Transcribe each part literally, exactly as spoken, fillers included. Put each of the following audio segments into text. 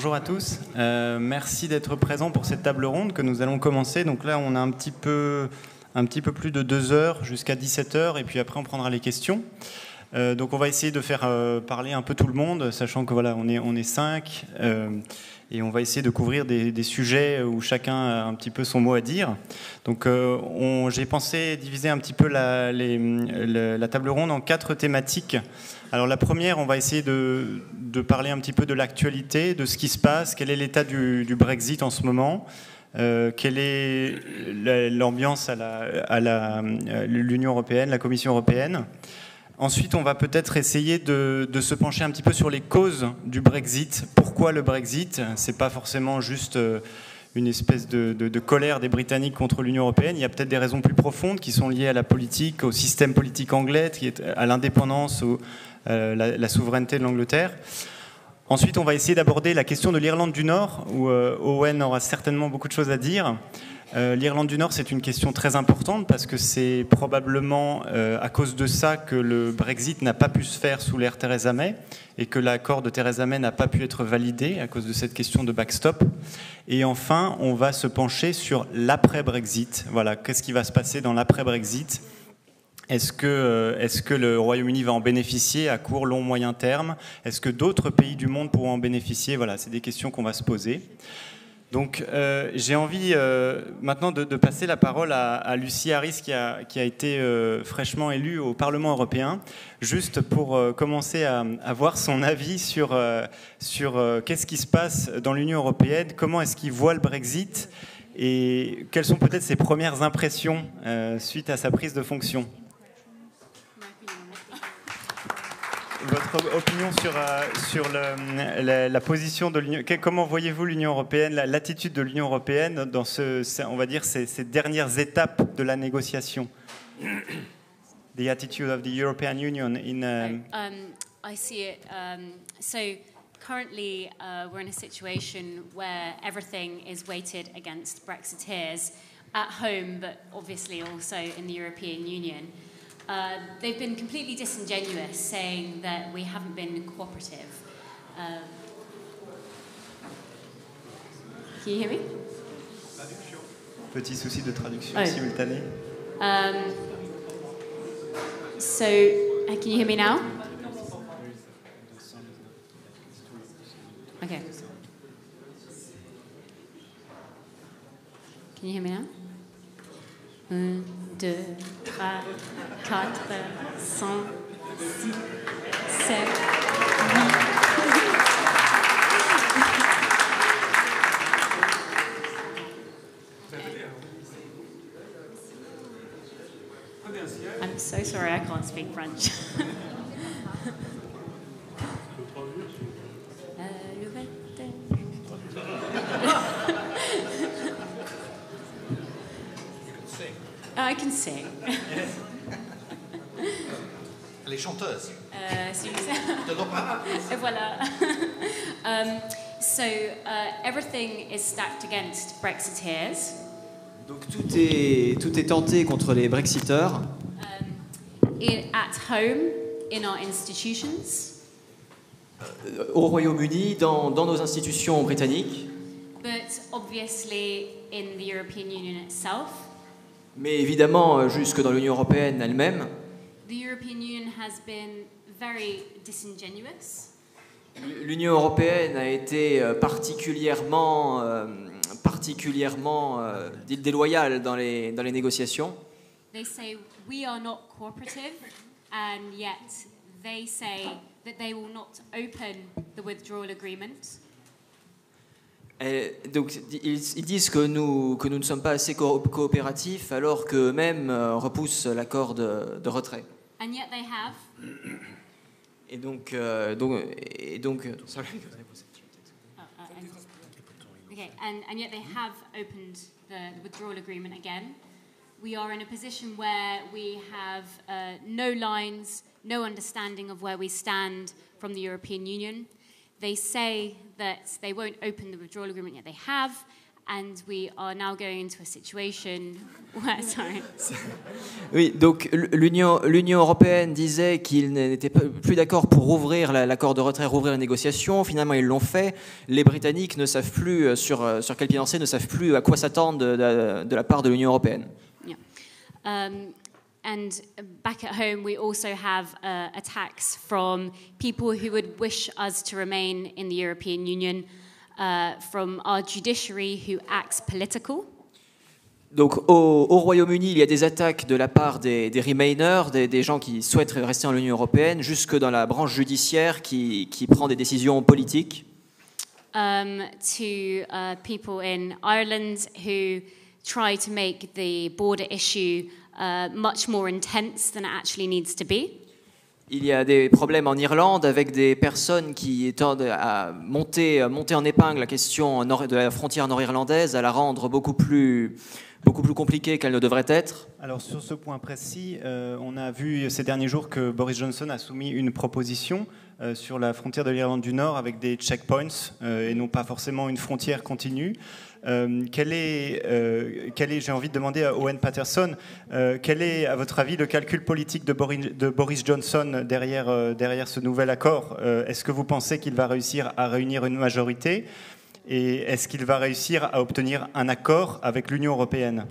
bonjour à tous. Euh, merci d'être présents pour cette table ronde que nous allons commencer. Donc là, on a un petit peu, un petit peu plus de deux heures jusqu'à dix-sept heures, et puis après, on prendra les questions. Euh, donc on va essayer de faire euh, parler un peu tout le monde, sachant que voilà, on est, on est cinq, euh, et on va essayer de couvrir des, des sujets où chacun a un petit peu son mot à dire. Donc euh, on, j'ai pensé diviser un petit peu la, les, la, la table ronde en quatre thématiques. Alors la première, on va essayer de, de parler un petit peu de l'actualité, de ce qui se passe, quel est l'état du, du Brexit en ce moment. Euh, quelle est l'ambiance à, la, à, la, à l'Union européenne, la Commission européenne. Ensuite, on va peut-être essayer de, de se pencher un petit peu sur les causes du Brexit. Pourquoi le Brexit ? C'est pas forcément juste une espèce de, de, de colère des Britanniques contre l'Union européenne. Il y a peut-être des raisons plus profondes qui sont liées à la politique, au système politique anglais, qui est à l'indépendance, au, à la, la souveraineté de l'Angleterre. Ensuite, on va essayer d'aborder la question de l'Irlande du Nord, où euh, Owen aura certainement beaucoup de choses à dire. Euh, L'Irlande du Nord, c'est une question très importante parce que c'est probablement euh, à cause de ça que le Brexit n'a pas pu se faire sous l'ère Theresa May et que l'accord de Theresa May n'a pas pu être validé à cause de cette question de backstop. Et enfin, on va se pencher sur l'après-Brexit. Voilà, qu'est-ce qui va se passer dans l'après-Brexit ? Est-ce que, euh, est-ce que le Royaume-Uni va en bénéficier à court, long, moyen terme ? Est-ce que d'autres pays du monde pourront en bénéficier ? Voilà, c'est des questions qu'on va se poser. Donc euh, j'ai envie euh, maintenant de, de passer la parole à, à Lucy Harris qui a, qui a été euh, fraîchement élue au Parlement européen, juste pour euh, commencer à, à voir son avis sur, euh, sur euh, qu'est-ce qui se passe dans l'Union européenne, comment est-ce qu'il voit le Brexit et quelles sont peut-être ses premières impressions euh, suite à sa prise de fonction. Votre opinion sur, euh, sur le, la, la position de l'Union, comment voyez-vous l'Union européenne, l'attitude de l'Union européenne dans ce, on va dire, ces, ces dernières étapes de la négociation? The attitude of the European Union in. Um... Um, I see it. Um, so currently, uh, we're in a situation where everything is weighted against Brexiteers at home, but obviously also in the European Union. Uh, they've been completely disingenuous, saying that we haven't been cooperative. Um, can you hear me? Petit souci de traduction oh. simultanée. Um, so, uh, can you hear me now? Okay. Can you hear me now? Un, deux, trois, quatre, cinq, six, sept, huit. I'm so sorry, I can't speak French. I can sing. Les chanteuses. Euh, si Et voilà. um, so uh, everything is stacked against Brexiteers. Donc tout est tout est tenté contre les Brexiteurs. Um, in, at home, in our institutions. Euh, au Royaume-Uni, dans dans nos institutions britanniques. But obviously in the European Union itself. Mais évidemment, jusque dans l'Union européenne elle-même. The European Union has been very disingenuous. L'Union européenne a été particulièrement, euh, particulièrement euh, déloyale dans les, dans les négociations. They say we are not cooperative, and yet they say that they will not open the withdrawal agreement. Et donc, ils, ils disent que nous, que nous ne sommes pas assez co- coopératifs, alors qu'eux-mêmes euh, repoussent l'accord de, de retrait. And yet they have. Et donc, euh, donc, et donc sorry. Oh, uh, okay, and, and yet they have opened the, the withdrawal agreement again. We are in a position where we have uh, no lines, no understanding of where we stand from the European Union. They say that they won't open the withdrawal agreement, yet they have, and we are now going into a situation where, sorry. Oui, donc l'Union, l'Union européenne disait qu'ils n'étaient plus d'accord pour rouvrir l'accord de retrait, rouvrir les négociations. Finalement, ils l'ont fait. Les Britanniques ne savent plus sur, sur quel pied danser, ne savent plus à quoi s'attendre de, de, de la part de l'Union européenne. Yeah. Um, and back at home, we also have uh, attacks from people who would wish us to remain in the European Union, uh, from our judiciary who acts political. Donc au, au Royaume-Uni, il y a des attaques de la part des, des Remainers, des, des gens qui souhaitent rester dans l'Union européenne, jusque dans la branche judiciaire qui, qui prend des décisions politiques. Um, to uh, people in Ireland who try to make the border issue uh, much more intense than it actually needs to be. Il y a des problèmes en Irlande avec des personnes qui tendent à monter, monter en épingle la question nord, de la frontière nord-irlandaise, à la rendre beaucoup plus, beaucoup plus compliquée qu'elle ne devrait être. Alors sur ce point précis, euh, on a vu ces derniers jours que Boris Johnson a soumis une proposition euh, sur la frontière de l'Irlande du Nord avec des checkpoints euh, et non pas forcément une frontière continue. Euh, quel est, euh, quel est, j'ai envie de demander à Owen Paterson, euh, quel est, à votre avis, le calcul politique de Boris, de Boris Johnson derrière, euh, derrière ce nouvel accord? euh, Est-ce que vous pensez qu'il va réussir à réunir une majorité? Et est-ce qu'il va réussir à obtenir un accord avec l'Union européenne?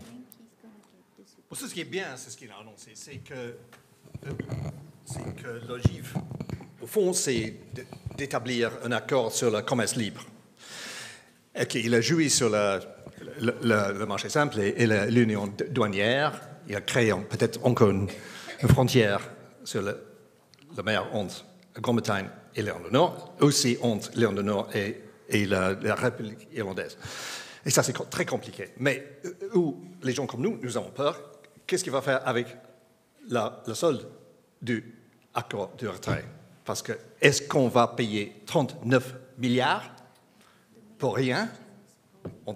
Bon, ce qui est bien, c'est ce qu'il a annoncé, c'est que, euh, c'est que l'ogive, au fond, c'est d'établir un accord sur le commerce libre. Okay, il a joué sur le, le, le, le marché simple et, et l'union douanière. Il a créé peut-être encore une, une frontière sur le, la mer entre la Grande-Bretagne et l'Irlande du Nord, aussi entre l'Irlande du Nord et, et la, la République irlandaise. Et ça, c'est très compliqué. Mais où les gens comme nous, nous avons peur, qu'est-ce qu'il va faire avec la, le solde du accord de retrait? Parce que est-ce qu'on va payer trente-neuf milliards pour rien? On...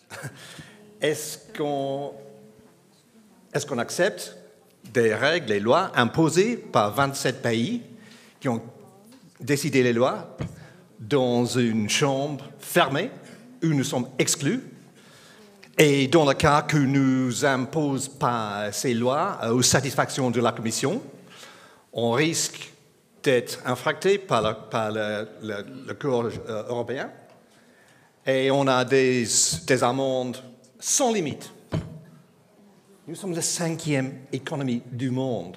Est-ce qu'on est-ce qu'on accepte des règles, des lois imposées par vingt-sept pays qui ont décidé les lois dans une chambre fermée où nous sommes exclus? Et dans le cas que nous imposons pas ces lois aux satisfactions de la Commission, on risque d'être infracté par, la, par le, le, le Cour européen. Et on a des, des amendes sans limite. Nous sommes la cinquième économie du monde.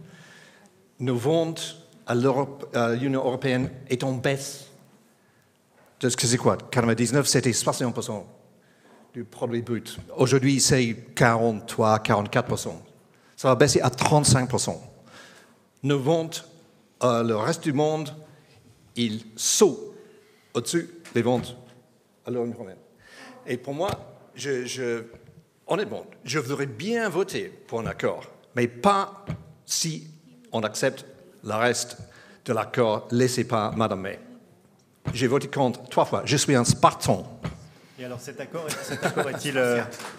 Nos ventes à l'Union européenne est en baisse. De ce que c'est quoi? quatre-vingt-dix-neuf, c'était soixante pour cent du produit brut. Aujourd'hui, c'est quarante-trois, quarante-quatre pour cent. Ça va baisser à trente-cinq pour cent. Nos ventes à le reste du monde, ils sautent au-dessus des ventes à l'Union européenne. Et pour moi, je, je, honnêtement, je voudrais bien voter pour un accord, mais pas si on accepte le reste de l'accord laissé par Madame May. J'ai voté contre trois fois. Je suis un Spartan. Et alors cet accord, cet accord est-il, euh,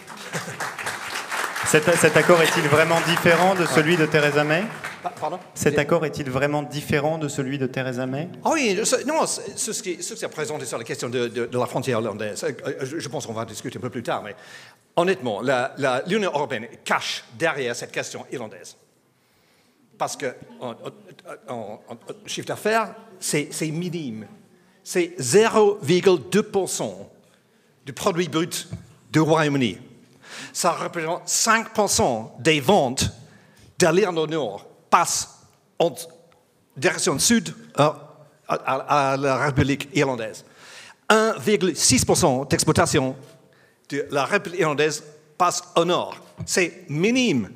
cet, cet accord est-il vraiment différent de celui de Theresa May? Pardon? Cet accord est-il vraiment différent de celui de Theresa May? Oh oui, non, ce qui, ce qui est présenté sur la question de, de, de la frontière irlandaise, je, je pense qu'on va discuter un peu plus tard, mais honnêtement, la, la, l'Union européenne cache derrière cette question irlandaise. Parce que en, en, en, en chiffre d'affaires, c'est, c'est minime. C'est zéro virgule deux pour cent du produit brut du Royaume-Uni. Ça représente cinq pour cent des ventes de l'Irlande du Nord passent en direction sud à, à, à la République irlandaise. un virgule six pour cent d'exportation de la République irlandaise passe au nord. C'est minime.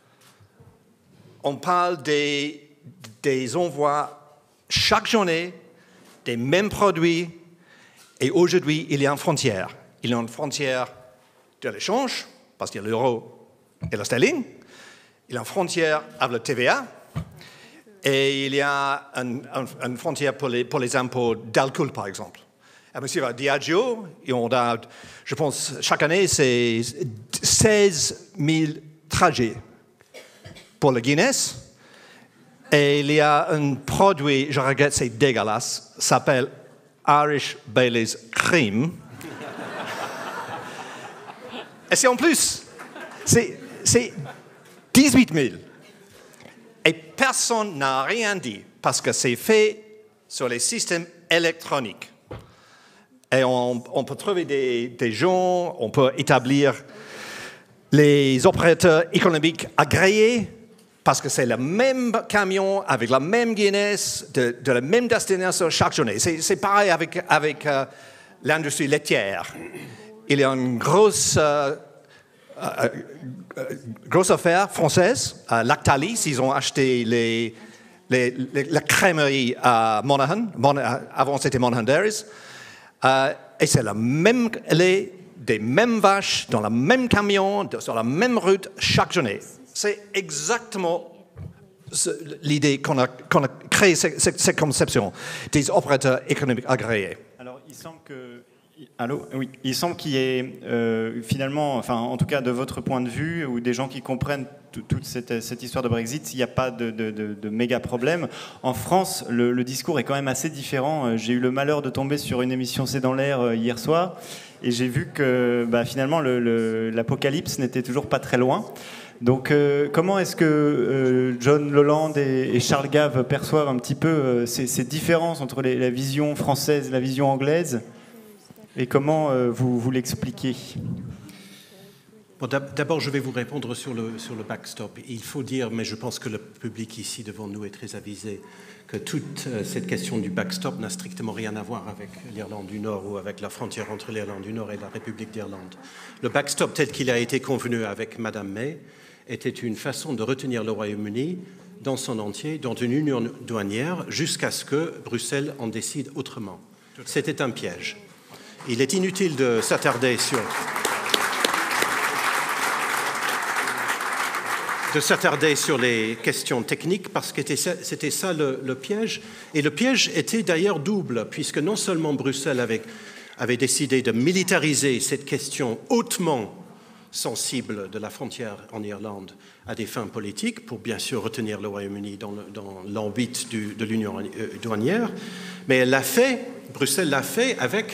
On parle des, des envois chaque journée des mêmes produits et aujourd'hui, il y a une frontière. Il y a une frontière de l'échange, parce qu'il y a l'euro et la sterling. Il y a une frontière avec le T V A. Et il y a une, une frontière pour les, pour les impôts d'alcool, par exemple. À Monsieur Diageo, et on a, je pense, chaque année, c'est seize mille trajets pour le Guinness. Et il y a un produit, je regrette, c'est dégueulasse, s'appelle Irish Baileys Cream. Et c'est en plus, c'est, c'est dix-huit mille. Et personne n'a rien dit, parce que c'est fait sur les systèmes électroniques. Et on, on peut trouver des, des gens, on peut établir les opérateurs économiques agréés, parce que c'est le même camion, avec la même Guinness, de, de la même destination chaque journée. C'est, c'est pareil avec, avec euh, l'industrie laitière. Il y a une grosse, euh, euh, euh, grosse affaire française, à Lactalis. Ils ont acheté les, les, les, la crèmerie à Monaghan. Mon, avant, c'était Monaghan Dairies. Euh, et c'est le même lait, des mêmes vaches, dans le même camion, sur la même route, chaque journée. C'est exactement l'idée qu'on a, qu'on a créé, cette, cette conception des opérateurs économiques agréés. Alors, il semble que... Allô ? Oui. Il semble qu'il y ait euh, finalement, enfin, en tout cas de votre point de vue, ou des gens qui comprennent tout, toute cette, cette histoire de Brexit, il n'y a pas de, de, de, de méga problème. En France, le, le discours est quand même assez différent. J'ai eu le malheur de tomber sur une émission C'est dans l'air hier soir, et j'ai vu que bah, finalement le, le, l'apocalypse n'était toujours pas très loin. Donc, euh, comment est-ce que euh, John Lolland et, et Charles Gave perçoivent un petit peu euh, ces, ces différences entre les, la vision française et la vision anglaise, et comment euh, vous, vous l'expliquez ? Bon, d'abord, je vais vous répondre sur le, sur le backstop. Il faut dire, mais je pense que le public ici devant nous est très avisé, que toute cette question du backstop n'a strictement rien à voir avec l'Irlande du Nord ou avec la frontière entre l'Irlande du Nord et la République d'Irlande. Le backstop tel qu'il a été convenu avec Madame May était une façon de retenir le Royaume-Uni dans son entier, dans une union douanière, jusqu'à ce que Bruxelles en décide autrement. C'était un piège. Il est inutile de s'attarder sur... de s'attarder sur les questions techniques, parce que c'était ça le, le piège. Et le piège était d'ailleurs double, puisque non seulement Bruxelles avait, avait décidé de militariser cette question hautement sensible de la frontière en Irlande à des fins politiques, pour bien sûr retenir le Royaume-Uni dans, le, dans l'orbite du, de l'union douanière, mais elle l'a fait, Bruxelles l'a fait avec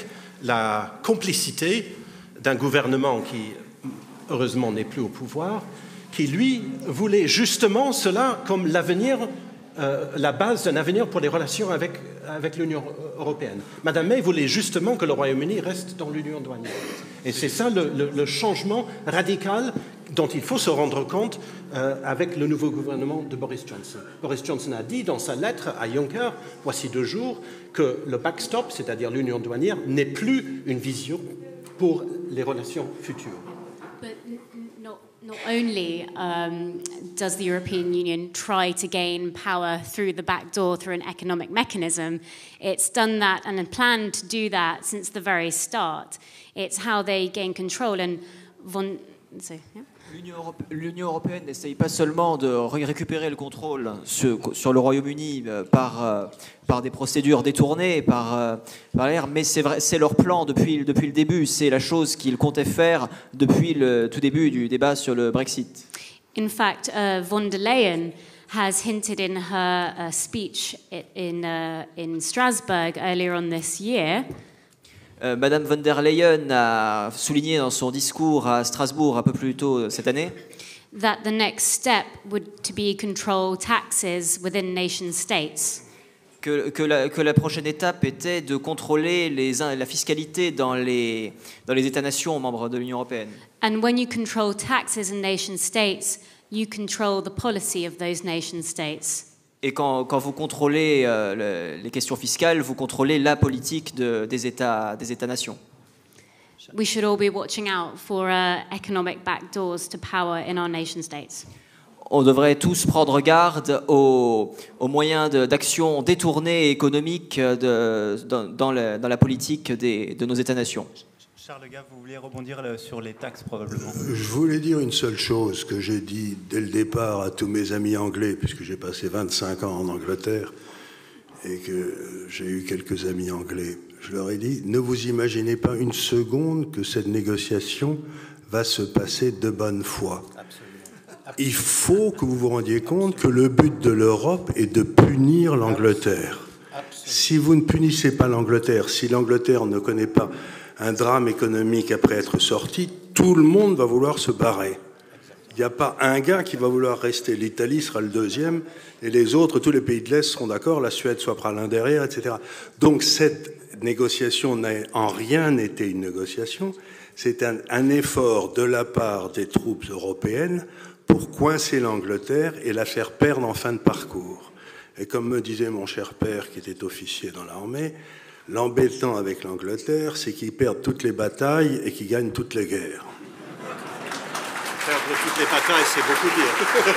la complicité d'un gouvernement qui, heureusement, n'est plus au pouvoir, qui, lui, voulait justement cela comme l'avenir, euh, la base d'un avenir pour les relations avec, avec l'Union européenne. Madame May voulait justement que le Royaume-Uni reste dans l'union douanière. Et c'est ça le, le, le changement radical dont il faut se rendre compte euh, avec le nouveau gouvernement de Boris Johnson. Boris Johnson a dit dans sa lettre à Juncker, voici deux jours, que le backstop, c'est-à-dire l'union douanière, n'est plus une vision pour les relations futures. But not, not only um, does the European Union try to gain power through the back door through an economic mechanism, it's done that and planned to do that since the very start. It's how they gain control. And von, so, yeah. L'Union européenne n'essaye pas seulement de récupérer le contrôle sur, sur le Royaume-Uni par, par des procédures détournées, par, par l'air, mais c'est, vrai, c'est leur plan depuis, depuis le début. C'est la chose qu'ils comptaient faire depuis le tout début du débat sur le Brexit. In fact, uh, von der Leyen has hinted in her uh, speech in, uh, in Strasbourg earlier on this year. Euh, Madame von der Leyen a souligné dans son discours à Strasbourg un peu plus tôt cette année that the next step would to be control taxes within nation states. Que, que, la, que la prochaine étape était de contrôler les, la fiscalité dans les, dans les États-nations membres de l'Union européenne. And when you control taxes in nation states, you control the policy of those nation states. Et quand, quand vous contrôlez euh, le, les questions fiscales, vous contrôlez la politique de, des États, des États-nations. We should all be watching out for uh, economic backdoors to power in our nation states. On devrait tous prendre garde aux, aux moyens de, d'action détournés économiques de, dans, dans, la, dans la politique des, de nos États-nations. Charles Gave, vous vouliez rebondir sur les taxes probablement. Je voulais dire une seule chose que j'ai dit dès le départ à tous mes amis anglais, puisque j'ai passé vingt-cinq ans en Angleterre et que j'ai eu quelques amis anglais. Je leur ai dit, ne vous imaginez pas une seconde que cette négociation va se passer de bonne foi. Il faut que vous vous rendiez compte que le but de l'Europe est de punir l'Angleterre. Si vous ne punissez pas l'Angleterre, si l'Angleterre ne connaît pas un drame économique après être sorti, tout le monde va vouloir se barrer. Il n'y a pas un gars qui va vouloir rester. L'Italie sera le deuxième, et les autres, tous les pays de l'Est seront d'accord, la Suède soit l'un derrière, et cetera. Donc cette négociation n'a en rien été une négociation, c'est un, un effort de la part des troupes européennes pour coincer l'Angleterre et la faire perdre en fin de parcours. Et comme me disait mon cher père, qui était officier dans l'armée, l'embêtant avec l'Angleterre, c'est qu'ils perdent toutes les batailles et qu'ils gagnent toutes les guerres. Perdre toutes les batailles, c'est beaucoup dire.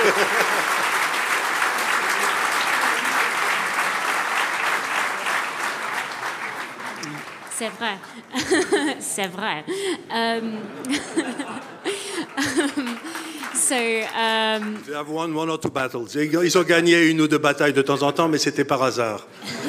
C'est vrai. C'est vrai. Um, so, um, They have won one or two battles. Ils ont gagné une ou deux batailles de temps en temps, mais c'était par hasard.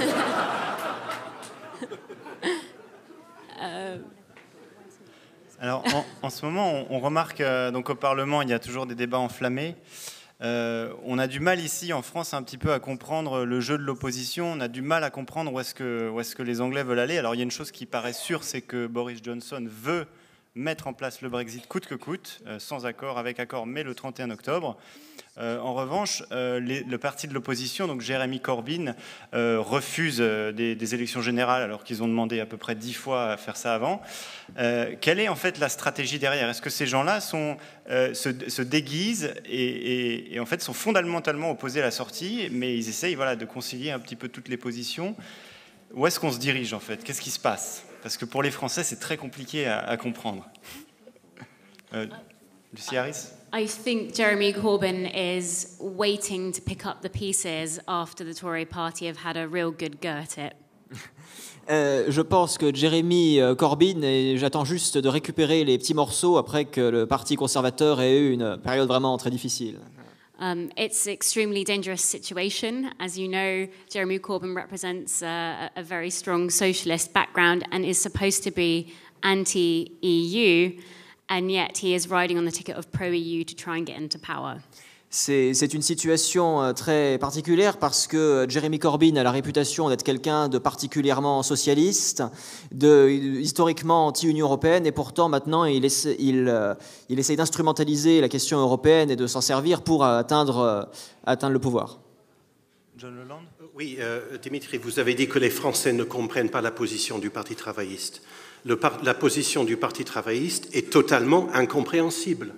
Alors, en, en ce moment, on, on remarque euh, donc au Parlement, il y a toujours des débats enflammés. Euh, on a du mal ici, en France, un petit peu à comprendre le jeu de l'opposition. On a du mal à comprendre où est-ce que, où est-ce que les Anglais veulent aller. Alors, il y a une chose qui paraît sûre, c'est que Boris Johnson veut mettre en place le Brexit coûte que coûte, euh, sans accord, avec accord, mais le trente et un octobre. Euh, en revanche, euh, les, le parti de l'opposition, donc Jeremy Corbyn, euh, refuse euh, des, des élections générales alors qu'ils ont demandé à peu près dix fois à faire ça avant. Euh, quelle est en fait la stratégie derrière? Est-ce que ces gens-là sont, euh, se, se déguisent et, et, et en fait sont fondamentalement opposés à la sortie, mais ils essayent voilà, de concilier un petit peu toutes les positions? Où est-ce qu'on se dirige en fait? Qu'est-ce qui se passe? Parce que pour les Français, c'est très compliqué à, à comprendre. Euh, Lucie Harris? I think Jeremy Corbyn is waiting to pick up the pieces after the Tory party have had a real good go at it. Euh, je pense que Jeremy Corbyn, et j'attends juste de récupérer les petits morceaux après que le Parti conservateur ait eu une période vraiment très difficile. Um, it's an extremely dangerous situation. As you know, Jeremy Corbyn represents uh, a very strong socialist background and is supposed to be anti-E U, and yet he is riding on the ticket of pro-E U to try and get into power. C'est, c'est une situation très particulière parce que Jeremy Corbyn a la réputation d'être quelqu'un de particulièrement socialiste, de, historiquement anti-Union européenne, et pourtant maintenant il essaie, il, il essaie d'instrumentaliser la question européenne et de s'en servir pour atteindre, atteindre le pouvoir. John Leland? Oui, euh, Dimitri, vous avez dit que les Français ne comprennent pas la position du Parti travailliste. Le par- la position du Parti travailliste est totalement incompréhensible.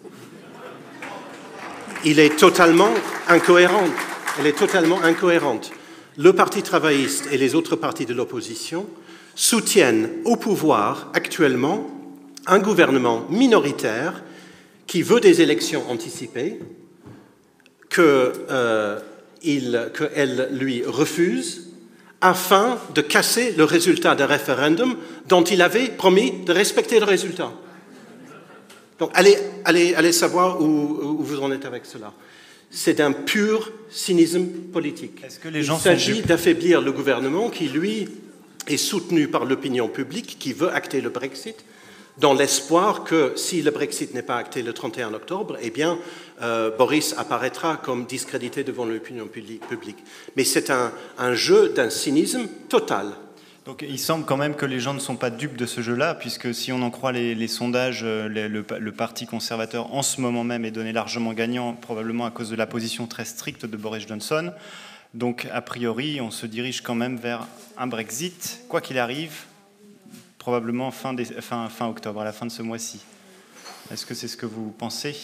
Il est totalement incohérente. Elle est totalement incohérente. Le Parti travailliste et les autres partis de l'opposition soutiennent au pouvoir actuellement un gouvernement minoritaire qui veut des élections anticipées, que, euh, il, qu'elle lui refuse, afin de casser le résultat d'un référendum dont il avait promis de respecter le résultat. Donc, allez, allez, allez savoir où, où vous en êtes avec cela. C'est un pur cynisme politique. Est-ce que les gens Il s'agit sont... d'affaiblir le gouvernement qui, lui, est soutenu par l'opinion publique, qui veut acter le Brexit, dans l'espoir que si le Brexit n'est pas acté le trente et un octobre, eh bien, euh, Boris apparaîtra comme discrédité devant l'opinion publique. Mais c'est un, un jeu d'un cynisme total. Donc il semble quand même que les gens ne sont pas dupes de ce jeu-là, puisque si on en croit les, les sondages, les, le, le Parti conservateur en ce moment même est donné largement gagnant, probablement à cause de la position très stricte de Boris Johnson. Donc a priori, on se dirige quand même vers un Brexit, quoi qu'il arrive, probablement fin, des, fin, fin octobre, à la fin de ce mois-ci. Est-ce que c'est ce que vous pensez?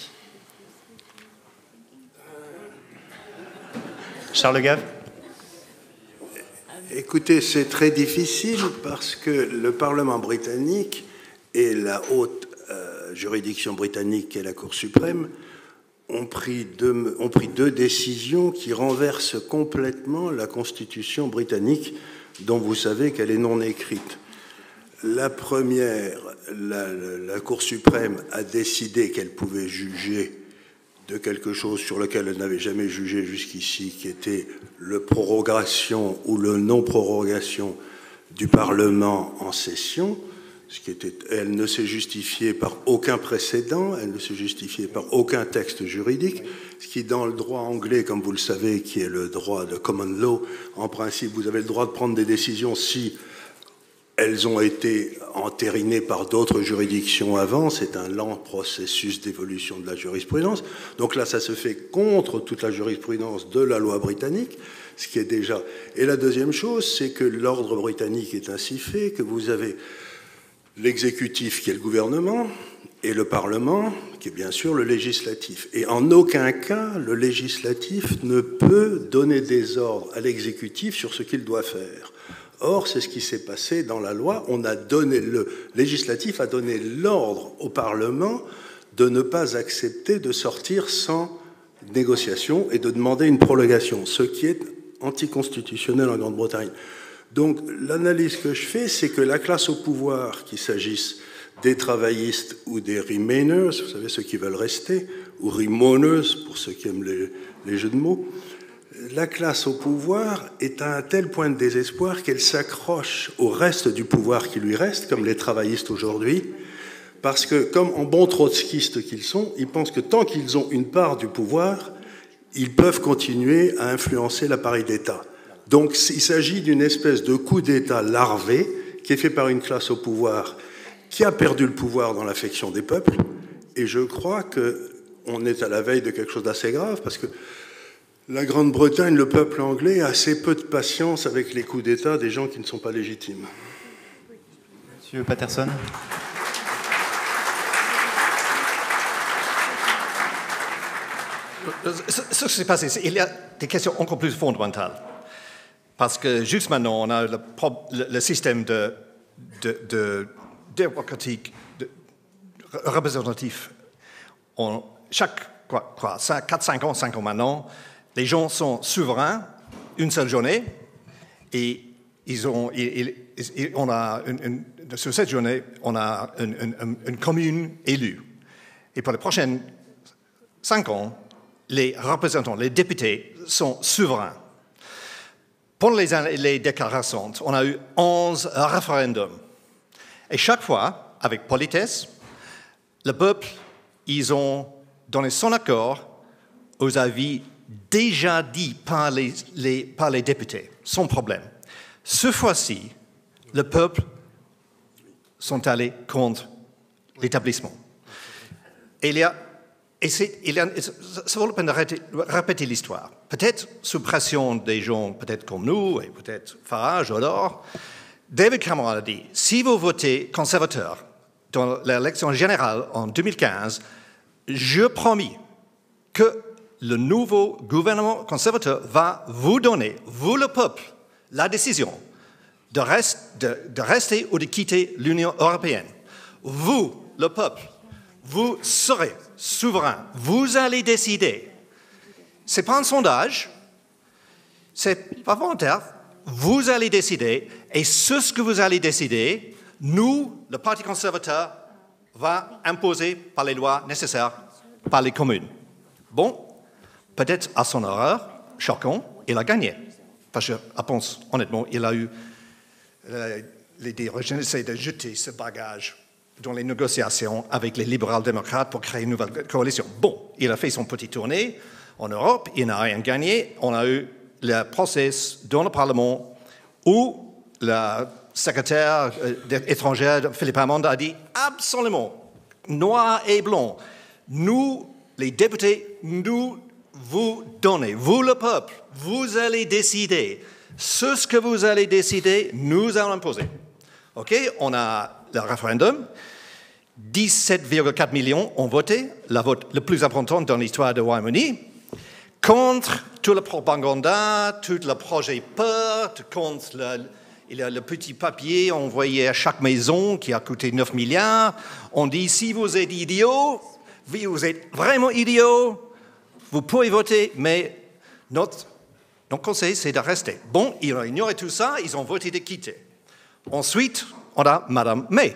Charles Gave? Écoutez, c'est très difficile parce que le Parlement britannique et la haute euh, juridiction britannique et la Cour suprême ont pris, deux, ont pris deux décisions qui renversent complètement la Constitution britannique, dont vous savez qu'elle est non écrite. La première, la, la Cour suprême a décidé qu'elle pouvait juger de quelque chose sur lequel elle n'avait jamais jugé jusqu'ici, qui était la prorogation ou le non-prorogation du Parlement en session, ce qui était, elle ne s'est justifiée par aucun précédent, elle ne s'est justifiée par aucun texte juridique, ce qui, dans le droit anglais, comme vous le savez, qui est le droit de common law, en principe, vous avez le droit de prendre des décisions si elles ont été entérinées par d'autres juridictions avant, c'est un lent processus d'évolution de la jurisprudence. Donc là, ça se fait contre toute la jurisprudence de la loi britannique, ce qui est déjà... Et la deuxième chose, c'est que l'ordre britannique est ainsi fait que vous avez l'exécutif qui est le gouvernement et le Parlement qui est bien sûr le législatif. Et en aucun cas, le législatif ne peut donner des ordres à l'exécutif sur ce qu'il doit faire. Or, c'est ce qui s'est passé dans la loi. On a donné, le législatif a donné l'ordre au Parlement de ne pas accepter de sortir sans négociation et de demander une prolongation, ce qui est anticonstitutionnel en Grande-Bretagne. Donc, l'analyse que je fais, c'est que la classe au pouvoir, qu'il s'agisse des travaillistes ou des Remainers, vous savez, ceux qui veulent rester, ou Remoaners, pour ceux qui aiment les, les jeux de mots, la classe au pouvoir est à un tel point de désespoir qu'elle s'accroche au reste du pouvoir qui lui reste, comme les travaillistes aujourd'hui, parce que, comme en bons trotskistes qu'ils sont, ils pensent que tant qu'ils ont une part du pouvoir, ils peuvent continuer à influencer l'appareil d'État. Donc, il s'agit d'une espèce de coup d'État larvé qui est fait par une classe au pouvoir qui a perdu le pouvoir dans l'affection des peuples. Et je crois qu'on est à la veille de quelque chose d'assez grave, parce que la Grande-Bretagne, le peuple anglais, a assez peu de patience avec les coups d'État des gens qui ne sont pas légitimes. Monsieur Patterson. Ce qui s'est passé, c'est qu'il y a des questions encore plus fondamentales. Parce que juste maintenant, on a le, le système de, de, de démocratique, de, représentatif. On, chaque quoi, quoi, quatre cinq ans, cinq ans maintenant, les gens sont souverains une seule journée et ils ont, ils, ils, on a une, une, sur cette journée, on a une, une, une commune élue. Et pour les prochaines cinq ans, les représentants, les députés sont souverains. Pendant les, les déclarations, on a eu onze référendums. Et chaque fois, avec politesse, le peuple, ils ont donné son accord aux avis déjà dit par les, les, par les députés, sans problème. Ce fois-ci, le peuple sont allés contre l'établissement. Et il y a Et c'est, il y a, ça vaut la peine de répéter l'histoire. Peut-être sous pression des gens, peut-être comme nous, et peut-être Farage ou alors, David Cameron a dit, si vous votez conservateur dans l'élection générale en deux mille quinze, je promis que le nouveau gouvernement conservateur va vous donner, vous le peuple, la décision de, reste, de, de rester ou de quitter l'Union européenne. Vous, le peuple, vous serez souverain. Vous allez décider. Ce n'est pas un sondage, ce n'est pas volontaire. Vous allez décider, et ce que vous allez décider, nous, le Parti conservateur, va imposer par les lois nécessaires par les communes. Bon, peut-être à son horreur, choquant, il a gagné. Parce que, je pense, honnêtement, il a eu... Euh, les dirigeants essaient de jeter ce bagage dans les négociations avec les libéraux-démocrates pour créer une nouvelle coalition. Bon, il a fait son petit tournée en Europe, il n'a rien gagné. On a eu le procès dans le Parlement où la secrétaire étrangère Philippe Hammond a dit absolument, noir et blanc, nous, les députés, nous vous donnons, vous le peuple, vous allez décider. Ce que vous allez décider, nous allons imposer. OK, on a le référendum, dix-sept virgule quatre millions ont voté, la vote le plus important dans l'histoire du Royaume-Uni, contre tout le propaganda, tout le projet peur, contre le, il y a le petit papier envoyé à chaque maison qui a coûté neuf milliards. On dit, si vous êtes idiot, vous êtes vraiment idiot, vous pouvez voter, mais notre, notre conseil, c'est de rester. Bon, ils ont ignoré tout ça, ils ont voté de quitter. Ensuite, on a Madame May,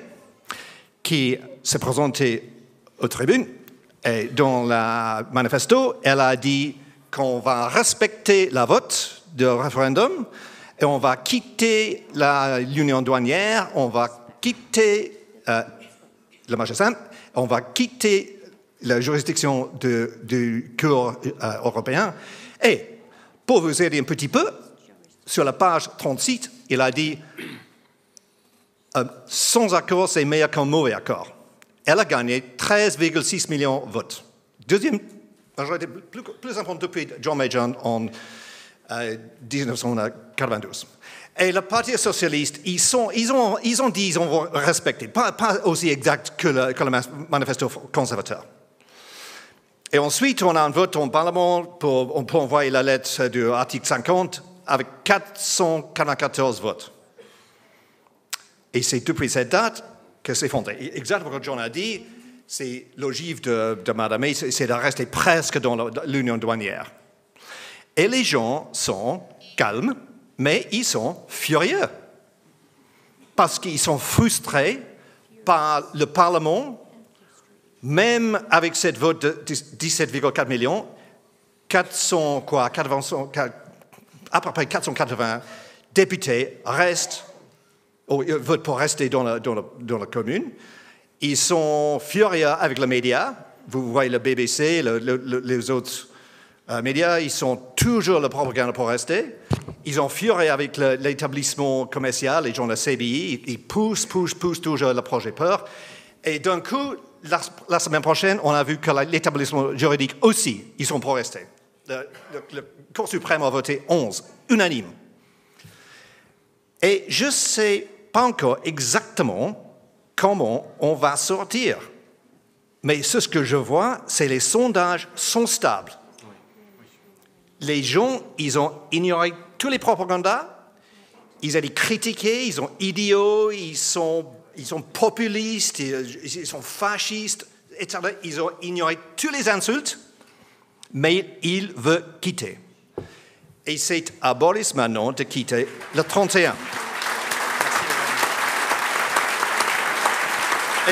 qui s'est présentée aux tribunes. Et dans le manifesto, elle a dit qu'on va respecter la vote du référendum et on va quitter l'union douanière, on va quitter euh, le marché simple, on va quitter la juridiction de, du Cour euh, européen. Et pour vous aider un petit peu, sur la page trente-six, il a dit euh, sans accord, c'est meilleur qu'un mauvais accord. Elle a gagné treize virgule six millions de votes. Deuxième majorité plus, plus importante depuis John Major en euh, dix-neuf cent quatre-vingt-douze. Et le Parti socialiste, ils, sont, ils, ont, ils ont dit qu'ils vont respecter, pas, pas aussi exact que le, que le manifesto conservateur. Et ensuite, on a un vote au Parlement, pour, on peut envoyer la lettre de l'article cinquante avec quatre cent quatre-vingt-quatorze votes. Et c'est depuis cette date que c'est fondé. Exactement comme John a dit, c'est l'ogive de, de Madame May, c'est de rester presque dans l'union douanière. Et les gens sont calmes, mais ils sont furieux. Parce qu'ils sont frustrés par le Parlement, même avec cette vote de dix-sept virgule quatre millions, quatre cents, quoi, quatre-vingts, à peu près quatre cent quatre-vingts députés restent, ou votent pour rester dans la, dans la, dans la commune. Ils sont furieux avec les médias. Vous voyez le B B C, le, le, les autres euh, médias, ils sont toujours la propagande pour rester. Ils sont furieux avec le, l'établissement commercial, les gens de la C B I. Ils, ils poussent, poussent, poussent toujours le projet peur. Et d'un coup, la, la semaine prochaine, on a vu que l'établissement juridique aussi, ils sont pour rester. Le, le, le Cour suprême a voté onze, unanime. Et je ne sais pas encore exactement comment on va sortir. Mais ce que je vois, c'est que les sondages sont stables. Les gens, ils ont ignoré tous les propagandas, ils ont été critiqués, ils sont idiots, ils sont, ils sont populistes, ils sont fascistes, et cetera. Ils ont ignoré toutes les insultes, mais ils veulent quitter. Et c'est à Boris maintenant de quitter le trente et un. Et,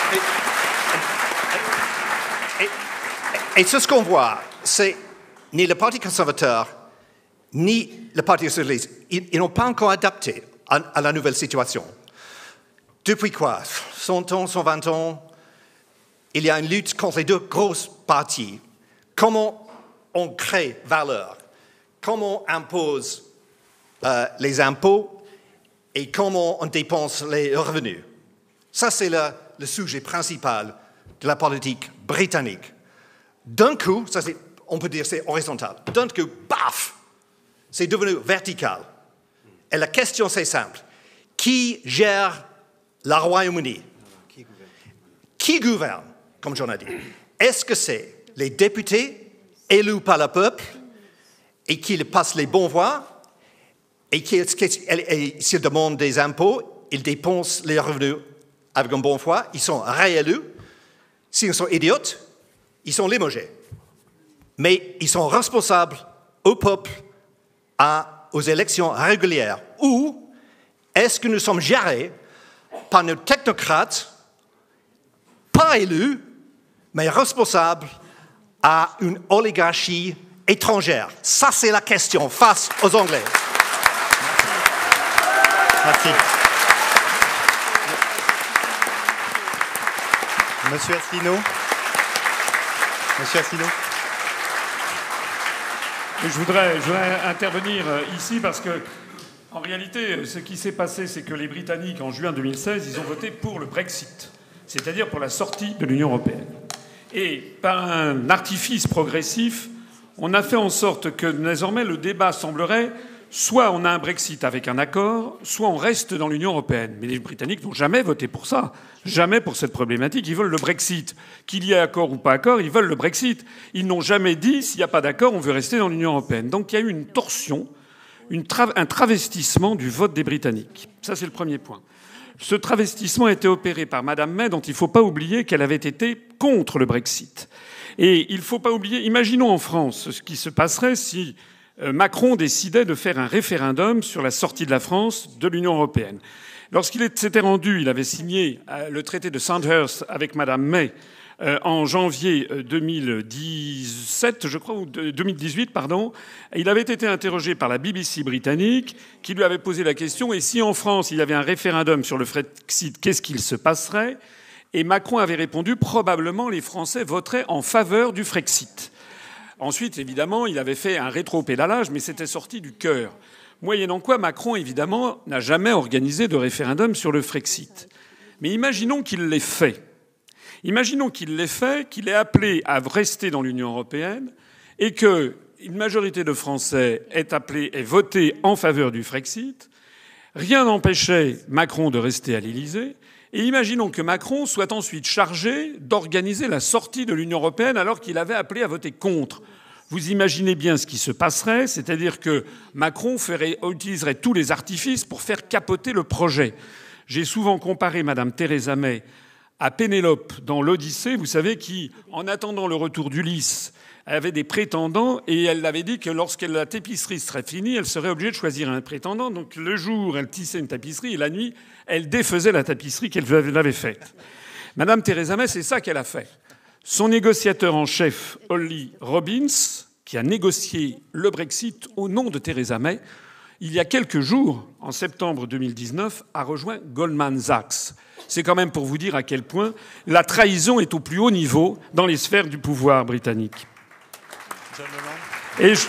et, et, et ce qu'on voit, c'est ni le Parti conservateur, ni le Parti socialiste, ils, ils n'ont pas encore adapté à, à la nouvelle situation. Depuis quoi, cent ans, cent vingt ans, il y a une lutte contre les deux grosses parties. Comment on crée valeur? Comment on impose euh, les impôts et comment on dépense les revenus? Ça, c'est le, le sujet principal de la politique britannique. D'un coup, ça c'est, on peut dire que c'est horizontal. D'un coup, paf, c'est devenu vertical. Et la question, c'est simple. Qui gère le Royaume-Uni? Qui gouverne? Qui gouverne, comme j'en ai dit? Est-ce que c'est les députés élus par le peuple et qui passent les bons voix et qui, s'ils demandent des impôts, ils dépensent les revenus avec un bon foi, ils sont réélus. S'ils sont idiotes, ils sont limogés. Mais ils sont responsables au peuple, à, aux élections régulières. Ou est-ce que nous sommes gérés par nos technocrates, pas élus, mais responsables à une oligarchie étrangère? Ça, c'est la question face aux Anglais. Merci. Monsieur Asselineau. Monsieur Asselineau. Je voudrais, je voudrais intervenir ici parce que, en réalité, ce qui s'est passé, c'est que les Britanniques, en juin deux mille seize, ils ont voté pour le Brexit, c'est-à-dire pour la sortie de l'Union européenne. Et par un artifice progressif, on a fait en sorte que désormais le débat semblerait soit on a un Brexit avec un accord, soit on reste dans l'Union européenne. Mais les Britanniques n'ont jamais voté pour ça, jamais pour cette problématique. Ils veulent le Brexit. Qu'il y ait accord ou pas accord, ils veulent le Brexit. Ils n'ont jamais dit s'il n'y a pas d'accord, on veut rester dans l'Union européenne. Donc il y a eu une torsion, une tra- un travestissement du vote des Britanniques. Ça, c'est le premier point. Ce travestissement a été opéré par Madame May, dont il ne faut pas oublier qu'elle avait été contre le Brexit. Et il ne faut pas oublier, imaginons en France ce qui se passerait si Macron décidait de faire un référendum sur la sortie de la France de l'Union européenne. Lorsqu'il s'était rendu, il avait signé le traité de Sandhurst avec Madame May en janvier deux mille dix-sept, je crois, ou deux mille dix-huit, pardon. Il avait été interrogé par la B B C britannique, qui lui avait posé la question « Et si en France, il y avait un référendum sur le Brexit, qu'est-ce qu'il se passerait ?» Et Macron avait répondu « Probablement, les Français voteraient en faveur du Frexit ». Ensuite, évidemment, il avait fait un rétro-pédalage, mais c'était sorti du cœur. Moyennant quoi, Macron, évidemment, n'a jamais organisé de référendum sur le Frexit. Mais imaginons qu'il l'ait fait. Imaginons qu'il l'ait fait, qu'il ait appelé à rester dans l'Union européenne et qu'une majorité de Français ait appelé et voté en faveur du Frexit. Rien n'empêchait Macron de rester à l'Élysée. Et imaginons que Macron soit ensuite chargé d'organiser la sortie de l'Union européenne alors qu'il avait appelé à voter contre. Vous imaginez bien ce qui se passerait, c'est-à-dire que Macron ferait, utiliserait tous les artifices pour faire capoter le projet. J'ai souvent comparé Madame Theresa May à Pénélope dans l'Odyssée, vous savez, qui, en attendant le retour d'Ulysse, avait des prétendants et elle avait dit que lorsque la tapisserie serait finie, elle serait obligée de choisir un prétendant. Donc le jour, elle tissait une tapisserie et la nuit, elle défaisait la tapisserie qu'elle avait faite. Madame Theresa May, c'est ça qu'elle a fait. Son négociateur en chef, Ollie Robbins, qui a négocié le Brexit au nom de Theresa May, il y a quelques jours, en septembre deux mille dix-neuf, a rejoint Goldman Sachs. C'est quand même pour vous dire à quel point la trahison est au plus haut niveau dans les sphères du pouvoir britannique. Et je,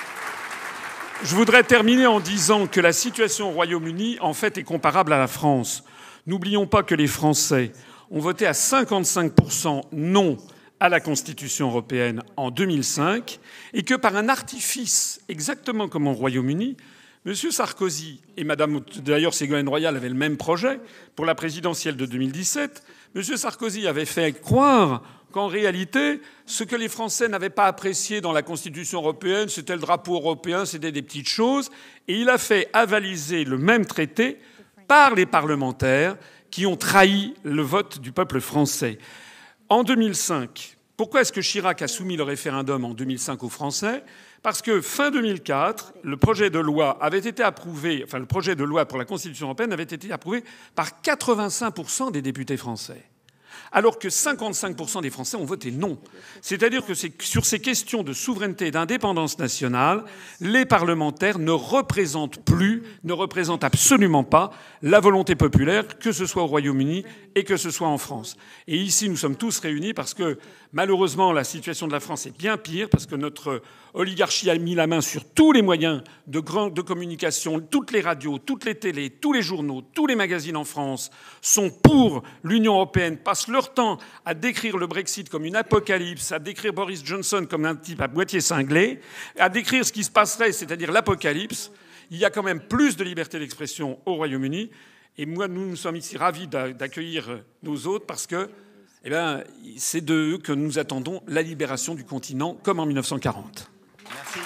je voudrais terminer en disant que la situation au Royaume-Uni, en fait, est comparable à la France. N'oublions pas que les Français ont voté à cinquante-cinq pour cent non à la Constitution européenne en deux mille cinq et que par un artifice, exactement comme au Royaume-Uni, M. Sarkozy et Mme... D'ailleurs, Ségolène Royal avaient le même projet pour la présidentielle de deux mille dix-sept. M. Sarkozy avait fait croire qu'en réalité, ce que les Français n'avaient pas apprécié dans la Constitution européenne, c'était le drapeau européen, c'était des petites choses. Et il a fait avaliser le même traité par les parlementaires qui ont trahi le vote du peuple français. En deux mille cinq, pourquoi est-ce que Chirac a soumis le référendum en deux mille cinq aux Français ? Parce que fin deux mille quatre, le projet de loi avait été approuvé, enfin le projet de loi pour la Constitution européenne avait été approuvé par quatre-vingt-cinq pour cent des députés français. Alors que cinquante-cinq pour cent des Français ont voté non. C'est-à-dire que c'est, sur ces questions de souveraineté et d'indépendance nationale, les parlementaires ne représentent plus, ne représentent absolument pas la volonté populaire, que ce soit au Royaume-Uni et que ce soit en France. Et ici, nous sommes tous réunis parce que, malheureusement, la situation de la France est bien pire, parce que notre oligarchie a mis la main sur tous les moyens de, grand, de communication, toutes les radios, toutes les télés, tous les journaux, tous les magazines en France sont pour l'Union européenne, passent leur temps à décrire le Brexit comme une apocalypse, à décrire Boris Johnson comme un type à moitié cinglé, à décrire ce qui se passerait, c'est-à-dire l'apocalypse. Il y a quand même plus de liberté d'expression au Royaume-Uni. Et moi, nous, nous sommes ici ravis d'accueillir nos hôtes parce que eh bien, c'est de eux que nous attendons la libération du continent, comme en mille neuf cent quarante. Merci.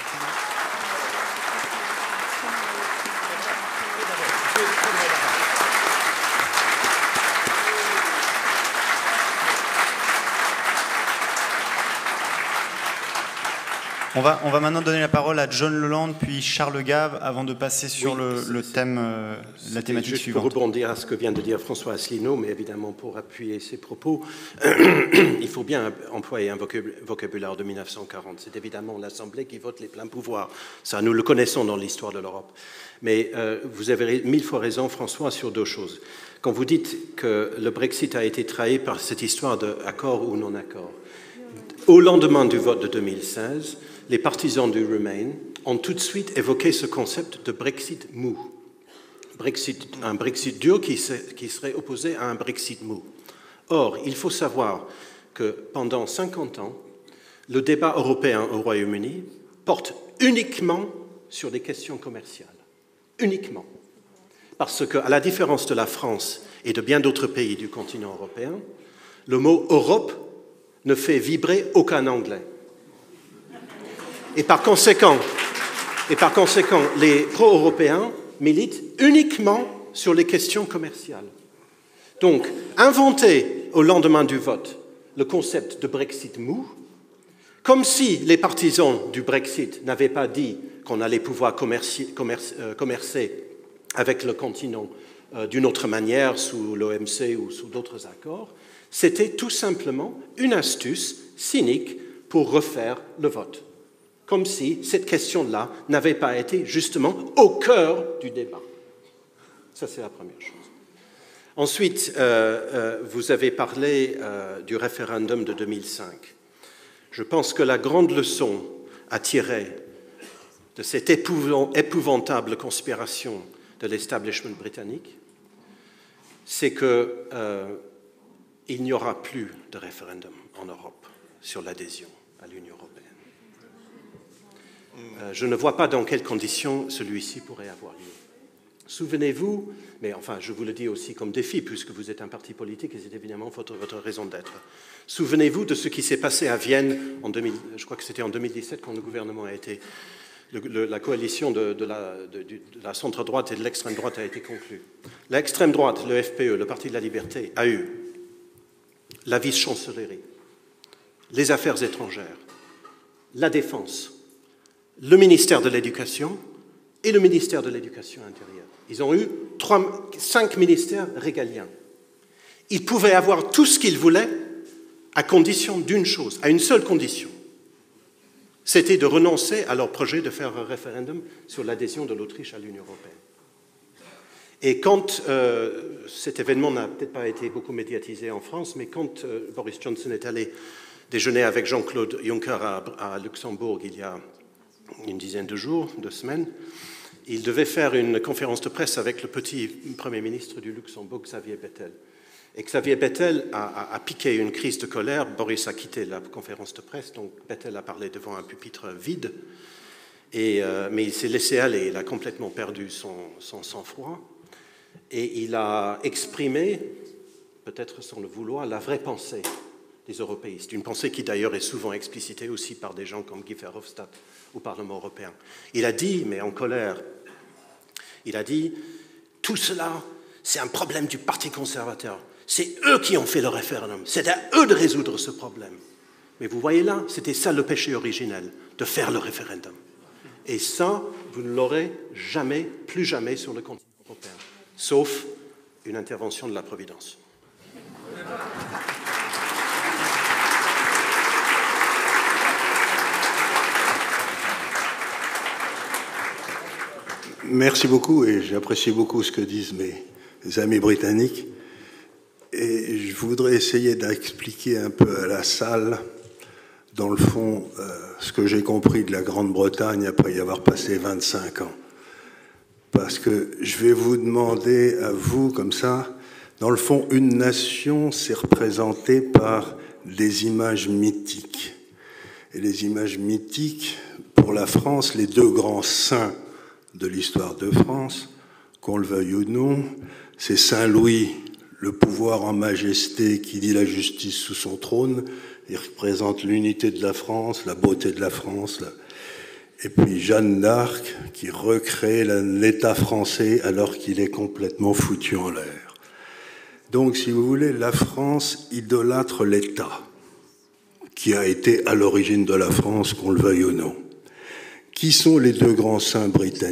On va, on va maintenant donner la parole à John Leland, puis Charles Gave, avant de passer sur oui, le, le thème, euh, la thématique juste suivante. Pour rebondir à ce que vient de dire François Asselineau, mais évidemment pour appuyer ses propos, il faut bien employer un vocabulaire de mille neuf cent quarante. C'est évidemment l'Assemblée qui vote les pleins pouvoirs. Ça, nous le connaissons dans l'histoire de l'Europe. Mais euh, vous avez mille fois raison, François, sur deux choses. Quand vous dites que le Brexit a été trahi par cette histoire d'accord ou non-accord, au lendemain du vote de deux mille seize, les partisans du Remain ont tout de suite évoqué ce concept de Brexit mou. Brexit, un Brexit dur qui, qui serait opposé à un Brexit mou. Or, il faut savoir que pendant cinquante ans, le débat européen au Royaume-Uni porte uniquement sur des questions commerciales. Uniquement. Parce qu'à la différence de la France et de bien d'autres pays du continent européen, le mot « Europe » ne fait vibrer aucun Anglais. Et par conséquent, et par conséquent les pro-européens militent uniquement sur les questions commerciales. Donc, inventer au lendemain du vote le concept de Brexit mou, comme si les partisans du Brexit n'avaient pas dit qu'on allait pouvoir commercer, commercer, euh, commercer avec le continent euh, d'une autre manière, sous l'O M C ou sous d'autres accords, c'était tout simplement une astuce cynique pour refaire le vote. Comme si cette question-là n'avait pas été justement au cœur du débat. Ça, c'est la première chose. Ensuite, euh, euh, vous avez parlé euh, du référendum de deux mille cinq. Je pense que la grande leçon à tirer de cette épouvantable conspiration de l'establishment britannique, c'est qu'il euh, n'y aura plus de référendum en Europe sur l'adhésion à l'Union européenne. Euh, je ne vois pas dans quelles conditions celui-ci pourrait avoir lieu. Souvenez-vous, mais enfin je vous le dis aussi comme défi, puisque vous êtes un parti politique et c'est évidemment votre, votre raison d'être. Souvenez-vous de ce qui s'est passé à Vienne, en deux mille, je crois que c'était en deux mille dix-sept quand le gouvernement a été... Le, le, la coalition de, de, la, de, de la centre-droite et de l'extrême droite a été conclue. L'extrême droite, le F P E, le Parti de la Liberté, a eu la vice-chancellerie, les affaires étrangères, la défense, le ministère de l'Éducation et le ministère de l'Éducation intérieure. Ils ont eu trois, cinq ministères régaliens. Ils pouvaient avoir tout ce qu'ils voulaient à condition d'une chose, à une seule condition. C'était de renoncer à leur projet de faire un référendum sur l'adhésion de l'Autriche à l'Union européenne. Et quand, euh, cet événement n'a peut-être pas été beaucoup médiatisé en France, mais quand euh, Boris Johnson est allé déjeuner avec Jean-Claude Juncker à, à Luxembourg il y a une dizaine de jours, deux semaines, il devait faire une conférence de presse avec le petit Premier ministre du Luxembourg, Xavier Bettel. Et Xavier Bettel a, a, a piqué une crise de colère. Boris a quitté la conférence de presse, donc Bettel a parlé devant un pupitre vide. Et, euh, mais il s'est laissé aller, il a complètement perdu son, son sang-froid. Et il a exprimé, peut-être sans le vouloir, la vraie pensée des européistes. Une pensée qui d'ailleurs est souvent explicitée aussi par des gens comme Guy Verhofstadt au Parlement européen. Il a dit, mais en colère, il a dit « Tout cela, c'est un problème du Parti conservateur. C'est eux qui ont fait le référendum. C'est à eux de résoudre ce problème. » Mais vous voyez là, c'était ça le péché originel, de faire le référendum. Et ça, vous ne l'aurez jamais, plus jamais sur le continent européen, sauf une intervention de la Providence. Merci beaucoup et j'apprécie beaucoup ce que disent mes amis britanniques. Et je voudrais essayer d'expliquer un peu à la salle, dans le fond, euh, ce que j'ai compris de la Grande-Bretagne après y avoir passé vingt-cinq ans. Parce que je vais vous demander à vous, comme ça, dans le fond, une nation, c'est représenté par des images mythiques. Et les images mythiques, pour la France, les deux grands saints de l'histoire de France, qu'on le veuille ou non, c'est Saint-Louis, le pouvoir en majesté qui dit la justice sous son trône. Il représente l'unité de la France, la beauté de la France. Là. Et puis Jeanne d'Arc qui recrée l'État français alors qu'il est complètement foutu en l'air. Donc, si vous voulez, la France idolâtre l'État, qui a été à l'origine de la France, qu'on le veuille ou non. Qui sont les deux grands saints britanniques ?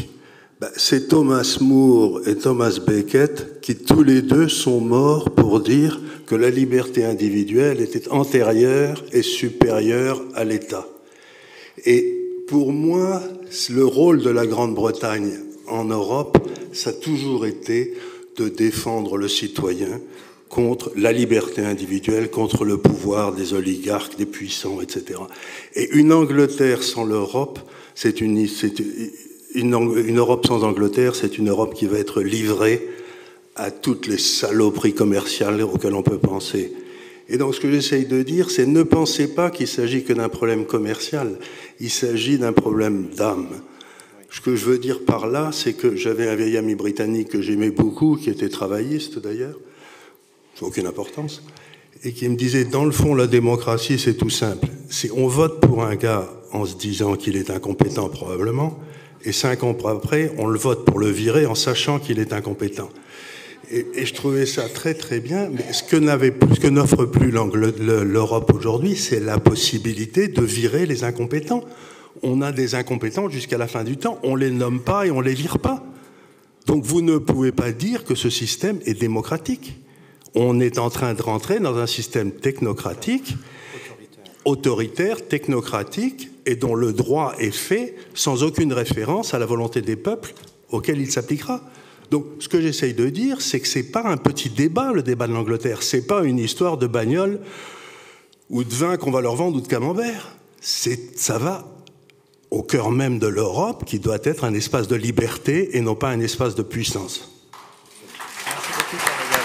Ben, c'est Thomas More et Thomas Becket qui tous les deux sont morts pour dire que la liberté individuelle était antérieure et supérieure à l'État. Et pour moi, le rôle de la Grande-Bretagne en Europe, ça a toujours été de défendre le citoyen contre la liberté individuelle, contre le pouvoir des oligarques, des puissants, et cetera. Et une Angleterre sans l'Europe, c'est une, c'est une, une Europe sans Angleterre, c'est une Europe qui va être livrée à toutes les saloperies commerciales auxquelles on peut penser. Et donc ce que j'essaye de dire, c'est ne pensez pas qu'il s'agit que d'un problème commercial, il s'agit d'un problème d'âme. Ce que je veux dire par là, c'est que j'avais un vieil ami britannique que j'aimais beaucoup, qui était travailliste d'ailleurs, sans aucune importance, et qui me disait, dans le fond, la démocratie, c'est tout simple. C'est on vote pour un gars en se disant qu'il est incompétent probablement, et cinq ans après, on le vote pour le virer en sachant qu'il est incompétent. Et, et je trouvais ça très très bien, mais ce que n'avait plus, ce que n'offre plus l'Europe aujourd'hui, c'est la possibilité de virer les incompétents. On a des incompétents jusqu'à la fin du temps, on les nomme pas et on les vire pas. Donc vous ne pouvez pas dire que ce système est démocratique. On est en train de rentrer dans un système technocratique, autoritaire, technocratique, et dont le droit est fait sans aucune référence à la volonté des peuples auxquels il s'appliquera. Donc, ce que j'essaye de dire, c'est que c'est pas un petit débat, le débat de l'Angleterre. C'est pas une histoire de bagnole ou de vin qu'on va leur vendre ou de camembert. C'est, ça va au cœur même de l'Europe, qui doit être un espace de liberté et non pas un espace de puissance. Merci beaucoup, Carl.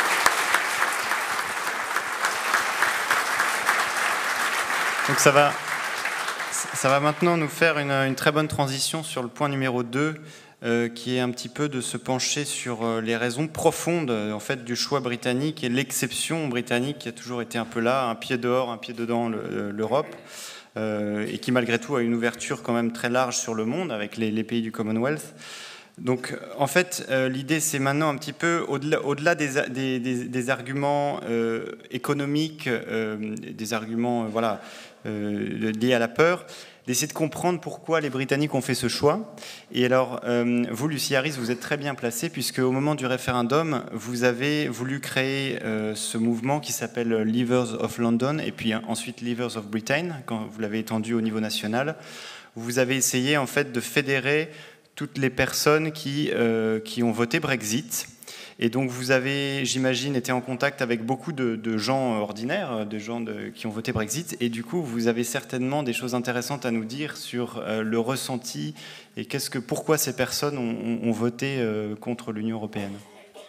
Donc ça va, ça va maintenant nous faire une, une très bonne transition sur le point numéro deux, euh, qui est un petit peu de se pencher sur euh, les raisons profondes euh, en fait, du choix britannique et l'exception britannique qui a toujours été un peu là, un pied dehors, un pied dedans le, l'Europe, euh, et qui malgré tout a une ouverture quand même très large sur le monde avec les, les pays du Commonwealth. Donc, en fait, euh, l'idée, c'est maintenant un petit peu, au-delà, au-delà des, des, des, des arguments euh, économiques, euh, des arguments euh, voilà, euh, liés à la peur, d'essayer de comprendre pourquoi les Britanniques ont fait ce choix. Et alors, euh, vous, Lucy Harris, vous êtes très bien placée, puisque au moment du référendum, vous avez voulu créer euh, ce mouvement qui s'appelle Leavers of London, et puis ensuite Leavers of Britain, quand vous l'avez étendu au niveau national. Vous avez essayé, en fait, de fédérer toutes les personnes qui, euh, qui ont voté Brexit. Et donc vous avez, j'imagine, été en contact avec beaucoup de, de gens ordinaires, de gens de, qui ont voté Brexit, et du coup vous avez certainement des choses intéressantes à nous dire sur euh, le ressenti et qu'est-ce que, pourquoi ces personnes ont, ont, ont voté euh, contre l'Union européenne.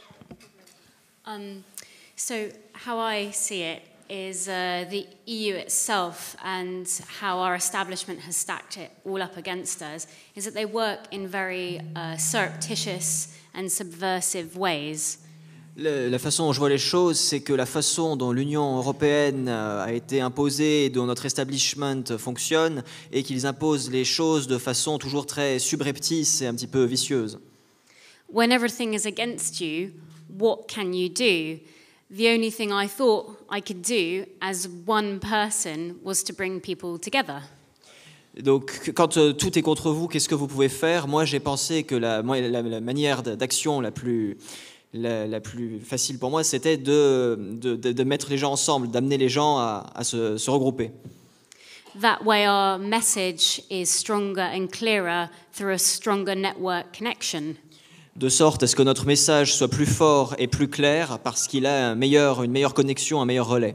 Um, so how I see it is uh, the E U itself and how our establishment has stacked it all up against us is that they work in very uh, surreptitious and subversive ways. Le, la façon dont je vois les choses, c'est que la façon dont l'Union européenne a été imposée et dont notre establishment fonctionne est qu'ils imposent les choses de façon toujours très subreptice et un petit peu vicieuse. When everything is against you, what can you do? The only thing I thought I could do as one person was to bring people together. Donc, quand euh, tout est contre vous, qu'est-ce que vous pouvez faire? Moi, j'ai pensé que la, moi, la, la manière d'action la plus, la, la plus facile pour moi, c'était de, de, de, de mettre les gens ensemble, d'amener les gens à, à se, se regrouper. That way our message is stronger and clearer through a stronger network connection. De sorte à ce que notre message soit plus fort et plus clair parce qu'il a un meilleur, une meilleure connexion, un meilleur relais.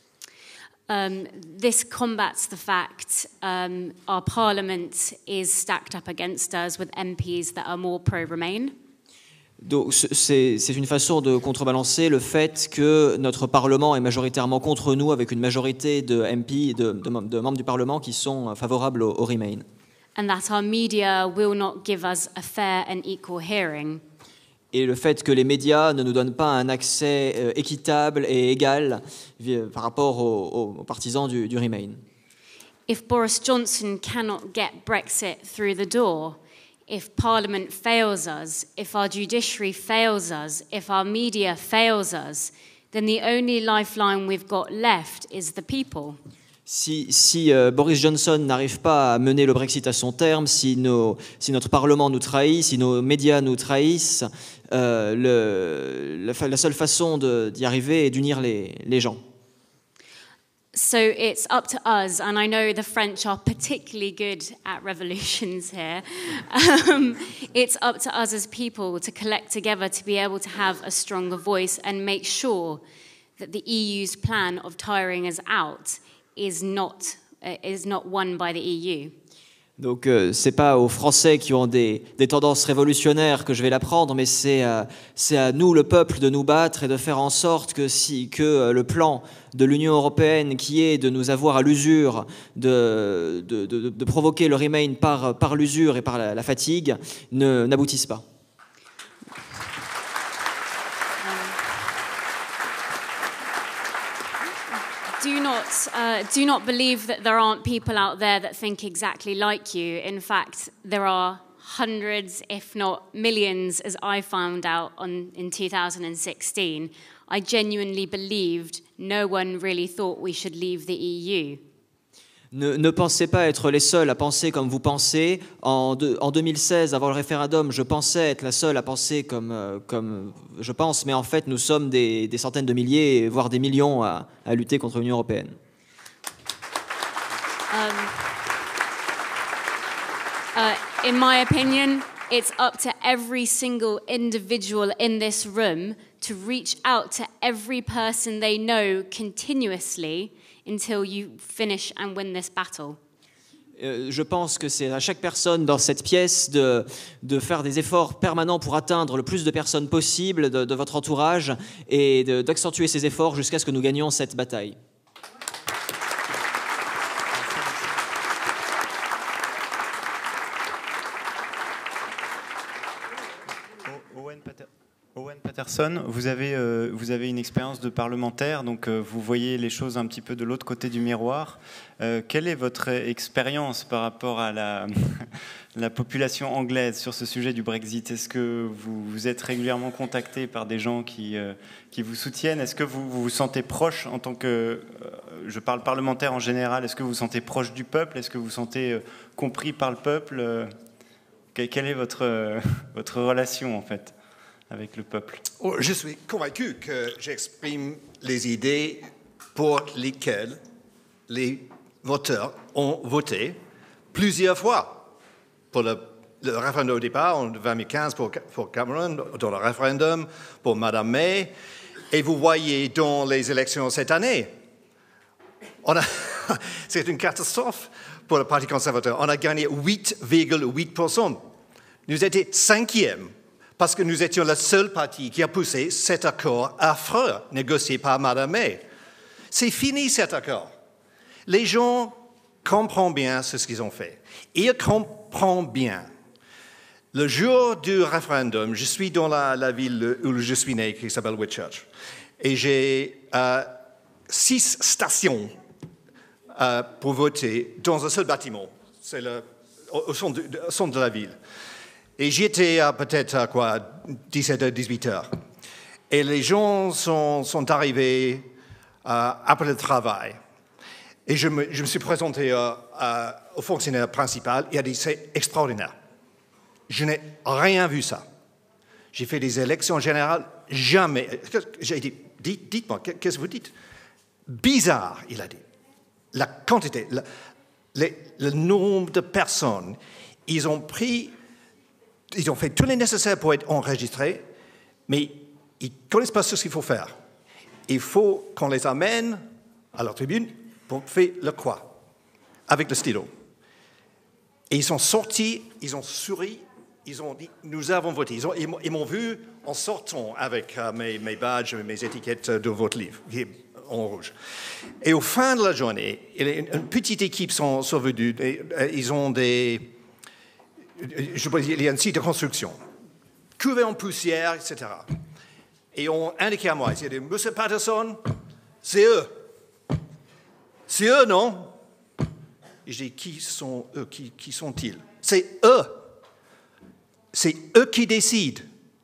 Um, this combats the fact um, our parliament is stacked up against us with M Ps that are more pro-Remain. Donc, c'est, c'est une façon de contrebalancer le fait que notre Parlement est majoritairement contre nous, avec une majorité de M P, de, de, de membres du Parlement qui sont favorables au, au Remain. And that our media will not give us a fair and equal hearing. Et le fait que les médias ne nous donnent pas un accès euh, équitable et égal euh, par rapport aux, aux partisans du, du Remain. If Boris Johnson cannot get Brexit through the door, if Parliament fails us, if our judiciary fails us, if our media fails us, then the only lifeline we've got left is the people. Si, si euh, Boris Johnson n'arrive pas à mener le Brexit à son terme, si, nos, si notre Parlement nous trahit, si nos médias nous trahissent, euh, le, la, la seule façon de, d'y arriver est d'unir les, les gens. So it's up to us, and I know the French are particularly good at revolutions here. Um, it's up to us as people to collect together to be able to have a stronger voice and make sure that the E U's plan of tiring us out is not uh, is not won by the E U. Donc euh, c'est pas aux Français qui ont des, des tendances révolutionnaires que je vais l'apprendre, mais c'est euh, c'est à nous, le peuple, de nous battre et de faire en sorte que si que euh, le plan de l'Union européenne, qui est de nous avoir à l'usure, de, de, de, de provoquer le Remain par, par l'usure et par la, la fatigue, ne, n'aboutisse pas. Do not, uh, do not believe that there aren't people out there that think exactly like you. In fact, there are hundreds, if not millions, as I found out on, in two thousand sixteen. I genuinely believed no one really thought we should leave the E U. Ne, ne pensez pas être les seuls à penser comme vous pensez. En, de, en deux mille seize, avant le référendum, je pensais être la seule à penser comme, euh, comme je pense, mais en fait, nous sommes des, des centaines de milliers, voire des millions à, à lutter contre l'Union européenne. Um, uh, in my opinion, it's up to every single individual in this room to reach out to every person they know continuously until you finish and win this battle. Euh, je pense que c'est à chaque personne dans cette pièce de, de faire des efforts permanents pour atteindre le plus de personnes possible de, de votre entourage et de, d'accentuer ces efforts jusqu'à ce que nous gagnions cette bataille. Owen Patterson, vous avez, euh, vous avez une expérience de parlementaire, donc euh, vous voyez les choses un petit peu de l'autre côté du miroir. Euh, quelle est votre expérience par rapport à la, la population anglaise sur ce sujet du Brexit? Est-ce que vous, vous êtes régulièrement contacté par des gens qui, euh, qui vous soutiennent? Est-ce que vous, vous vous sentez proche en tant que, euh, je parle parlementaire en général, est-ce que vous vous sentez proche du peuple? Est-ce que vous vous sentez euh, compris par le peuple? euh, Quelle est votre, euh, votre relation en fait avec le peuple? Oh, je suis convaincu que j'exprime les idées pour lesquelles les voteurs ont voté plusieurs fois. Pour le, le référendum au départ, en deux mille quinze pour, pour Cameron, dans le référendum pour Madame May, et vous voyez dans les élections cette année, on a c'est une catastrophe pour le Parti conservateur. On a gagné huit virgule huit pour cent. Nous étions cinquième. Parce que nous étions le seul parti qui a poussé cet accord affreux négocié par Madame May. C'est fini cet accord. Les gens comprennent bien ce qu'ils ont fait. Ils comprennent bien. Le jour du référendum, je suis dans la, la ville où je suis né, qui s'appelle Whitchurch. Et j'ai euh, six stations euh, pour voter dans un seul bâtiment. C'est le, au, au, centre de, au centre de la ville. Et j'y étais à peut-être à quoi, dix-sept heures, dix-huit heures. Et les gens sont, sont arrivés euh, après le travail. Et je me, je me suis présenté euh, euh, au fonctionnaire principal. Il a dit, c'est extraordinaire. Je n'ai rien vu ça. J'ai fait des élections générales, jamais. J'ai dit, dites, dites-moi, qu'est-ce que vous dites? Bizarre, il a dit. La quantité, la, les, le nombre de personnes, ils ont pris... Ils ont fait tout le nécessaire pour être enregistrés, mais ils ne connaissent pas ce qu'il faut faire. Il faut qu'on les amène à la tribune pour faire le quoi, avec le stylo. Et ils sont sortis, ils ont souri, ils ont dit, nous avons voté. Ils, ont, ils m'ont vu en sortant avec euh, mes, mes badges, mes étiquettes de votre livre, en rouge. Et au fin de la journée, une, une petite équipe sont, sont venus, et, et, ils ont des... Je peux dire, il y a un site de construction, couvert en poussière, et cetera. Et on indiquait à moi, ils disaient, Monsieur Patterson, c'est eux. C'est eux, non? Et je dis, qui sont eux? Qui, qui sont-ils? C'est eux. C'est eux qui décident.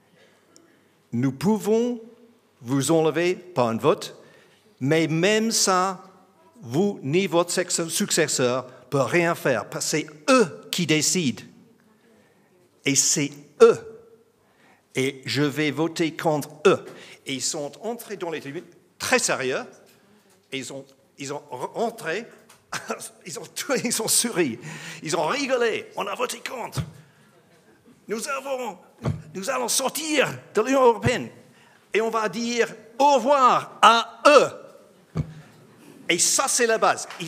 Nous pouvons vous enlever par un vote, mais même ça, vous ni votre successeur ne peut rien faire, parce que c'est eux qui décident. Et c'est eux. Et je vais voter contre eux. Et ils sont entrés dans les tribunes très sérieux. Et ils ont, ils ont rentré, ils ont, ils ont souri, ils ont rigolé. On a voté contre. Nous, avons, nous allons sortir de l'Union européenne. Et on va dire au revoir à eux. Et ça, c'est la base. Ils,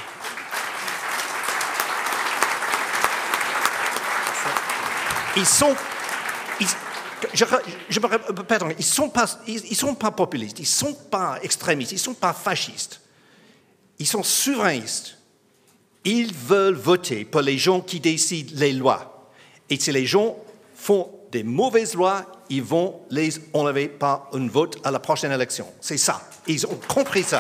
Ils sont, ils, je, je, pardon, ils sont pas, ils, ils sont pas populistes, ils sont pas extrémistes, ils sont pas fascistes, ils sont souverainistes. Ils veulent voter pour les gens qui décident les lois. Et si les gens font des mauvaises lois, ils vont les enlever par un vote à la prochaine élection. C'est ça. Ils ont compris ça.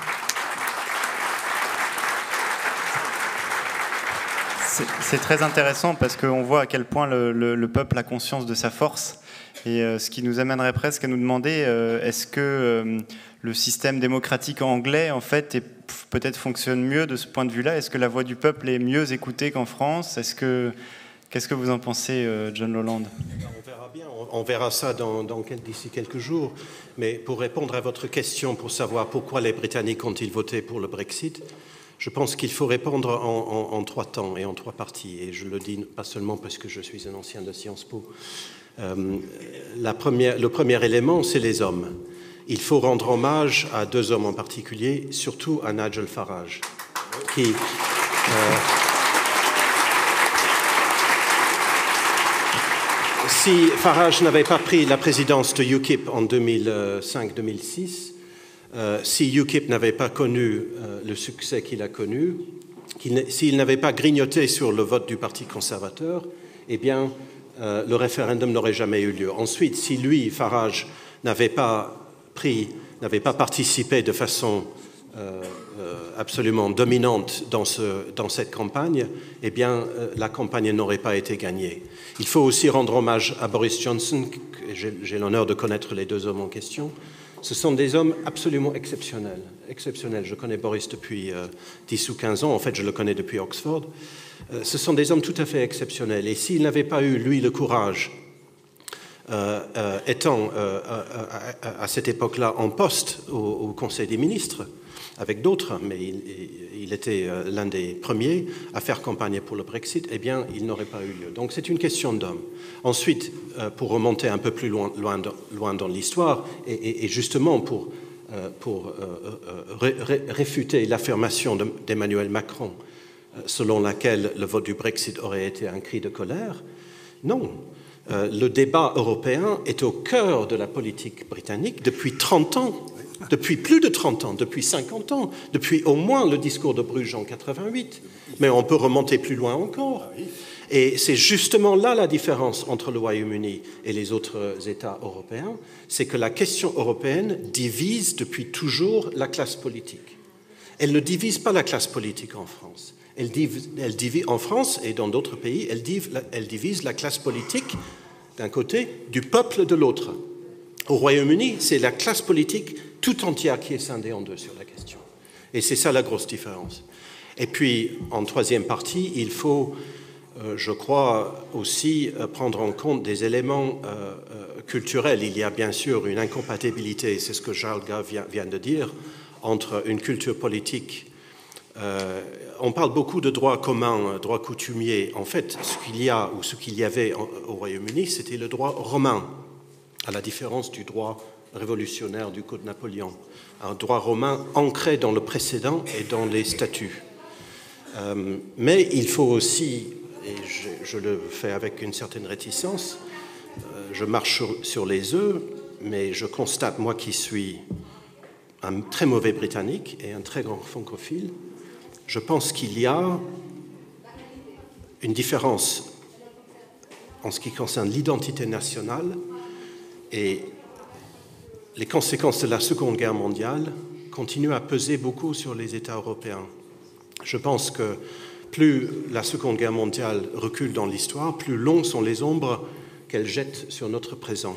C'est très intéressant parce qu'on voit à quel point le, le, le peuple a conscience de sa force. Et euh, ce qui nous amènerait presque à nous demander euh, est-ce que euh, le système démocratique anglais, en fait, est, peut-être fonctionne mieux de ce point de vue-là? Est-ce que la voix du peuple est mieux écoutée qu'en France? Est-ce que, qu'est-ce que vous en pensez, euh, John Lowland? On verra bien, on, on verra ça dans, dans, d'ici quelques jours. Mais pour répondre à votre question, pour savoir pourquoi les Britanniques ont-ils voté pour le Brexit, je pense qu'il faut répondre en, en, en trois temps et en trois parties. Et je le dis pas seulement parce que je suis un ancien de Sciences Po. Euh, la première, le premier élément, c'est les hommes. Il faut rendre hommage à deux hommes en particulier, surtout à Nigel Farage, qui... Euh, si Farage n'avait pas pris la présidence de U K I P en deux mille cinq deux mille six, euh, si U K I P n'avait pas connu euh, le succès qu'il a connu, qu'il s'il n'avait pas grignoté sur le vote du Parti conservateur, eh bien, euh, le référendum n'aurait jamais eu lieu. Ensuite, si lui, Farage, n'avait pas pris, n'avait pas participé de façon euh, euh, absolument dominante dans, ce, dans cette campagne, eh bien, euh, la campagne n'aurait pas été gagnée. Il faut aussi rendre hommage à Boris Johnson, j'ai, j'ai l'honneur de connaître les deux hommes en question. Ce sont des hommes absolument exceptionnels. exceptionnels. Je connais Boris depuis euh, dix ou quinze ans, en fait je le connais depuis Oxford. Euh, ce sont des hommes tout à fait exceptionnels. Et s'il n'avait pas eu, lui, le courage, euh, euh, étant euh, à, à, à cette époque-là en poste au, au Conseil des ministres, avec d'autres, mais il, il était euh, l'un des premiers à faire campagne pour le Brexit, eh bien, il n'aurait pas eu lieu. Donc c'est une question d'homme. Ensuite, euh, pour remonter un peu plus loin, loin, loin dans l'histoire, et, et, et justement pour, euh, pour euh, ré, ré, réfuter l'affirmation de, d'Emmanuel Macron, euh, selon laquelle le vote du Brexit aurait été un cri de colère, non. Euh, le débat européen est au cœur de la politique britannique depuis trente ans. Depuis plus de trente ans, depuis cinquante ans, depuis au moins le discours de Bruges en quatre-vingt-huit. Mais on peut remonter plus loin encore. Et c'est justement là la différence entre le Royaume-Uni et les autres États européens, c'est que la question européenne divise depuis toujours la classe politique. Elle ne divise pas la classe politique en France. Elle divise, elle divise en France et dans d'autres pays, elle divise, elle divise la classe politique d'un côté, du peuple de l'autre. Au Royaume-Uni, c'est la classe politique tout entière qui est scindée en deux sur la question. Et c'est ça la grosse différence. Et puis, en troisième partie, il faut, euh, je crois, aussi euh, prendre en compte des éléments euh, euh, culturels. Il y a bien sûr une incompatibilité, c'est ce que Charles Gave vient, vient de dire, entre une culture politique. Euh, on parle beaucoup de droit commun, droit coutumier. En fait, ce qu'il y a, ou ce qu'il y avait en, au Royaume-Uni, c'était le droit romain, à la différence du droit révolutionnaire du Code Napoléon, un droit romain ancré dans le précédent et dans les statuts. Euh, mais il faut aussi, et je, je le fais avec une certaine réticence, euh, je marche sur, sur les œufs, mais je constate, moi qui suis un très mauvais britannique et un très grand francophile, je pense qu'il y a une différence en ce qui concerne l'identité nationale et les conséquences de la Seconde Guerre mondiale continuent à peser beaucoup sur les États européens. Je pense que plus la Seconde Guerre mondiale recule dans l'histoire, plus longues sont les ombres qu'elle jette sur notre présent.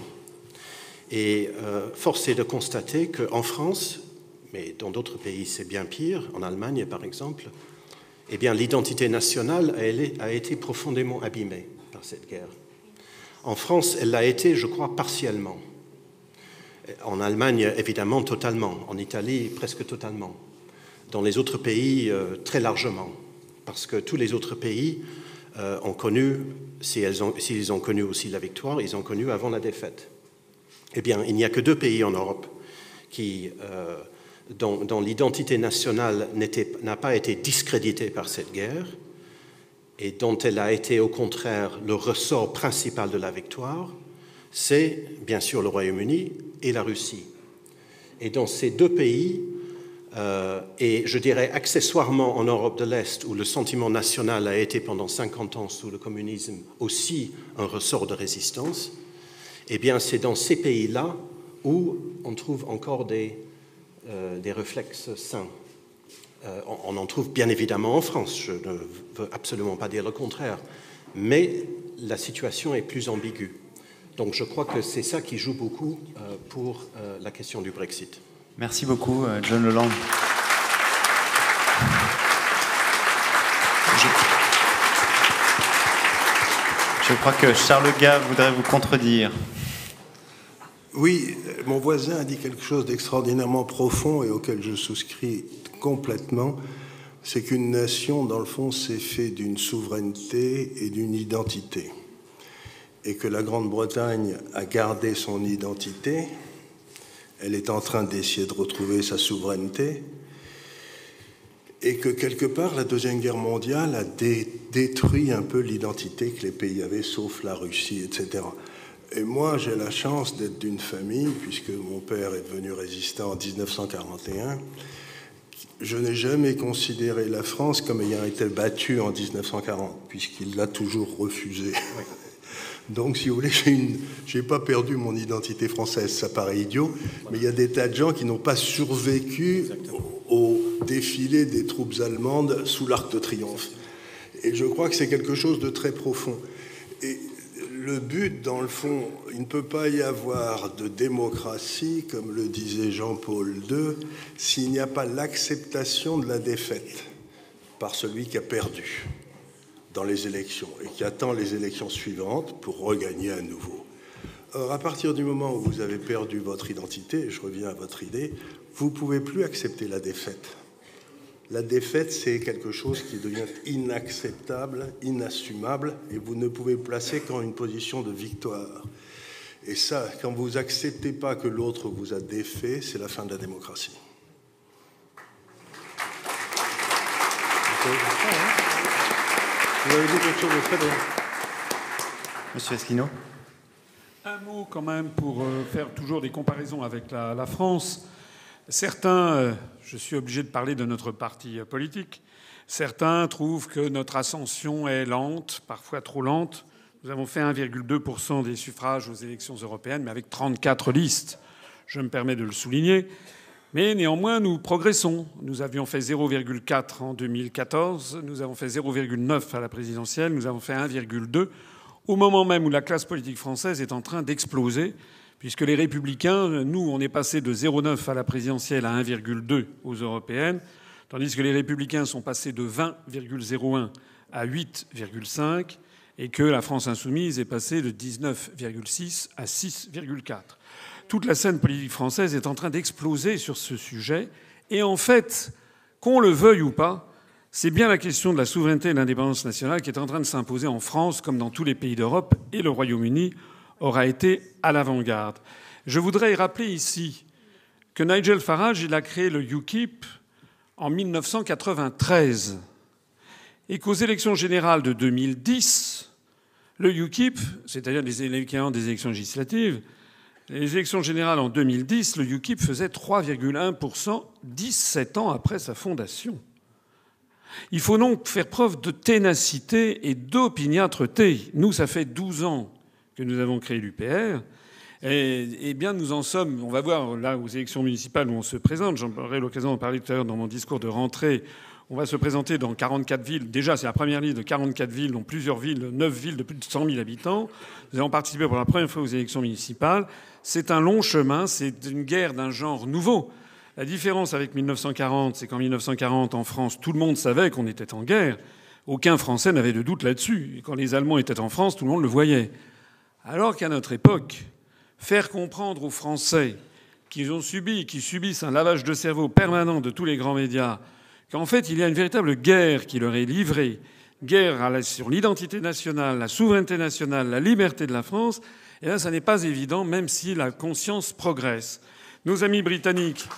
Et euh, force est de constater qu'en France, mais dans d'autres pays c'est bien pire, en Allemagne par exemple, eh bien, l'identité nationale a, a été profondément abîmée par cette guerre. En France, elle l'a été, je crois, partiellement. En Allemagne, évidemment, totalement. En Italie, presque totalement. Dans les autres pays, euh, très largement. Parce que tous les autres pays euh, ont connu, si elles ont, s'ils ont connu aussi la victoire, ils ont connu avant la défaite. Eh bien, il n'y a que deux pays en Europe qui, euh, dont, dont l'identité nationale n'a pas été discréditée par cette guerre et dont elle a été, au contraire, le ressort principal de la victoire, c'est bien sûr le Royaume-Uni et la Russie. Et dans ces deux pays, euh, et je dirais accessoirement en Europe de l'Est, où le sentiment national a été pendant cinquante ans sous le communisme aussi un ressort de résistance, eh bien c'est dans ces pays-là où on trouve encore des, euh, des réflexes sains. Euh, on, on en trouve bien évidemment en France, je ne veux absolument pas dire le contraire, mais la situation est plus ambiguë. Donc je crois que c'est ça qui joue beaucoup euh, pour euh, la question du Brexit. Merci beaucoup, John Leland. Je, je crois que Charles Gave voudrait vous contredire. Oui, mon voisin a dit quelque chose d'extraordinairement profond et auquel je souscris complètement. C'est qu'une nation, dans le fond, c'est fait d'une souveraineté et d'une identité. Et que la Grande-Bretagne a gardé son identité, elle est en train d'essayer de retrouver sa souveraineté, et que quelque part, la Deuxième Guerre mondiale a dé- détruit un peu l'identité que les pays avaient, sauf la Russie, et cetera. Et moi, j'ai la chance d'être d'une famille, puisque mon père est devenu résistant en dix-neuf cent quarante et un. Je n'ai jamais considéré la France comme ayant été battue en dix-neuf cent quarante, puisqu'il l'a toujours refusé. Donc, si vous voulez, je n'ai pas perdu mon identité française. Ça paraît idiot, mais il y a des tas de gens qui n'ont pas survécu au, au défilé des troupes allemandes sous l'Arc de Triomphe. Et je crois que c'est quelque chose de très profond. Et le but, dans le fond, il ne peut pas y avoir de démocratie, comme le disait Jean-Paul deux, s'il n'y a pas l'acceptation de la défaite par celui qui a perdu dans les élections et qui attend les élections suivantes pour regagner à nouveau. Or, à partir du moment où vous avez perdu votre identité, et je reviens à votre idée, vous ne pouvez plus accepter la défaite. La défaite, c'est quelque chose qui devient inacceptable, inassumable, et vous ne pouvez placer qu'en une position de victoire. Et ça, quand vous n'acceptez pas que l'autre vous a défait, c'est la fin de la démocratie. Vous avez dit quelque chose de très bien. Monsieur Asselineau. Un mot quand même pour euh, faire toujours des comparaisons avec la, la France. Certains, euh, je suis obligé de parler de notre parti politique, certains trouvent que notre ascension est lente, parfois trop lente. Nous avons fait un virgule deux pour cent des suffrages aux élections européennes, mais avec trente-quatre listes. Je me permets de le souligner. Mais néanmoins, nous progressons. Nous avions fait zéro virgule quatre en deux mille quatorze, nous avons fait zéro virgule neuf à la présidentielle, nous avons fait un virgule deux, au moment même où la classe politique française est en train d'exploser, puisque les Républicains, nous, on est passé de zéro virgule neuf à la présidentielle à un virgule deux aux européennes, tandis que les Républicains sont passés de vingt virgule zéro un à huit virgule cinq, et que la France insoumise est passée de dix-neuf virgule six à six virgule quatre. Toute la scène politique française est en train d'exploser sur ce sujet. Et en fait, qu'on le veuille ou pas, c'est bien la question de la souveraineté et de l'indépendance nationale qui est en train de s'imposer en France, comme dans tous les pays d'Europe, et le Royaume-Uni aura été à l'avant-garde. Je voudrais rappeler ici que Nigel Farage, il a créé le U K I P en mille neuf cent quatre-vingt-treize, et qu'aux élections générales de deux mille dix, le U K I P, c'est-à-dire les élections des élections législatives, les élections générales en deux mille dix, le U K I P faisait trois virgule un pour cent dix-sept ans après sa fondation. Il faut donc faire preuve de ténacité et d'opiniâtreté. Nous, ça fait douze ans que nous avons créé l'U P R. Et, et bien, nous en sommes, on va voir là aux élections municipales où on se présente, j'aurai l'occasion d'en parler tout à l'heure dans mon discours de rentrée. On va se présenter dans quarante-quatre villes. Déjà, c'est la première liste de quarante-quatre villes, dont plusieurs villes, neuf villes de plus de cent mille habitants. Nous allons participer pour la première fois aux élections municipales. C'est un long chemin, c'est une guerre d'un genre nouveau. La différence avec mille neuf cent quarante, c'est qu'en mille neuf cent quarante, en France, tout le monde savait qu'on était en guerre. Aucun Français n'avait de doute là-dessus. Et quand les Allemands étaient en France, tout le monde le voyait. Alors qu'à notre époque, faire comprendre aux Français qu'ils ont subi, qu'ils subissent un lavage de cerveau permanent de tous les grands médias, qu'en fait, il y a une véritable guerre qui leur est livrée, guerre à la, sur l'identité nationale, la souveraineté nationale, la liberté de la France, et là, ça n'est pas évident, même si la conscience progresse. Nos amis britanniques...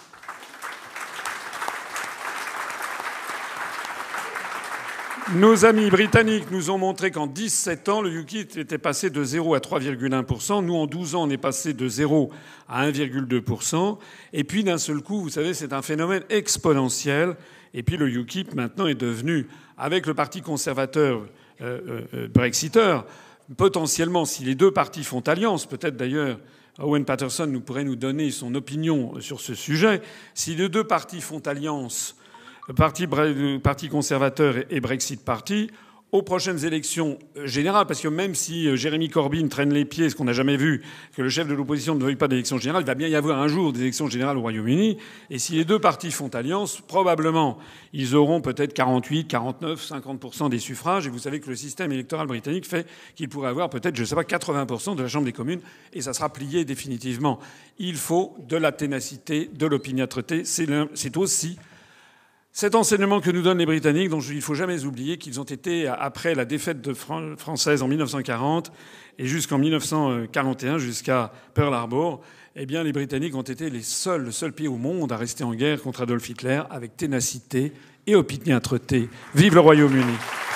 Nos amis britanniques nous ont montré qu'en dix-sept ans, le U K I P était passé de zéro à trois virgule un pour cent. Nous, en douze ans, on est passé de zéro à un virgule deux pour cent. Et puis, d'un seul coup, vous savez, c'est un phénomène exponentiel. Et puis, le U K I P, maintenant, est devenu, avec le parti conservateur euh, euh, brexiteur, potentiellement, si les deux partis font alliance, peut-être d'ailleurs, Owen Paterson nous pourrait nous donner son opinion sur ce sujet, si les deux partis font alliance, Parti, parti conservateur et Brexit Party, aux prochaines élections générales, parce que même si Jeremy Corbyn traîne les pieds, ce qu'on n'a jamais vu, que le chef de l'opposition ne veuille pas d'élections générales, il va bien y avoir un jour des élections générales au Royaume-Uni, et si les deux partis font alliance, probablement, ils auront peut-être quarante-huit, quarante-neuf, cinquante pour cent des suffrages, et vous savez que le système électoral britannique fait qu'il pourrait avoir peut-être, je ne sais pas, quatre-vingts pour cent de la Chambre des communes, et ça sera plié définitivement. Il faut de la ténacité, de l'opiniâtreté, c'est aussi... Cet enseignement que nous donnent les Britanniques, dont il ne faut jamais oublier qu'ils ont été, après la défaite de Fran- française en mille neuf cent quarante et jusqu'en mille neuf cent quarante et un, jusqu'à Pearl Harbor, eh bien, les Britanniques ont été les seuls, le seul pays au monde à rester en guerre contre Adolf Hitler avec ténacité et opiniâtreté. Vive le Royaume-Uni!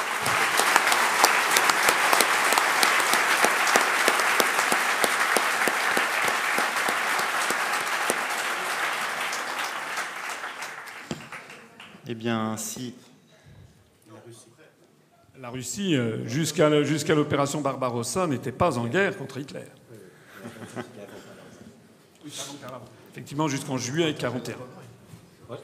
Eh bien, si... La Russie, euh, jusqu'à, jusqu'à l'opération Barbarossa, n'était pas en guerre contre Hitler. Effectivement, jusqu'en juillet quarante et un.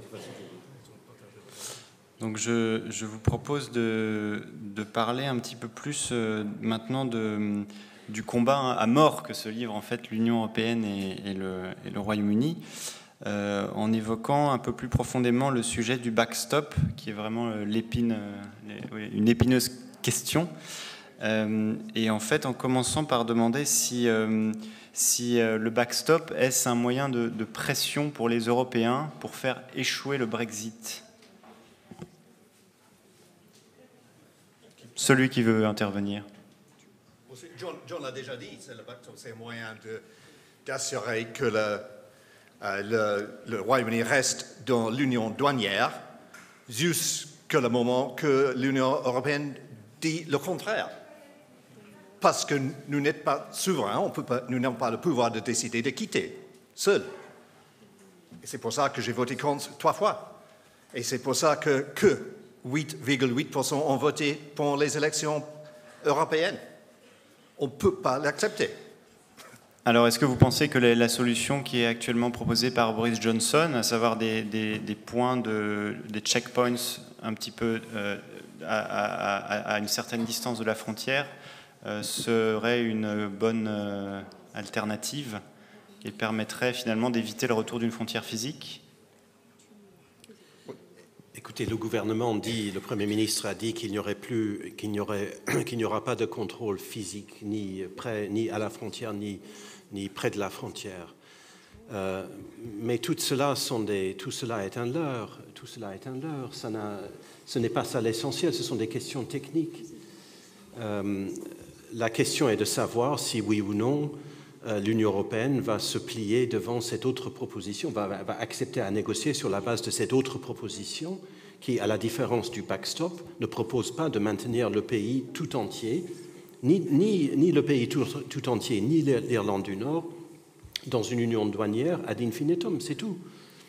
Donc je, je vous propose de, de parler un petit peu plus euh, maintenant de, du combat à mort que se livrent en fait l'Union européenne et, et, le, et le Royaume-Uni, euh, en évoquant un peu plus profondément le sujet du backstop, qui est vraiment l'épine, une épineuse question. Euh, et en fait, en commençant par demander si, euh, si euh, le backstop est-ce un moyen de, de pression pour les Européens pour faire échouer le Brexit. Celui qui veut intervenir. John, John l'a déjà dit, c'est le backstop, c'est un moyen de, d'assurer que le, euh, le, le Royaume-Uni reste dans l'union douanière jusqu'à le moment que l'Union européenne dit le contraire. Parce que nous n'êtes pas souverains, on peut pas, nous n'avons pas le pouvoir de décider de quitter, seuls. Et c'est pour ça que j'ai voté contre trois fois. Et c'est pour ça que, que huit virgule huit pour cent ont voté pour les élections européennes. On ne peut pas l'accepter. Alors, est-ce que vous pensez que la solution qui est actuellement proposée par Boris Johnson, à savoir des, des, des points, de, des checkpoints un petit peu euh, à, à, à une certaine distance de la frontière, euh, serait une bonne euh, alternative et permettrait finalement d'éviter le retour d'une frontière physique ? Écoutez, le gouvernement dit, le Premier ministre a dit qu'il n'y aurait plus, qu'il n'y aurait, qu'il n'y aura pas de contrôle physique ni près, ni à la frontière, ni, ni près de la frontière. Euh, mais tout cela sont des, tout cela est un leurre. Tout cela est un leurre. Ça n'a, ce n'est pas ça l'essentiel. Ce sont des questions techniques. Euh, la question est de savoir si oui ou non euh, l'Union européenne va se plier devant cette autre proposition, va, va accepter à négocier sur la base de cette autre proposition qui, à la différence du backstop, ne propose pas de maintenir le pays tout entier, ni, ni, ni le pays tout, tout entier, ni l'Irlande du Nord, dans une union douanière ad infinitum, c'est tout.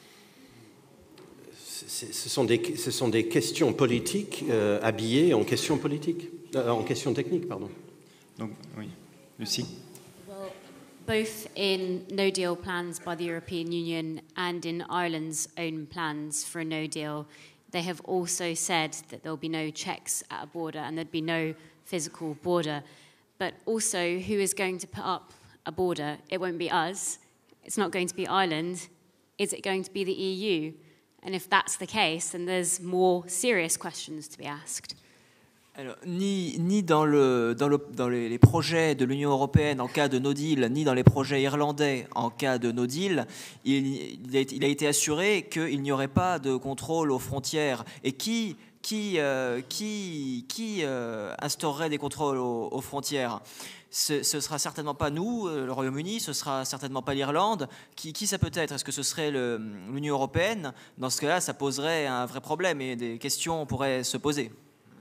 C'est, ce, sont des, ce sont des questions politiques euh, habillées en questions politiques, euh, en questions techniques, pardon. Donc, oui. Lucie ? Well, both in no deal plans by the European Union and in Ireland's own plans for a no deal, they have also said that there'll be no checks at a border and there'd be no physical border. But also, who is going to put up a border? It won't be us. It's not going to be Ireland. Is it going to be the E U? And if that's the case, then there's more serious questions to be asked. Alors, ni, ni dans, le, dans, le, dans les, les projets de l'Union européenne en cas de no deal, ni dans les projets irlandais en cas de no deal, il, il, a, il a été assuré qu'il n'y aurait pas de contrôle aux frontières. Et qui, qui, euh, qui, qui euh, instaurerait des contrôles aux, aux frontières ? Ce ne sera certainement pas nous, le Royaume-Uni, ce ne sera certainement pas l'Irlande. Qui, qui ça peut être ? Est-ce que ce serait le, l'Union européenne ? Dans ce cas-là, ça poserait un vrai problème et des questions pourraient se poser.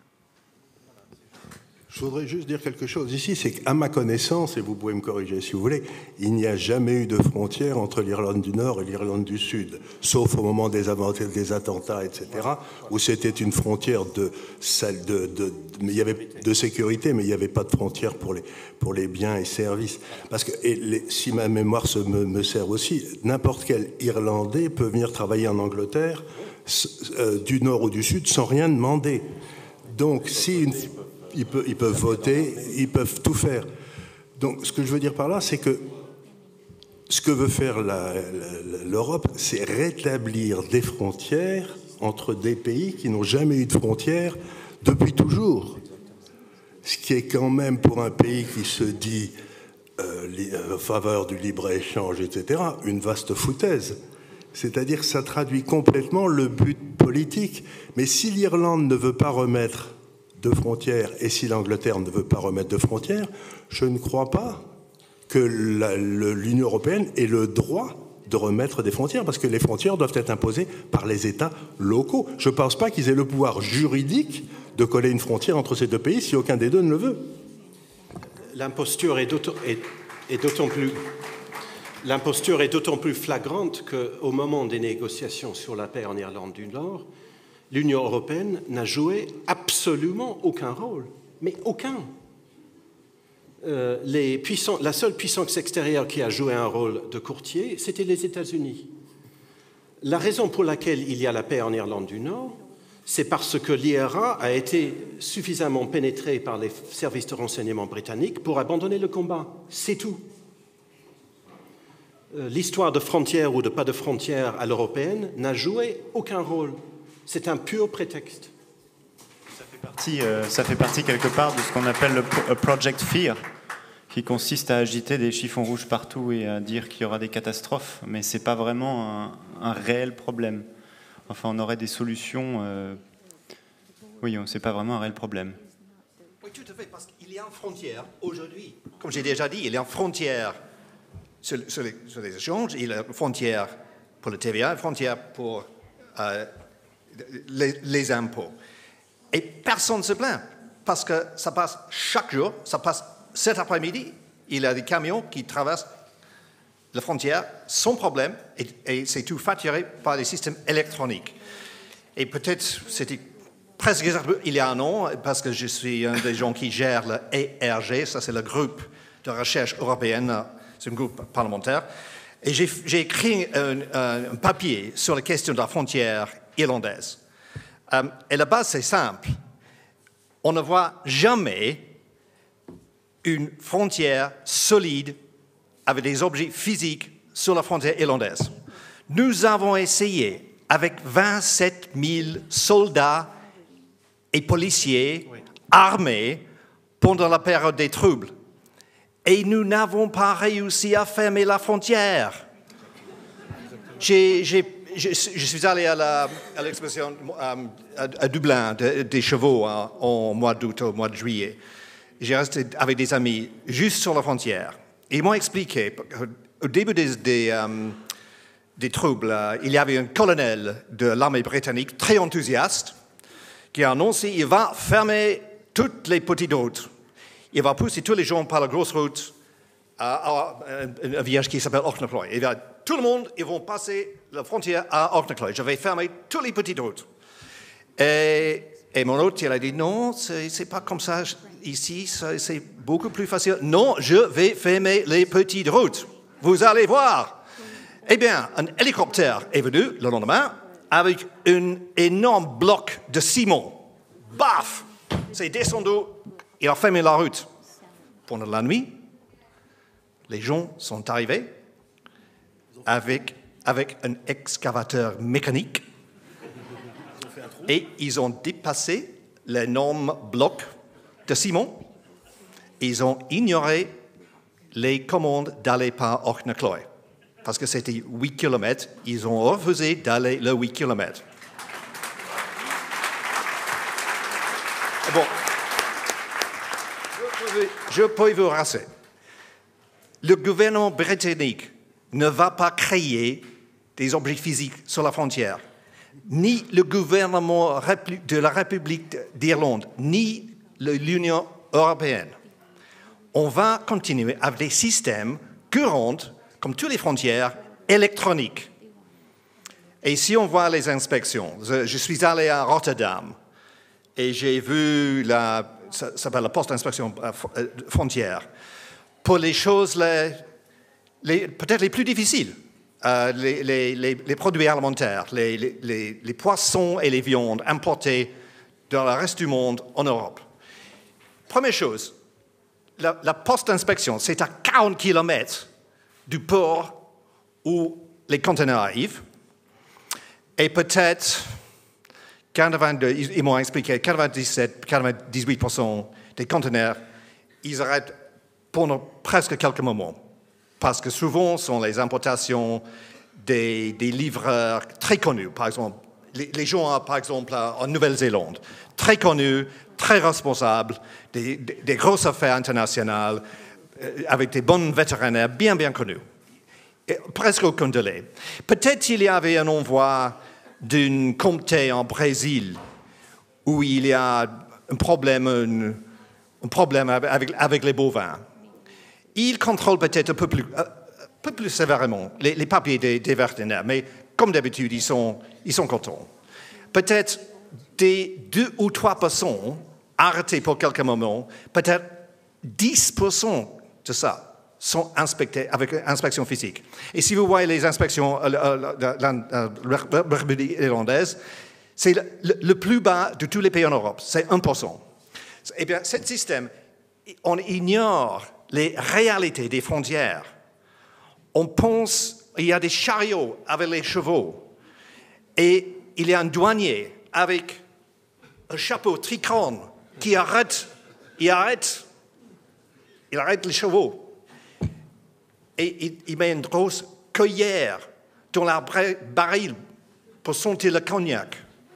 Je voudrais juste dire quelque chose ici, c'est qu'à ma connaissance, et vous pouvez me corriger si vous voulez, il n'y a jamais eu de frontière entre l'Irlande du Nord et l'Irlande du Sud, sauf au moment des, des attentats, et cetera, où c'était une frontière de, de, de, de, mais il y avait de sécurité, mais il n'y avait pas de frontière pour les, pour les biens et services. Parce que, et les, si ma mémoire se me, me sert aussi, n'importe quel Irlandais peut venir travailler en Angleterre, euh, du Nord ou du Sud, sans rien demander. Donc, si une... Ils peuvent, ils peuvent voter, ils peuvent tout faire. Donc, ce que je veux dire par là, c'est que ce que veut faire la, la, l'Europe, c'est rétablir des frontières entre des pays qui n'ont jamais eu de frontières depuis toujours. Ce qui est quand même, pour un pays qui se dit euh, en faveur du libre-échange, et cetera, une vaste foutaise. C'est-à-dire que ça traduit complètement le but politique. Mais si l'Irlande ne veut pas remettre de frontières et si l'Angleterre ne veut pas remettre de frontières, je ne crois pas que la, le, l'Union européenne ait le droit de remettre des frontières, parce que les frontières doivent être imposées par les États locaux. Je ne pense pas qu'ils aient le pouvoir juridique de coller une frontière entre ces deux pays si aucun des deux ne le veut. L'imposture est d'autant, est, est d'autant plus, l'imposture est d'autant plus flagrante qu'au moment des négociations sur la paix en Irlande du Nord, l'Union européenne n'a joué absolument aucun rôle, mais aucun. Euh, les puissants, la seule puissance extérieure qui a joué un rôle de courtier, c'était les États-Unis. La raison pour laquelle il y a la paix en Irlande du Nord, c'est parce que l'I R A a été suffisamment pénétré par les services de renseignement britanniques pour abandonner le combat. C'est tout. Euh, l'histoire de frontières ou de pas de frontières à l'européenne n'a joué aucun rôle. C'est un pur prétexte. Ça fait partie, euh, ça fait partie quelque part de ce qu'on appelle le pro- Project Fear, qui consiste à agiter des chiffons rouges partout et à dire qu'il y aura des catastrophes, mais ce n'est pas vraiment un, un réel problème. Enfin, on aurait des solutions... Euh... Oui, ce n'est pas vraiment un réel problème. Oui, tout à fait, parce qu'il y a une frontière aujourd'hui. Comme j'ai déjà dit, il y a une frontière sur, sur, les, sur les échanges, il y a une frontière pour le T V A, une frontière pour euh, les, les impôts. Et personne ne se plaint, parce que ça passe chaque jour, ça passe cet après-midi, il y a des camions qui traversent la frontière sans problème, et, et c'est tout facturé par des systèmes électroniques. Et peut-être c'était presque il y a un an, parce que je suis un des gens qui gère le E R G, ça c'est le groupe de recherche européenne, c'est un groupe parlementaire, et j'ai, j'ai écrit un, un papier sur la question de la frontière irlandaise. Euh, et la base c'est simple, on ne voit jamais une frontière solide avec des objets physiques sur la frontière irlandaise. Nous avons essayé avec vingt-sept mille soldats et policiers oui. armés pendant la période des troubles. Et nous n'avons pas réussi à fermer la frontière. J'ai, j'ai, je, je suis allé à, la, à l'exposition à, à Dublin de, des chevaux hein, en mois d'août, au mois de juillet. J'ai resté avec des amis juste sur la frontière. Ils m'ont expliqué, au début des, des, um, des troubles, uh, il y avait un colonel de l'armée britannique très enthousiaste qui a annoncé qu'il va fermer toutes les petites routes. Il va pousser tous les gens par la grosse route à, à, à un village qui s'appelle Auchnacoil. Et tout le monde, ils vont passer la frontière à Auchnacoil. Je vais fermer toutes les petites routes. Et, et mon hôte, il a dit non, c'est, c'est pas comme ça. Ici, c'est beaucoup plus facile. Non, je vais fermer les petites routes. Vous allez voir. Eh bien, un hélicoptère est venu le lendemain avec un énorme bloc de ciment. Baf! C'est descendu. Il a fermé la route. Pendant la nuit, les gens sont arrivés avec, avec un excavateur mécanique et ils ont dépassé l'énorme bloc de ciment. Ils ont ignoré les commandes d'aller par Auchnacoil. Parce que c'était huit kilomètres, ils ont refusé d'aller le huit kilomètres. Bon, je peux vous rassurer. Le gouvernement britannique ne va pas créer des objets physiques sur la frontière. Ni le gouvernement de la République d'Irlande, ni l'Union européenne. On va continuer avec des systèmes courants, comme toutes les frontières, électroniques. Et si on voit les inspections, je suis allé à Rotterdam et j'ai vu la, ça s'appelle la poste d'inspection frontière, pour les choses les, les, peut-être les plus difficiles, euh, les, les, les, les produits alimentaires, les, les, les poissons et les viandes importés dans le reste du monde en Europe. Première chose, la, la poste d'inspection, c'est à quarante kilomètres du port où les conteneurs arrivent. Et peut-être, quatre-vingt-deux, ils m'ont expliqué, quatre-vingt-dix-sept, quatre-vingt-dix-huit pour cent des conteneurs, ils arrêtent pendant presque quelques moments. Parce que souvent, ce sont les importations des, des livreurs très connus, par exemple, les, les gens, par exemple, en Nouvelle-Zélande, très connus, très responsables, des, des, des grosses affaires internationales, euh, avec des bons vétérinaires bien, bien connus. Et presque aucun délai. Peut-être il y avait un envoi d'une comté en Brésil où il y a un problème, un, un problème avec, avec les bovins. Il contrôle peut-être un peu plus, un peu plus sévèrement les, les papiers des, des vétérinaires, mais comme d'habitude, ils sont, ils sont contents. Peut-être des deux ou trois pour cent arrêtés pour quelques moments, peut-être dix pour cent de ça sont inspectés avec inspection physique. Et si vous voyez les inspections euh, euh, la République irlandaise, c'est le, le, le plus bas de tous les pays en Europe, c'est un pour cent. Eh bien, ce système, on ignore les réalités des frontières. On pense, il y a des chariots avec les chevaux, et il y a un douanier avec un chapeau tricorne qui arrête, il arrête, il arrête les chevaux. Et il, il met une grosse cuillère dans la baril pour sentir le cognac.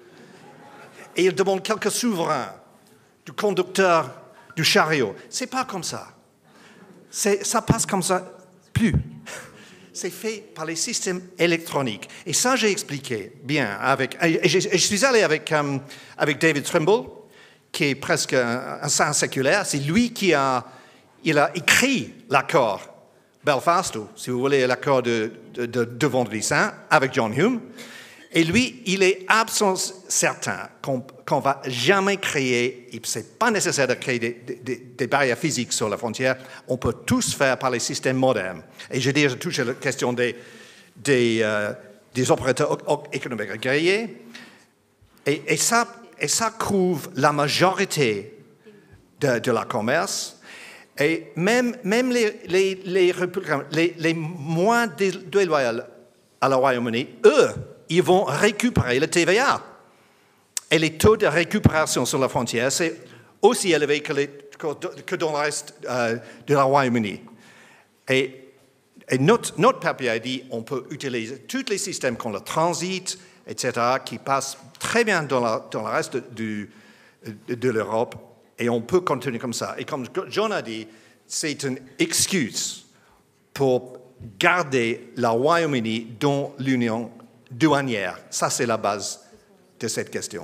Et il demande quelques souverains du conducteur du chariot. C'est pas comme ça. C'est, ça passe comme ça. Plus. C'est fait par les systèmes électroniques. Et ça, j'ai expliqué bien. Avec, et je, et je suis allé avec, um, avec David Trimble, qui est presque un, un saint séculaire. C'est lui qui a, il a écrit l'accord Belfast, ou si vous voulez, l'accord de, de, de, de Vendredi Saint avec John Hume. Et lui, il est absolument certain qu'on qu'on ne va jamais créer, et ce n'est pas nécessaire de créer des, des, des barrières physiques sur la frontière, on peut tous faire par les systèmes modernes. Et j'ai déjà touché la question des, des, euh, des opérateurs économiques agréés. Et, et, ça, et ça couvre la majorité de, de la commerce. Et même, même les, les, les, les, les moins déloyaux à la Royaume-Uni, eux, ils vont récupérer le T V A. Et les taux de récupération sur la frontière, c'est aussi élevé que, les, que dans le reste euh, de la Royaume-Uni. Et, et notre, notre papier a dit qu'on peut utiliser tous les systèmes comme le transit, et cetera, qui passent très bien dans, la, dans le reste de, de, de l'Europe. Et on peut continuer comme ça. Et comme John a dit, c'est une excuse pour garder le Royaume-Uni dans l'union douanière. Ça, c'est la base de cette question.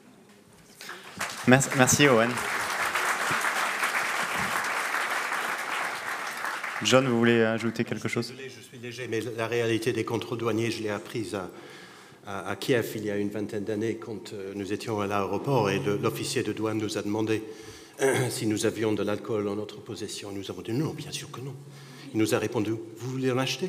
Merci, merci Owen. John, vous voulez ajouter quelque chose? Désolé, je suis léger, mais la réalité des contrôles douaniers, je l'ai apprise à, à, à Kiev il y a une vingtaine d'années quand nous étions à l'aéroport et le, l'officier de douane nous a demandé si nous avions de l'alcool en notre possession. Nous avons dit non, bien sûr que non. Il nous a répondu, vous voulez en acheter?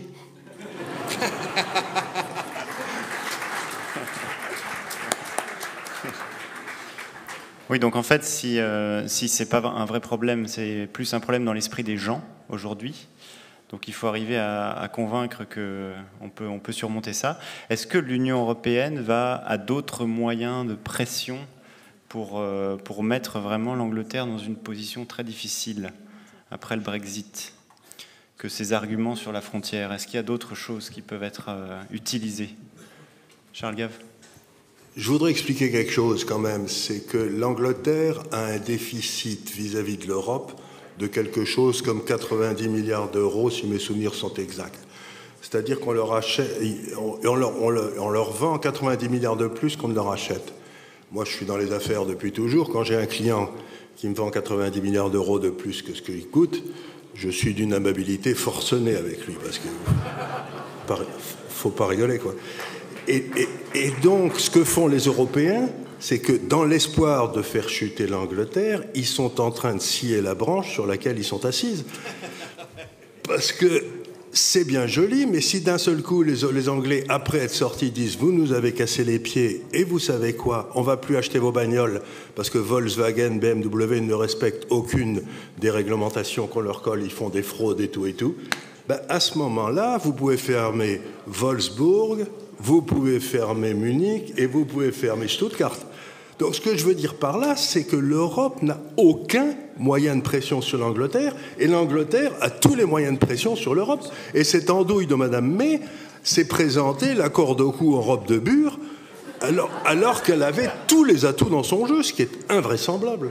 Oui, donc en fait, si, euh, si ce n'est pas un vrai problème, c'est plus un problème dans l'esprit des gens aujourd'hui. Donc il faut arriver à, à convaincre qu'on peut, on peut surmonter ça. Est-ce que l'Union européenne va à d'autres moyens de pression pour, euh, pour mettre vraiment l'Angleterre dans une position très difficile après le Brexit que ces arguments sur la frontière? Est-ce qu'il y a d'autres choses qui peuvent être euh, utilisées? Charles Gave. Je voudrais expliquer quelque chose quand même, c'est que l'Angleterre a un déficit vis-à-vis de l'Europe de quelque chose comme quatre-vingt-dix milliards d'euros, si mes souvenirs sont exacts. C'est-à-dire qu'on leur achète, on, on, leur, on, leur, on leur vend quatre-vingt-dix milliards de plus qu'on ne leur achète. Moi, je suis dans les affaires depuis toujours. Quand j'ai un client qui me vend quatre-vingt-dix milliards d'euros de plus que ce qu'il coûte, je suis d'une amabilité forcenée avec lui, parce qu'il ne faut pas rigoler, quoi. Et, et, et donc, ce que font les Européens, c'est que dans l'espoir de faire chuter l'Angleterre, ils sont en train de scier la branche sur laquelle ils sont assises. Parce que c'est bien joli, mais si d'un seul coup, les, les Anglais, après être sortis, disent « Vous nous avez cassé les pieds, et vous savez quoi? On ne va plus acheter vos bagnoles, parce que Volkswagen, B M W ne respectent aucune des réglementations qu'on leur colle, ils font des fraudes et tout et tout. » Ben, à ce moment-là, vous pouvez fermer Wolfsburg, vous pouvez fermer Munich et vous pouvez fermer Stuttgart. Donc ce que je veux dire par là, c'est que l'Europe n'a aucun moyen de pression sur l'Angleterre et l'Angleterre a tous les moyens de pression sur l'Europe. Et cette andouille de Madame May, s'est présentée la corde au cou en robe de bure, alors, alors qu'elle avait tous les atouts dans son jeu, ce qui est invraisemblable.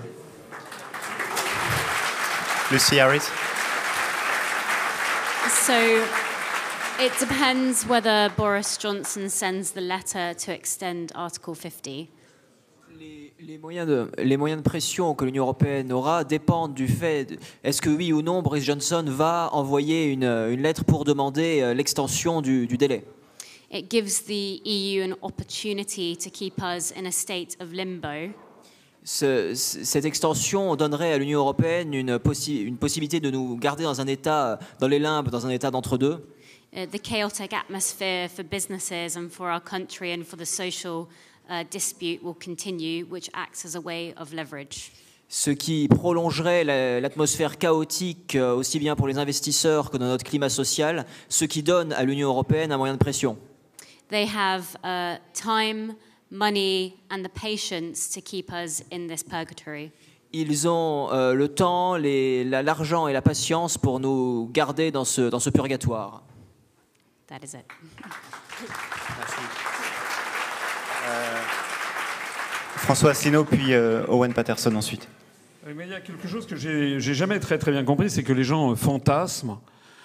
Lucy Harris. So it depends whether Boris Johnson sends the letter to extend Article fifty. Les, les, moyens de, les moyens de pression que l'Union européenne aura dépendent du fait, de, est-ce que oui ou non Boris Johnson va envoyer une, une lettre pour demander l'extension du, du délai. It gives the E U an opportunity to keep us in a state of limbo. Ce, cette extension donnerait à l'Union européenne une, possi une possibilité de nous garder dans un état, dans les limbes, dans un état d'entre-deux. Uh, the chaotic atmosphere for businesses and for our country and for the social uh, dispute will continue, which acts as a way of leverage. Ce qui prolongerait l'atmosphère chaotique aussi bien pour les investisseurs que dans notre climat social, ce qui donne à l'Union européenne un moyen de pression. They have uh, time, money and the patience to keep us in this purgatory. Ils ont euh, le temps, l'argent et la patience pour nous garder dans ce, dans ce purgatoire. That is it. Merci. Euh, François Asselineau, puis euh, Owen Paterson ensuite. Mais il y a quelque chose que j'ai j'ai jamais très très bien compris, c'est que les gens fantasment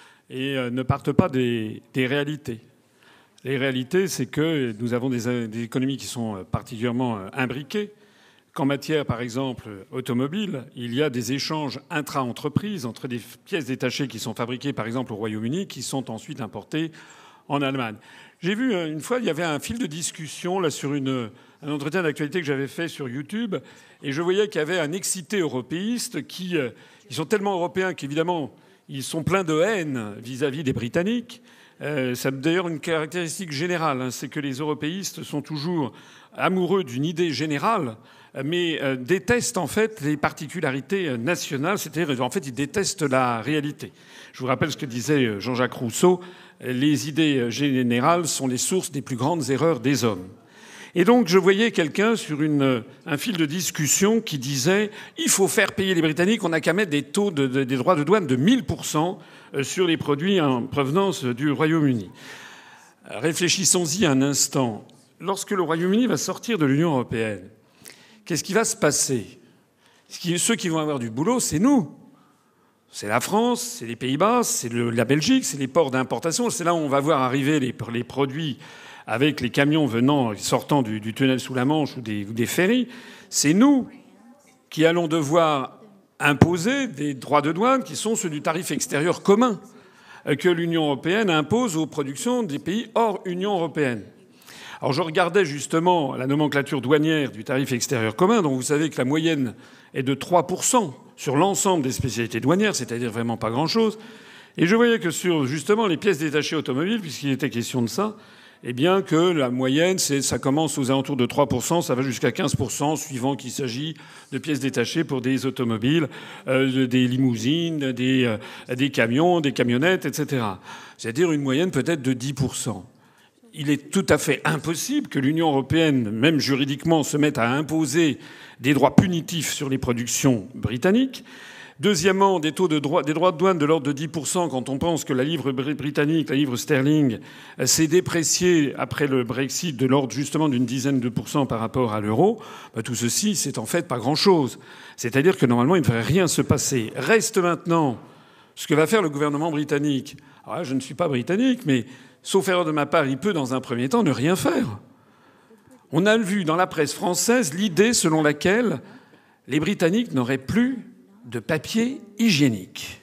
et euh, ne partent pas des, des réalités. Les réalités, c'est que nous avons des, des économies qui sont particulièrement imbriquées. Qu'en matière, par exemple, automobile, il y a des échanges intra-entreprises entre des pièces détachées qui sont fabriquées, par exemple, au Royaume-Uni, qui sont ensuite importées en Allemagne. J'ai vu une fois, il y avait un fil de discussion là sur une, un entretien d'actualité que j'avais fait sur YouTube, et je voyais qu'il y avait un excité européiste qui, ils sont tellement européens qu'évidemment, ils sont pleins de haine vis-à-vis des Britanniques. Euh, c'est d'ailleurs une caractéristique générale, hein, c'est que les européistes sont toujours amoureux d'une idée générale, mais euh, détestent en fait les particularités nationales, c'est-à-dire en fait ils détestent la réalité. Je vous rappelle ce que disait Jean-Jacques Rousseau, les idées générales sont les sources des plus grandes erreurs des hommes. Et donc je voyais quelqu'un sur une, un fil de discussion qui disait il faut faire payer les Britanniques, on n'a qu'à mettre des taux de, de, des droits de douane de mille pour cent sur les produits en provenance du Royaume-Uni. Réfléchissons-y un instant. Lorsque le Royaume-Uni va sortir de l'Union européenne, qu'est-ce qui va se passer? Ceux qui vont avoir du boulot, c'est nous. C'est la France, c'est les Pays-Bas, c'est la Belgique, c'est les ports d'importation. C'est là où on va voir arriver les, les produits avec les camions venant, sortant du, du tunnel sous la Manche ou des, ou des ferries. C'est nous qui allons devoir imposer des droits de douane qui sont ceux du tarif extérieur commun que l'Union européenne impose aux productions des pays hors Union européenne. Alors je regardais justement la nomenclature douanière du tarif extérieur commun, dont vous savez que la moyenne est de trois pour cent sur l'ensemble des spécialités douanières, c'est-à-dire vraiment pas grand-chose. Et je voyais que sur justement les pièces détachées automobiles, puisqu'il était question de ça, eh bien que la moyenne, c'est, ça commence aux alentours de trois pour cent, ça va jusqu'à quinze pour cent, suivant qu'il s'agit de pièces détachées pour des automobiles, euh, des limousines, des, euh, des camions, des camionnettes, et cetera. C'est-à-dire une moyenne peut-être de dix pour cent. Il est tout à fait impossible que l'Union européenne, même juridiquement, se mette à imposer des droits punitifs sur les productions britanniques. Deuxièmement, des taux de droit, des droits de douane de l'ordre de dix pour cent quand on pense que la livre britannique, la livre sterling, s'est dépréciée après le Brexit de l'ordre justement d'une dizaine de pourcents par rapport à l'euro. Bah, tout ceci, c'est en fait pas grand-chose. C'est-à-dire que normalement, il ne devrait rien se passer. Reste maintenant ce que va faire le gouvernement britannique. Alors là, je ne suis pas britannique, mais sauf erreur de ma part, il peut dans un premier temps ne rien faire. On a vu dans la presse française l'idée selon laquelle les Britanniques n'auraient plus de papier hygiénique,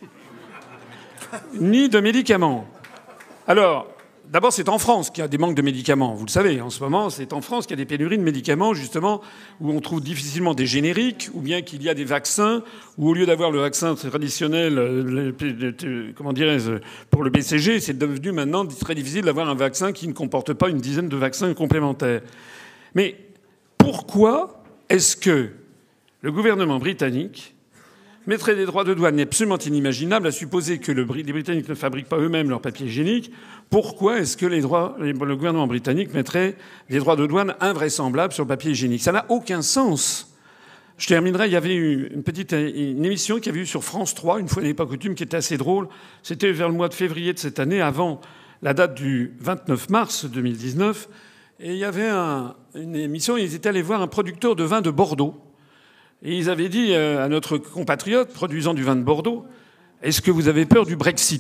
ni de médicaments. Alors, d'abord, c'est en France qu'il y a des manques de médicaments. Vous le savez, en ce moment, c'est en France qu'il y a des pénuries de médicaments, justement, où on trouve difficilement des génériques, ou bien qu'il y a des vaccins, où au lieu d'avoir le vaccin traditionnel, le, comment dirais-je, pour le B C G, c'est devenu maintenant très difficile d'avoir un vaccin qui ne comporte pas une dizaine de vaccins complémentaires. Mais pourquoi est-ce que le gouvernement britannique mettrait des droits de douane absolument inimaginables, à supposer que le, les Britanniques ne fabriquent pas eux-mêmes leur papier hygiénique? Pourquoi est-ce que les droits, les, le gouvernement britannique mettrait des droits de douane invraisemblables sur le papier hygiénique? Ça n'a aucun sens. Je terminerai. Il y avait eu une petite une émission qu'il y avait eu sur France trois, une fois n'est pas coutume, qui était assez drôle. C'était vers le mois de février de cette année, avant la date du vingt-neuf mars deux mille dix-neuf, et il y avait un, une émission, ils étaient allés voir un producteur de vin de Bordeaux. Et ils avaient dit à notre compatriote produisant du vin de Bordeaux, « Est-ce que vous avez peur du Brexit ?»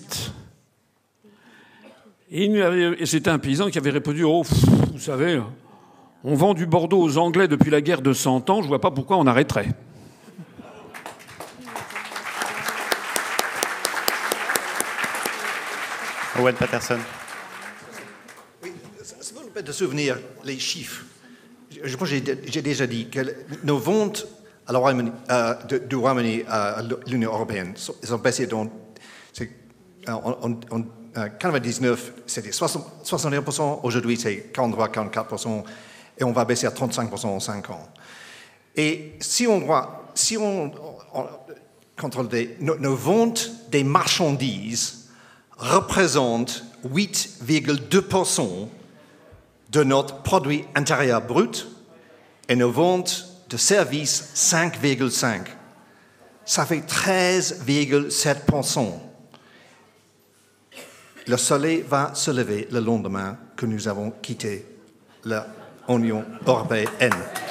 Et, et c'était un paysan qui avait répondu, « Oh, pff, vous savez, on vend du Bordeaux aux Anglais depuis la guerre de cent ans, je ne vois pas pourquoi on arrêterait. » Owen Patterson. Oui, ça me permet de souvenir les chiffres. Je pense que j'ai déjà dit que nos ventes à la Royaume-Uni, euh, de, du Royaume-Uni à l'Union européenne sont, sont baissées dans, en, en, en quatre-vingt-dix-neuf, c'était soixante et un pour cent, aujourd'hui c'est quarante-trois à quarante-quatre pour cent, et on va baisser à trente-cinq pour cent en cinq ans. Et si on doit, si on, on contrôle des, nos, nos ventes des marchandises représentent huit virgule deux pour cent de notre produit intérieur brut, et nos ventes de services cinq virgule cinq. Ça fait treize virgule sept pour cent. Le soleil va se lever le lendemain que nous avons quitté l'Union européenne.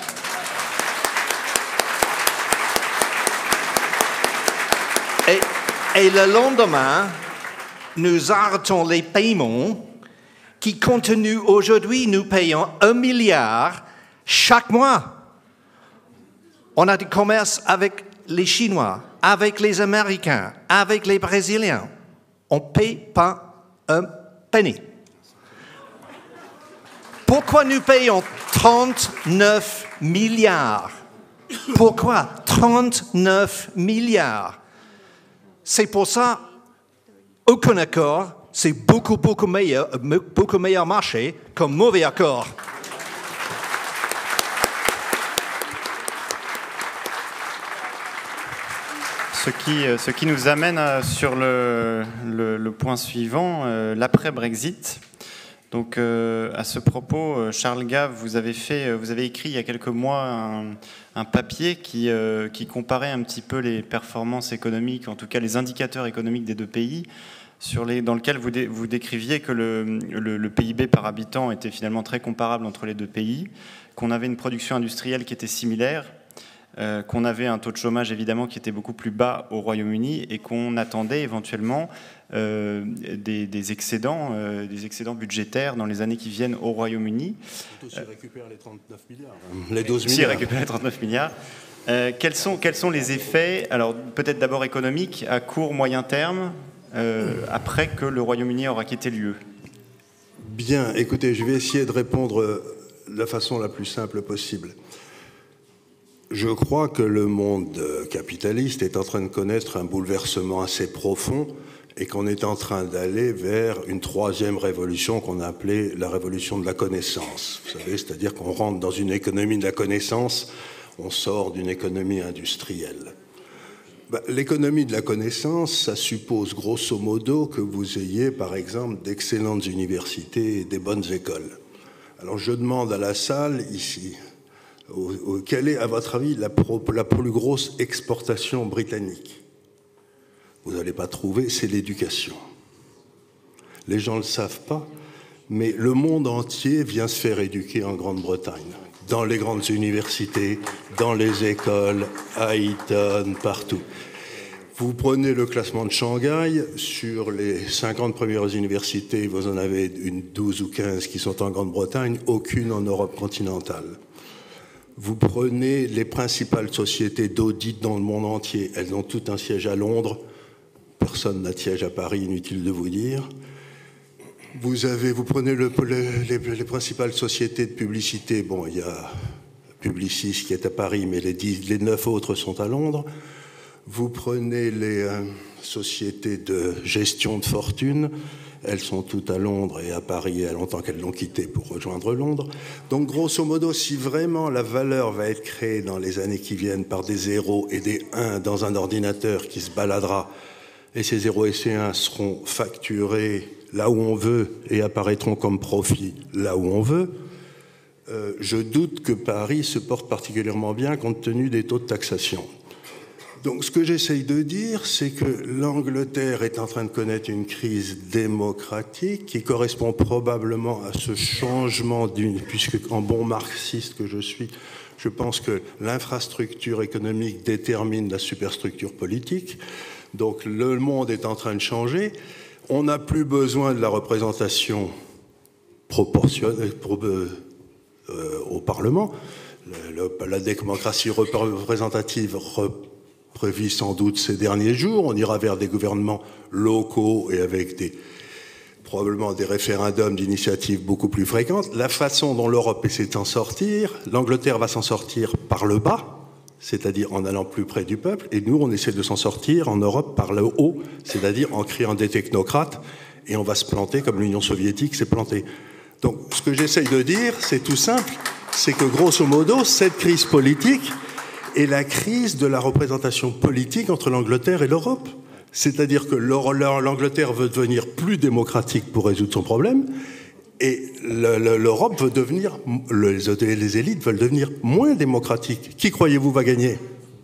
Et, et le lendemain, nous arrêtons les paiements qui continuent aujourd'hui. Nous payons un milliard chaque mois. On a du commerce avec les Chinois, avec les Américains, avec les Brésiliens. On ne paye pas un penny. Pourquoi nous payons trente-neuf milliards? Pourquoi trente-neuf milliards? C'est pour ça, aucun accord, c'est beaucoup, beaucoup meilleur, beaucoup meilleur marché qu'un mauvais accord. Ce qui, ce qui nous amène sur le, le, le point suivant, euh, l'après-Brexit. Donc, euh, à ce propos, Charles Gave, vous avez, fait, vous avez écrit il y a quelques mois un, un papier qui, euh, qui comparait un petit peu les performances économiques, en tout cas les indicateurs économiques des deux pays, sur les, dans lequel vous, dé, vous décriviez que le, le, le P I B par habitant était finalement très comparable entre les deux pays, qu'on avait une production industrielle qui était similaire, Euh, qu'on avait un taux de chômage évidemment qui était beaucoup plus bas au Royaume-Uni et qu'on attendait éventuellement euh, des, des excédents, euh, des excédents budgétaires dans les années qui viennent au Royaume-Uni. Plutôt s'ils récupèrent les trente-neuf milliards. Les douze milliards. S'ils récupèrent les trente-neuf milliards. Euh, quels sont, quels sont les effets, alors peut-être d'abord économiques, à court, moyen terme, euh, après que le Royaume-Uni aura quitté l'U E? Bien, écoutez, je vais essayer de répondre de la façon la plus simple possible. Je crois que le monde capitaliste est en train de connaître un bouleversement assez profond et qu'on est en train d'aller vers une troisième révolution qu'on a appelée la révolution de la connaissance. Vous savez, c'est-à-dire qu'on rentre dans une économie de la connaissance, on sort d'une économie industrielle. Ben, l'économie de la connaissance, ça suppose grosso modo que vous ayez, par exemple, d'excellentes universités et des bonnes écoles. Alors je demande à la salle, ici, quelle est, à votre avis, la, pro, la plus grosse exportation britannique? Vous n'allez pas trouver, c'est l'éducation. Les gens ne le savent pas, mais le monde entier vient se faire éduquer en Grande-Bretagne, dans les grandes universités, dans les écoles, à Eton, partout. Vous prenez le classement de Shanghai, sur les cinquante premières universités, vous en avez une douze ou quinze qui sont en Grande-Bretagne, aucune en Europe continentale. Vous prenez les principales sociétés d'audit dans le monde entier. Elles ont toutes un siège à Londres. Personne n'a de siège à Paris, inutile de vous dire. Vous, avez, vous prenez le, les, les principales sociétés de publicité. Bon, il y a Publicis qui est à Paris, mais les, dix, les neuf autres sont à Londres. Vous prenez les euh, sociétés de gestion de fortune. Elles sont toutes à Londres et à Paris, il y a longtemps qu'elles l'ont quitté pour rejoindre Londres. Donc, grosso modo, si vraiment la valeur va être créée dans les années qui viennent par des zéros et des uns dans un ordinateur qui se baladera, et ces zéros et ces uns seront facturés là où on veut et apparaîtront comme profit là où on veut, euh, je doute que Paris se porte particulièrement bien compte tenu des taux de taxation. Donc ce que j'essaye de dire, c'est que l'Angleterre est en train de connaître une crise démocratique qui correspond probablement à ce changement d'une... Puisque en bon marxiste que je suis, je pense que l'infrastructure économique détermine la superstructure politique. Donc le monde est en train de changer. On n'a plus besoin de la représentation proportionnelle euh, euh, au Parlement. Le, le, la démocratie représentative revit sans doute ces derniers jours. On ira vers des gouvernements locaux et avec des, probablement des référendums d'initiatives beaucoup plus fréquentes. La façon dont l'Europe essaie de s'en sortir, l'Angleterre va s'en sortir par le bas, c'est-à-dire en allant plus près du peuple, et nous, on essaie de s'en sortir en Europe par le haut, c'est-à-dire en créant des technocrates, et on va se planter comme l'Union soviétique s'est plantée. Donc, ce que j'essaye de dire, c'est tout simple, c'est que grosso modo, cette crise politique est la crise de la représentation politique entre l'Angleterre et l'Europe. C'est-à-dire que l'Angleterre veut devenir plus démocratique pour résoudre son problème, et l'Europe veut devenir, les élites veulent devenir moins démocratiques. Qui croyez-vous va gagner?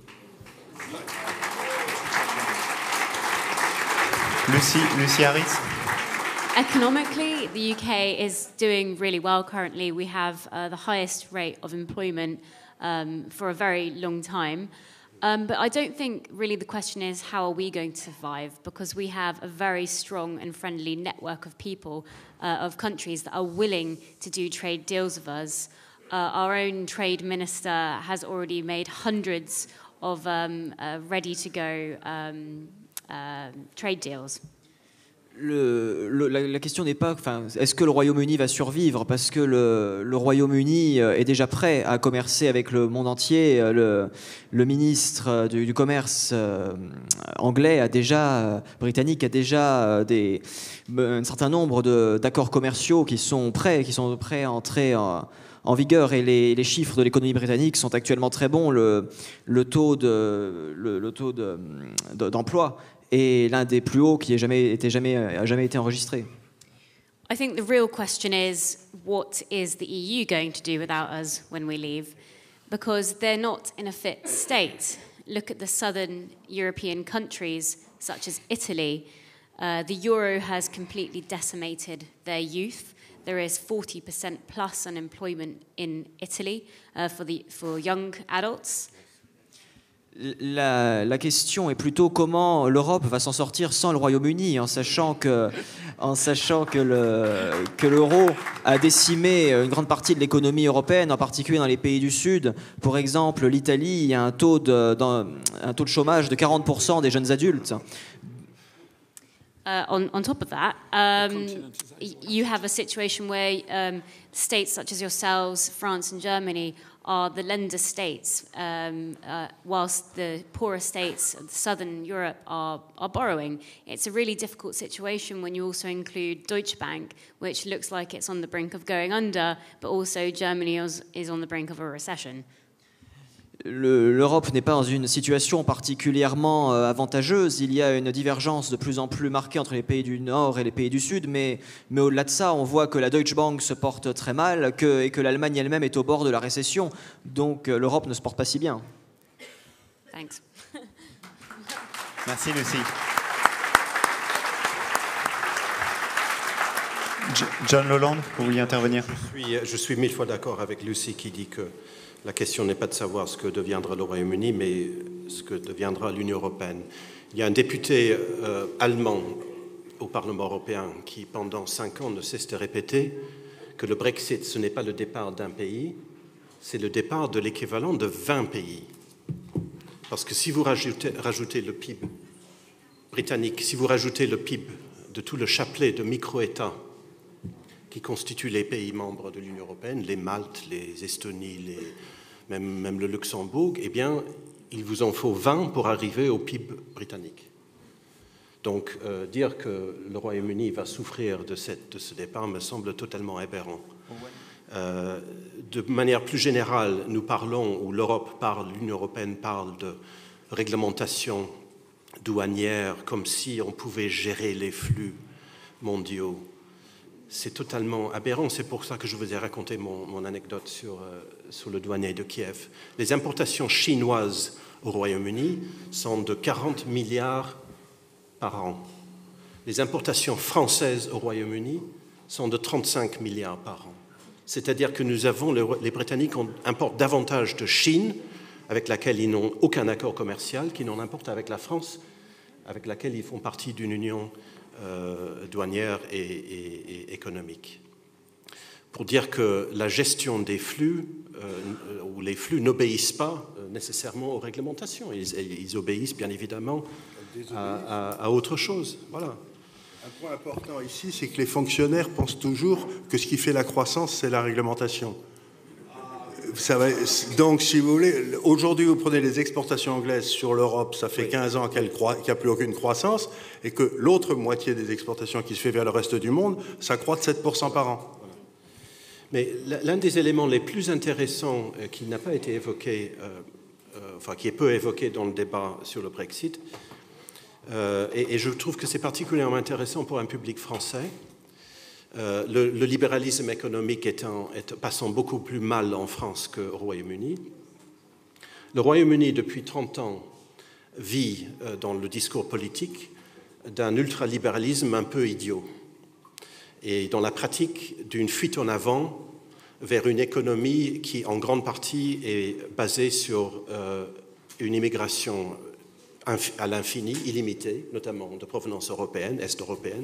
Lucy, Lucy Harris. Economically, the U K is doing really well currently. We have uh, the highest rate of employment um, for a very long time. Um, but I don't think really the question is how are we going to survive, because we have a very strong and friendly network of people, uh, of countries that are willing to do trade deals with us. Uh, our own trade minister has already made hundreds of um, uh, ready-to-go um, uh, trade deals. Le, le, la, la question n'est pas, enfin, est-ce que le Royaume-Uni va survivre, parce que le, le Royaume-Uni est déjà prêt à commercer avec le monde entier. Le, le ministre du, du commerce euh, anglais a déjà, euh, britannique a déjà euh, des, un certain nombre de, d'accords commerciaux qui sont prêts, qui sont prêts à entrer en, en vigueur, et les, les chiffres de l'économie britannique sont actuellement très bons. Le, le taux de, le, le taux de, de, d'emploi est l'un des plus hauts qui ait jamais été, jamais, a jamais été enregistré. I think the real question is, what is the E U going to do without us when we leave? Because they're not in a fit state. Look at the southern European countries, such as Italy. Uh, the euro has completely decimated their youth. There is forty percent plus unemployment in Italy uh, for, the, for young adults. La, la question est plutôt comment l'Europe va s'en sortir sans le Royaume-Uni, en sachant que, en sachant que, le, que l'euro a décimé une grande partie de l'économie européenne, en particulier dans les pays du Sud. Pour exemple, l'Italie, il y a un taux de, dans, un taux de chômage de quarante pour cent des jeunes adultes. Uh, on, on top of that, um, you have a situation where um, states such as yourselves, France and Germany, are the lender states, um, uh, whilst the poorer states of southern Europe are, are borrowing. It's a really difficult situation when you also include Deutsche Bank, which looks like it's on the brink of going under, but also Germany is, is on the brink of a recession. Le, L'Europe n'est pas dans une situation particulièrement euh, avantageuse. Il y a une divergence de plus en plus marquée entre les pays du Nord et les pays du Sud, mais, mais au-delà de ça, on voit que la Deutsche Bank se porte très mal que, et que l'Allemagne elle-même est au bord de la récession. Donc euh, l'Europe ne se porte pas si bien. Thanks. Merci Lucie. John Lolland, vous vouliez intervenir? Je suis, je suis mille fois d'accord avec Lucie qui dit que la question n'est pas de savoir ce que deviendra le Royaume-Uni, mais ce que deviendra l'Union européenne. Il y a un député euh, allemand au Parlement européen qui, pendant cinq ans, ne cesse de répéter que le Brexit, ce n'est pas le départ d'un pays, c'est le départ de l'équivalent de vingt pays. Parce que si vous rajoutez, rajoutez le P I B britannique, si vous rajoutez le P I B de tout le chapelet de micro-États qui constituent les pays membres de l'Union européenne, les Malte, les Estonies, les, même, même le Luxembourg, eh bien, il vous en faut vingt pour arriver au P I B britannique. Donc, euh, dire que le Royaume-Uni va souffrir de, cette, de ce départ me semble totalement aberrant. Euh, de manière plus générale, nous parlons, ou l'Europe parle, l'Union européenne parle de réglementation douanière, comme si on pouvait gérer les flux mondiaux. C'est totalement aberrant. C'est pour ça que je vous ai raconté mon, mon anecdote sur, euh, sur le douanier de Kiev. Les importations chinoises au Royaume-Uni sont de quarante milliards par an. Les importations françaises au Royaume-Uni sont de trente-cinq milliards par an. C'est-à-dire que nous avons, les Britanniques importent davantage de Chine, avec laquelle ils n'ont aucun accord commercial, qu'ils n'en importent avec la France, avec laquelle ils font partie d'une union euh, douanière et, et, et économique. Pour dire que la gestion des flux, euh, ou les flux n'obéissent pas euh, nécessairement aux réglementations. Ils, ils obéissent bien évidemment à, à, à autre chose. Voilà. Un point important ici, c'est que les fonctionnaires pensent toujours que ce qui fait la croissance, c'est la réglementation. Ça va, donc, si vous voulez, aujourd'hui, vous prenez les exportations anglaises sur l'Europe, ça fait quinze ans qu'elle croît, qu'il n'y a plus aucune croissance, et que l'autre moitié des exportations qui se fait vers le reste du monde, ça croît de sept pour cent par an. Mais l'un des éléments les plus intéressants euh, qui n'a pas été évoqué, euh, euh, enfin qui est peu évoqué dans le débat sur le Brexit, euh, et, et je trouve que c'est particulièrement intéressant pour un public français, euh, le, le libéralisme économique étant, est, passant beaucoup plus mal en France qu'au Royaume-Uni. Le Royaume-Uni, depuis trente ans, vit euh, dans le discours politique d'un ultralibéralisme un peu idiot, et dans la pratique d'une fuite en avant vers une économie qui, en grande partie, est basée sur euh, une immigration à l'infini, illimitée, notamment de provenance européenne, est-européenne,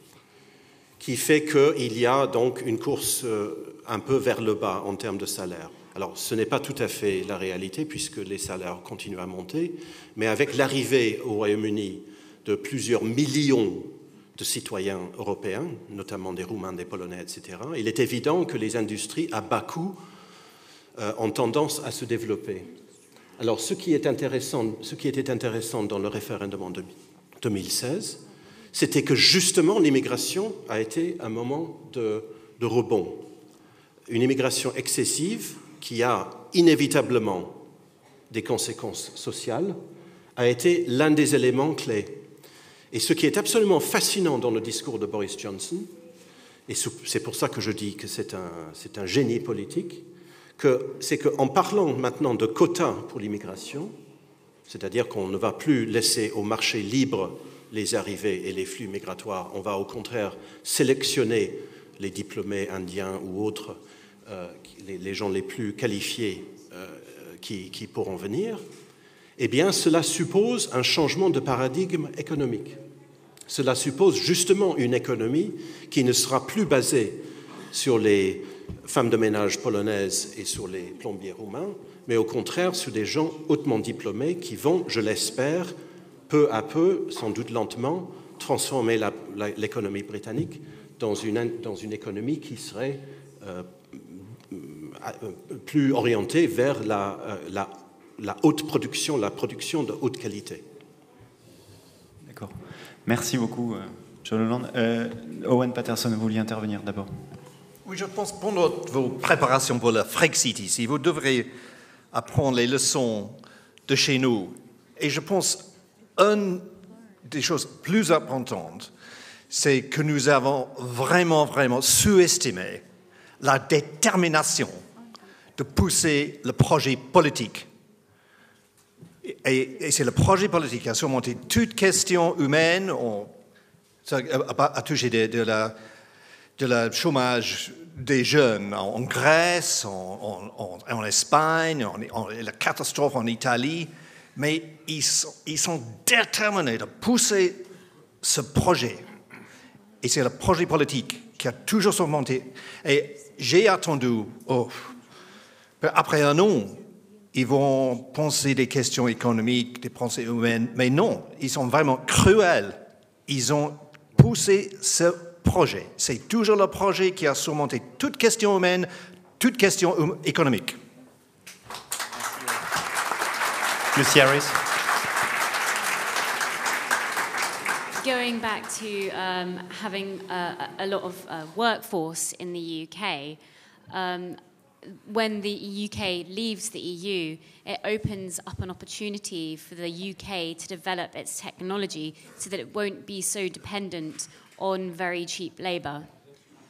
qui fait qu'il y a donc une course euh, un peu vers le bas en termes de salaire. Alors, ce n'est pas tout à fait la réalité, puisque les salaires continuent à monter, mais avec l'arrivée au Royaume-Uni de plusieurs millions de citoyens européens, notamment des Roumains, des Polonais, et cetera, il est évident que les industries à bas coût euh, ont tendance à se développer. Alors, ce qui est intéressant, ce qui était intéressant dans le référendum en deux mille seize, c'était que justement l'immigration a été un moment de, de rebond. Une immigration excessive qui a inévitablement des conséquences sociales a été l'un des éléments clés. Et ce qui est absolument fascinant dans le discours de Boris Johnson, et c'est pour ça que je dis que c'est un, c'est un génie politique, que, c'est qu'en parlant maintenant de quotas pour l'immigration, c'est-à-dire qu'on ne va plus laisser au marché libre les arrivées et les flux migratoires, on va au contraire sélectionner les diplômés indiens ou autres, euh, les, les gens les plus qualifiés euh, qui, qui pourront venir, eh bien cela suppose un changement de paradigme économique. Cela suppose justement une économie qui ne sera plus basée sur les femmes de ménage polonaises et sur les plombiers roumains, mais au contraire sur des gens hautement diplômés qui vont, je l'espère, peu à peu, sans doute lentement, transformer la, la, l'économie britannique dans une, dans une économie qui serait euh, plus orientée vers la, la, la haute production, la production de haute qualité. D'accord. Merci beaucoup, John Holland. Euh, Owen Paterson, vous vouliez intervenir d'abord. Oui, je pense que pendant vos préparations pour le Frexit ici, vous devrez apprendre les leçons de chez nous. Et je pense une des choses plus importantes, c'est que nous avons vraiment, vraiment sous-estimé la détermination de pousser le projet politique. Et, et c'est le projet politique qui a surmonté toute question humaine, on, ça a, a touché de, de la de la chômage des jeunes en Grèce, en, en, en Espagne, en, en, la catastrophe en Italie, mais ils sont, ils sont déterminés de pousser ce projet. Et c'est le projet politique qui a toujours surmonté. Et j'ai attendu, oh, après un an, ils vont penser des questions économiques, des pensées humaines, mais non, ils sont vraiment cruels. Ils ont poussé ce projet. C'est toujours le projet qui a surmonté toute question humaine, toute question hum- économique. Lucy Harris. Going back to um, having a, a lot of uh, workforce in the U K, um, when the U K leaves the E U, it opens up an opportunity for the U K to develop its technology so that it won't be so dependent on very cheap labour.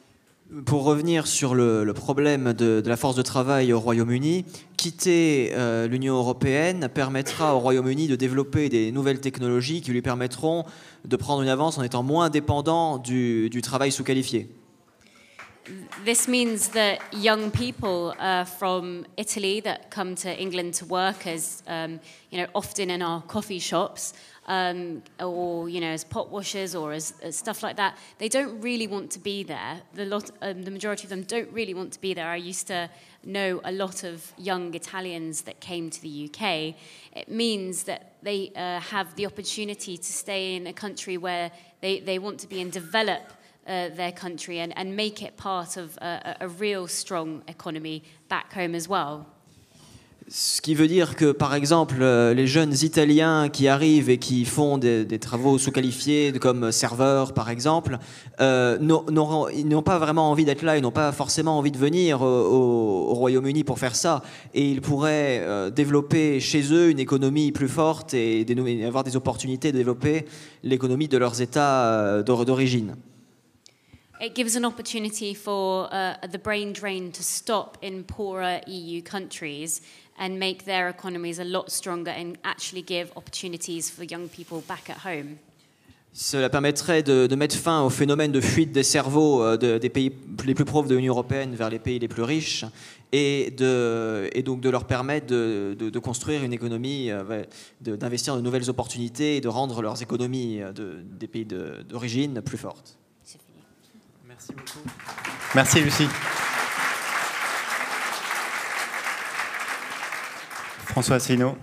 Pour revenir sur le, le problème de, de la force de travail au Royaume-Uni, quitter euh, l'Union européenne permettra au Royaume-Uni de développer des nouvelles technologies qui lui permettront de prendre une avance en étant moins dépendant du, du travail sous-qualifié. This means that young people uh, from Italy that come to England to work as, um, you know, often in our coffee shops, um, or you know, as pot washers or as, as stuff like that, they don't really want to be there. The lot, um, the majority of them don't really want to be there. I used to know a lot of young Italians that came to the U K. It means that they uh, have the opportunity to stay in a country where they, they want to be and develop Uh, their country and, and make it part of a, a real strong economy back home as well. Ce qui veut dire que, par exemple, les jeunes Italiens qui arrivent et qui font des, des travaux sous-qualifiés, comme serveurs, par exemple, euh, n'auront, ils n'ont pas vraiment envie d'être là, ils n'ont pas forcément envie de venir au, au Royaume-Uni pour faire ça. Et ils pourraient euh, développer chez eux une économie plus forte et des, avoir des opportunités de développer l'économie de leurs États d'origine. It gives an opportunity for uh, the brain drain to stop in poorer E U countries and make their economies a lot stronger and actually give opportunities for young people back at home. Cela permettrait de, de mettre fin au phénomène de fuite des cerveaux euh, de, des pays les plus pauvres de l'Union européenne vers les pays les plus riches et, de, et donc de leur permettre de, de, de construire une économie, euh, de, d'investir de nouvelles opportunités et de rendre leurs économies de, des pays de, d'origine plus fortes. Merci beaucoup. Merci Lucie. François Asselineau.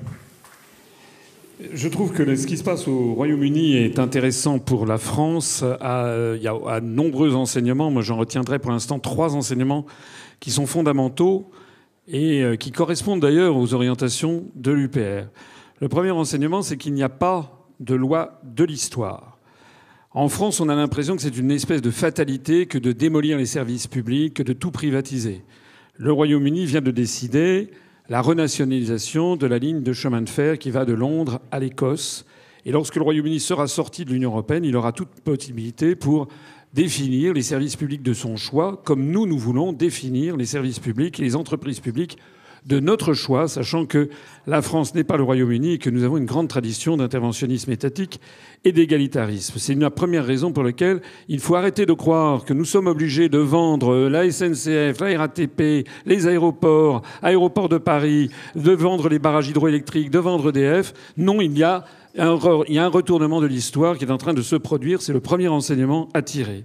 Je trouve que ce qui se passe au Royaume-Uni est intéressant pour la France. À, il y a à nombreux enseignements. Moi, j'en retiendrai pour l'instant trois enseignements qui sont fondamentaux et qui correspondent d'ailleurs aux orientations de l'U P R. Le premier enseignement, c'est qu'il n'y a pas de loi de l'histoire. En France, on a l'impression que c'est une espèce de fatalité que de démolir les services publics, que de tout privatiser. Le Royaume-Uni vient de décider la renationalisation de la ligne de chemin de fer qui va de Londres à l'Écosse. Et lorsque le Royaume-Uni sera sorti de l'Union européenne, il aura toute possibilité pour définir les services publics de son choix, comme nous, nous voulons définir les services publics et les entreprises publiques de notre choix, sachant que la France n'est pas le Royaume-Uni et que nous avons une grande tradition d'interventionnisme étatique et d'égalitarisme. C'est la première raison pour laquelle il faut arrêter de croire que nous sommes obligés de vendre la S N C F, la R A T P, les aéroports, aéroports de Paris, de vendre les barrages hydroélectriques, de vendre E D F. Non, il y a un, il y a un retournement de l'histoire qui est en train de se produire. C'est le premier enseignement à tirer.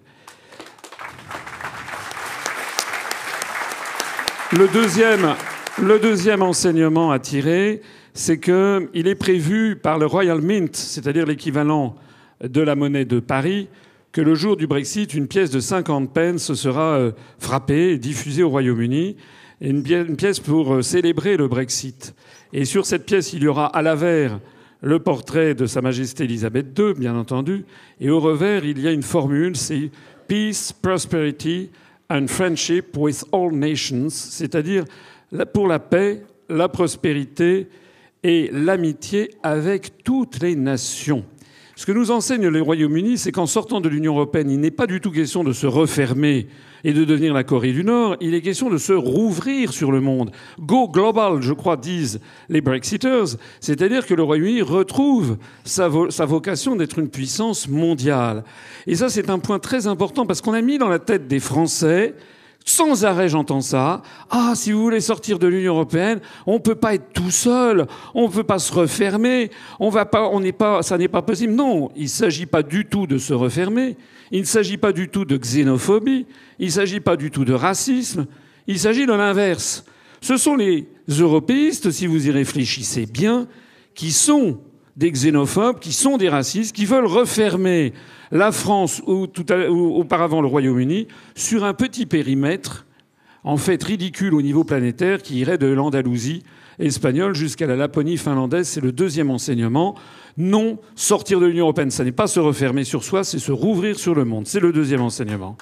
Le deuxième... Le deuxième enseignement à tirer, c'est qu'il est prévu par le Royal Mint, c'est-à-dire l'équivalent de la monnaie de Paris, que le jour du Brexit, une pièce de cinquante pence sera frappée et diffusée au Royaume-Uni, et une pièce pour célébrer le Brexit. Et sur cette pièce, il y aura à l'avers le portrait de Sa Majesté Elisabeth deux, bien entendu, et au revers, il y a une formule, c'est « Peace, Prosperity and Friendship with all nations », c'est-à-dire pour la paix, la prospérité et l'amitié avec toutes les nations. Ce que nous enseigne le Royaume-Uni, c'est qu'en sortant de l'Union européenne, il n'est pas du tout question de se refermer et de devenir la Corée du Nord. Il est question de se rouvrir sur le monde. Go global, je crois, disent les Brexiters. C'est-à-dire que le Royaume-Uni retrouve sa, vo- sa vocation d'être une puissance mondiale. Et ça, c'est un point très important parce qu'on a mis dans la tête des Français... Sans arrêt, j'entends ça. Ah, si vous voulez sortir de l'Union européenne, on peut pas être tout seul, on peut pas se refermer, on va pas, on n'est pas, ça n'est pas possible. Non, il s'agit pas du tout de se refermer. Il ne s'agit pas du tout de xénophobie. Il s'agit pas du tout de racisme. Il s'agit de l'inverse. Ce sont les européistes, si vous y réfléchissez bien, qui sont des xénophobes, qui sont des racistes, qui veulent refermer la France ou, tout à, ou auparavant le Royaume-Uni sur un petit périmètre, en fait ridicule au niveau planétaire, qui irait de l'Andalousie espagnole jusqu'à la Laponie finlandaise. C'est le deuxième enseignement. Non, sortir de l'Union européenne, ça n'est pas se refermer sur soi, c'est se rouvrir sur le monde. C'est le deuxième enseignement.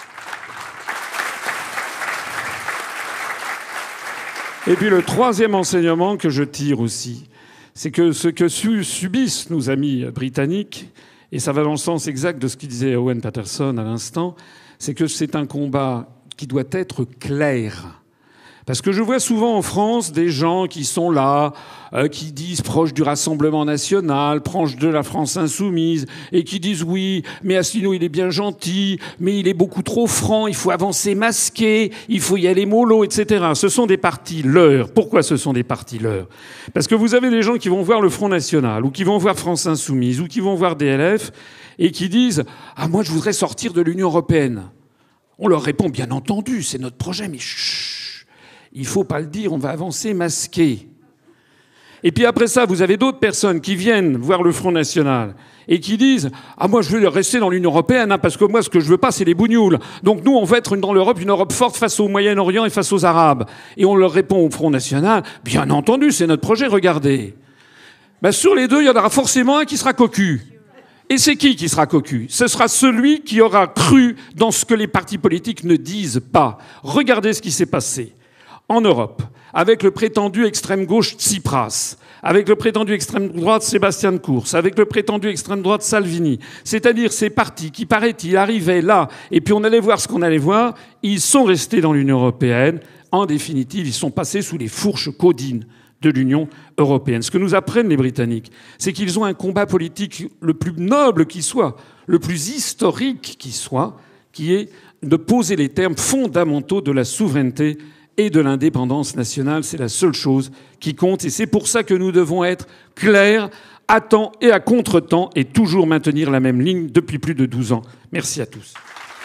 Et puis le troisième enseignement que je tire aussi, c'est que ce que subissent nos amis britanniques, et ça va dans le sens exact de ce qu'il disait Owen Paterson à l'instant, c'est que c'est un combat qui doit être clair. Parce que je vois souvent en France des gens qui sont là, euh, qui disent proches du Rassemblement national, proches de la France insoumise, et qui disent oui, mais Asselineau il est bien gentil, mais il est beaucoup trop franc, il faut avancer masqué, il faut y aller mollo, et cetera. Ce sont des partis leurs. Pourquoi ce sont des partis leurs ? Parce que vous avez des gens qui vont voir le Front National, ou qui vont voir France insoumise, ou qui vont voir D L F, et qui disent « Ah, moi je voudrais sortir de l'Union européenne ». On leur répond « Bien entendu, c'est notre projet, mais chut !» Il ne faut pas le dire, on va avancer masqué. Et puis après ça, vous avez d'autres personnes qui viennent voir le Front National et qui disent « Ah, moi, je veux rester dans l'Union européenne, hein, parce que moi, ce que je veux pas, c'est les bougnoules. Donc nous, on veut être dans l'Europe, une Europe forte face au Moyen-Orient et face aux Arabes. » Et on leur répond au Front National « Bien entendu, c'est notre projet, regardez. » Ben, sur les deux, il y en aura forcément un qui sera cocu. Et c'est qui qui sera cocu ? Ce sera celui qui aura cru dans ce que les partis politiques ne disent pas. Regardez ce qui s'est passé en Europe, avec le prétendu extrême-gauche Tsipras, avec le prétendu extrême-droite Sébastien Kurz, avec le prétendu extrême-droite Salvini, c'est-à-dire ces partis qui, paraît-il, arrivaient là, et puis on allait voir ce qu'on allait voir, ils sont restés dans l'Union européenne. En définitive, ils sont passés sous les fourches caudines de l'Union européenne. Ce que nous apprennent les Britanniques, c'est qu'ils ont un combat politique le plus noble qui soit, le plus historique qui soit, qui est de poser les termes fondamentaux de la souveraineté et de l'indépendance nationale. C'est la seule chose qui compte. Et c'est pour ça que nous devons être clairs, à temps et à contre-temps, et toujours maintenir la même ligne depuis plus de douze ans. Merci à tous.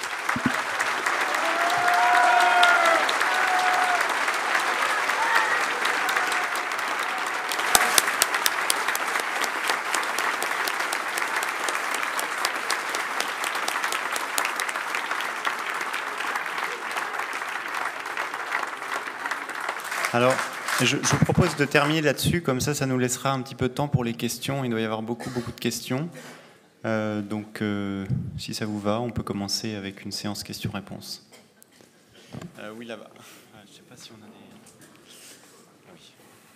Alors, je, je vous propose de terminer là-dessus, comme ça, ça nous laissera un petit peu de temps pour les questions. Il doit y avoir beaucoup, beaucoup de questions. Euh, donc, euh, si ça vous va, on peut commencer avec une séance questions-réponses. Euh, oui, là-bas. Je ne sais pas si on a des... Oui.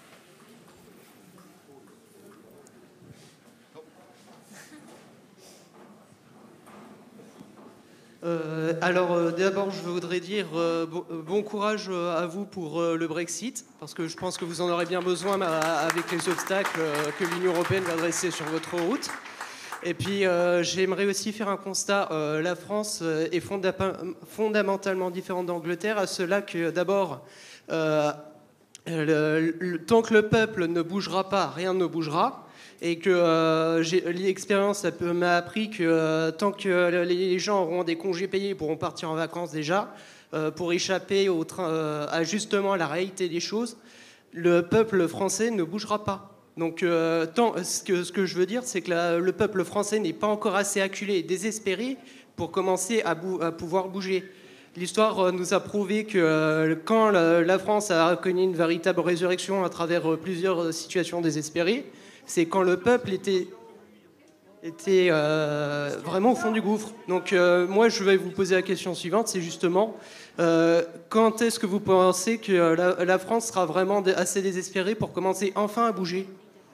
Euh, alors euh, d'abord je voudrais dire euh, bon, bon courage euh, à vous pour euh, le Brexit, parce que je pense que vous en aurez bien besoin euh, avec les obstacles euh, que l'Union européenne va dresser sur votre route. Et puis euh, j'aimerais aussi faire un constat. Euh, la France euh, est fonda- fondamentalement différente d'Angleterre, à cela que d'abord euh, le, le, tant que le peuple ne bougera pas, rien ne bougera. Et que euh, l'expérience m'a appris que euh, tant que les gens auront des congés payés, ils pourront partir en vacances déjà, euh, pour échapper au train, euh, à justement à la réalité des choses, le peuple français ne bougera pas. Donc euh, tant, ce, que, ce que je veux dire, c'est que la, le peuple français n'est pas encore assez acculé et désespéré pour commencer à, bou- à pouvoir bouger. L'histoire nous a prouvé que euh, quand la, la France a connu une véritable résurrection à travers plusieurs situations désespérées, c'est quand le peuple était, était euh, vraiment au fond du gouffre. Donc euh, moi, je vais vous poser la question suivante, c'est justement, euh, quand est-ce que vous pensez que la, la France sera vraiment assez désespérée pour commencer enfin à bouger ?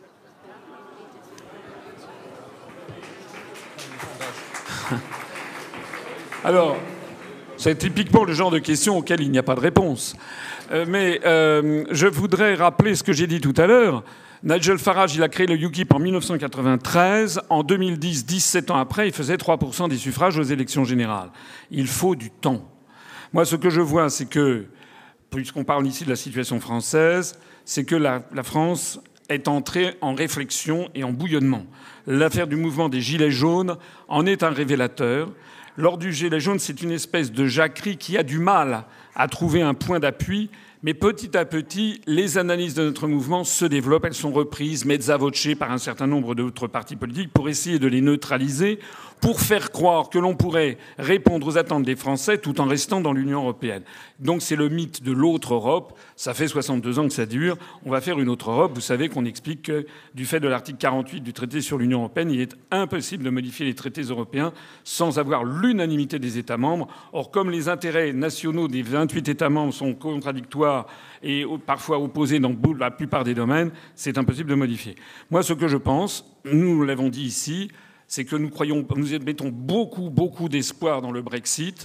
Alors, c'est typiquement le genre de question auquel il n'y a pas de réponse. Euh, mais euh, je voudrais rappeler ce que j'ai dit tout à l'heure. Nigel Farage, il a créé le U K I P en mille neuf cent quatre-vingt-treize. En deux mille dix, dix-sept ans après, il faisait trois pour cent des suffrages aux élections générales. Il faut du temps. Moi, ce que je vois, c'est que, puisqu'on parle ici de la situation française, c'est que la, la France est entrée en réflexion et en bouillonnement. L'affaire du mouvement des Gilets jaunes en est un révélateur. Lors du Gilet jaune, c'est une espèce de jacquerie qui a du mal à trouver un point d'appui. Mais petit à petit, les analyses de notre mouvement se développent. Elles sont reprises, mezza voce, par un certain nombre d'autres partis politiques pour essayer de les neutraliser, pour faire croire que l'on pourrait répondre aux attentes des Français tout en restant dans l'Union européenne. Donc c'est le mythe de l'autre Europe. Ça fait soixante-deux ans que ça dure. On va faire une autre Europe. Vous savez qu'on explique que, du fait de l'article quarante-huit du traité sur l'Union européenne, il est impossible de modifier les traités européens sans avoir l'unanimité des États membres. Or, comme les intérêts nationaux des vingt-huit États membres sont contradictoires et parfois opposés dans la plupart des domaines, c'est impossible de modifier. Moi, ce que je pense, nous l'avons dit ici, c'est que nous croyons, nous mettons beaucoup, beaucoup d'espoir dans le Brexit,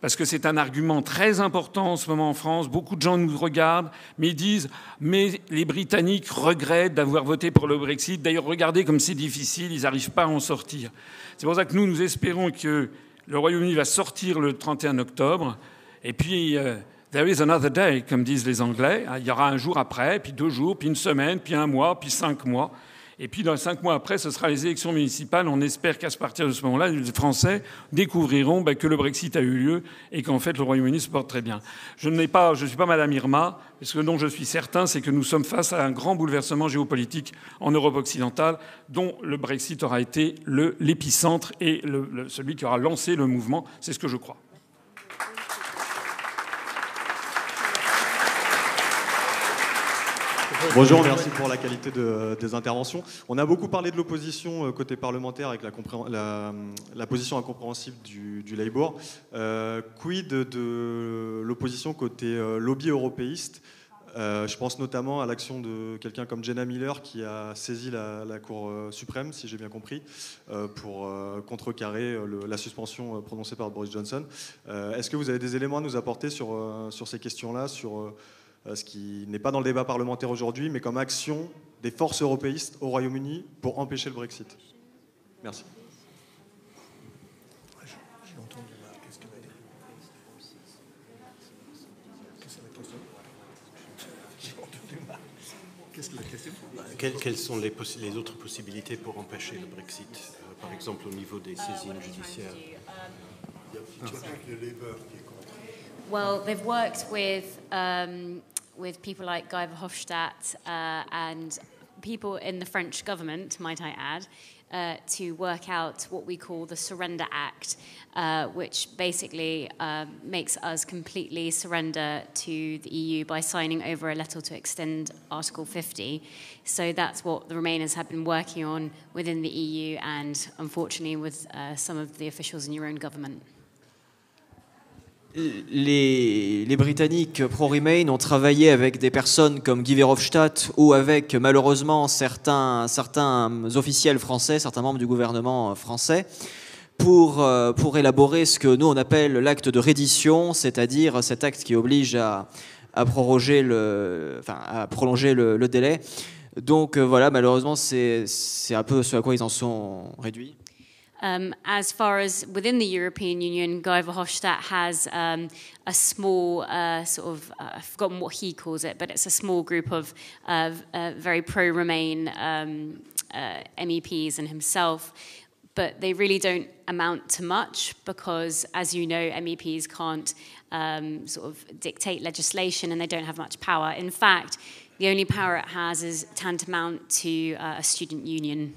parce que c'est un argument très important en ce moment en France. Beaucoup de gens nous regardent, mais disent « mais les Britanniques regrettent d'avoir voté pour le Brexit. D'ailleurs, regardez comme c'est difficile, ils n'arrivent pas à en sortir. » C'est pour ça que nous, nous espérons que le Royaume-Uni va sortir le trente et un octobre, et puis... Euh, There is another day, comme disent les Anglais. Il y aura un jour après, puis deux jours, puis une semaine, puis un mois, puis cinq mois. Et puis, dans cinq mois après, ce sera les élections municipales. On espère qu'à partir de ce moment-là, les Français découvriront ben, que le Brexit a eu lieu et qu'en fait, le Royaume-Uni se porte très bien. Je ne pas, je suis pas Madame Irma, mais ce dont je suis certain, c'est que nous sommes face à un grand bouleversement géopolitique en Europe occidentale, dont le Brexit aura été le, l'épicentre et le, le, celui qui aura lancé le mouvement. C'est ce que je crois. Bonjour, merci pour la qualité de, des interventions. On a beaucoup parlé de l'opposition côté parlementaire avec la, la, la position incompréhensible du, du Labour. Euh, quid de l'opposition côté euh, lobby européiste? euh, Je pense notamment à l'action de quelqu'un comme Jenna Miller qui a saisi la, la Cour suprême, si j'ai bien compris, euh, pour euh, contrecarrer le, la suspension prononcée par Boris Johnson. Euh, Est-ce que vous avez des éléments à nous apporter sur, euh, sur ces questions-là, sur... Euh, ce qui n'est pas dans le débat parlementaire aujourd'hui, mais comme action des forces européistes au Royaume-Uni pour empêcher le Brexit. Merci. Quelles, quelles sont les, les autres possibilités pour empêcher le Brexit, euh, par exemple au niveau des saisines judiciaires? Well, they've worked with um, with people like Guy Verhofstadt uh, and people in the French government, might I add, uh, to work out what we call the Surrender Act, uh, which basically uh, makes us completely surrender to the E U by signing over a letter to extend Article fifty. So that's what the Remainers have been working on within the E U and, unfortunately, with uh, some of the officials in your own government. Les, les Britanniques pro-Remain ont travaillé avec des personnes comme Guy Verhofstadt ou avec malheureusement certains, certains officiels français, certains membres du gouvernement français, pour, pour élaborer ce que nous on appelle l'acte de reddition, c'est-à-dire cet acte qui oblige à, à, proroger le, enfin, à prolonger le, le délai. Donc voilà, malheureusement c'est, c'est un peu ce à quoi ils en sont réduits. Um, as far as within the European Union, Guy Verhofstadt has um, a small uh, sort of, uh, I've forgotten what he calls it, but it's a small group of uh, uh, very pro-Remain um, uh, M E Ps and himself. But they really don't amount to much because, as you know, M E Ps can't um, sort of dictate legislation and they don't have much power. In fact, the only power it has is tantamount to uh, a student union.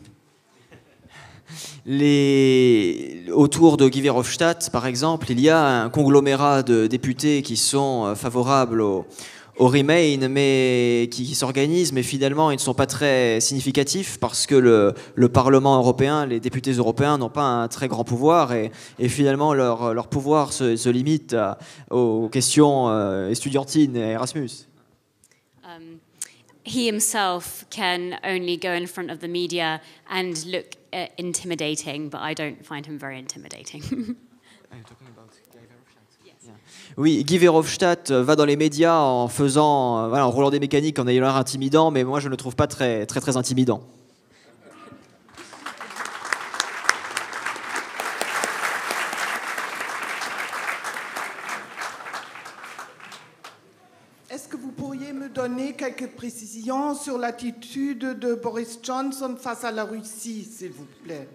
Les... Autour de Guy Verhofstadt, par exemple, il y a un conglomérat de députés qui sont favorables au, au Remain, mais qui, qui s'organisent, mais finalement ils ne sont pas très significatifs parce que le, le Parlement européen, les députés européens n'ont pas un très grand pouvoir et, et finalement leur, leur pouvoir se, se limite à, aux questions euh, estudiantines et Erasmus. Um, he himself can only go in front of the media and look uh, intimidating, but I don't find him very intimidating. Oui, Guy Verhofstadt va dans les médias en faisant, voilà, en roulant des mécaniques, en ayant l'air intimidant, mais moi je ne le trouve pas très très très intimidant. Est-ce que vous pourriez me donner quelques précisions sur l'attitude de Boris Johnson face à la Russie, s'il vous plaît?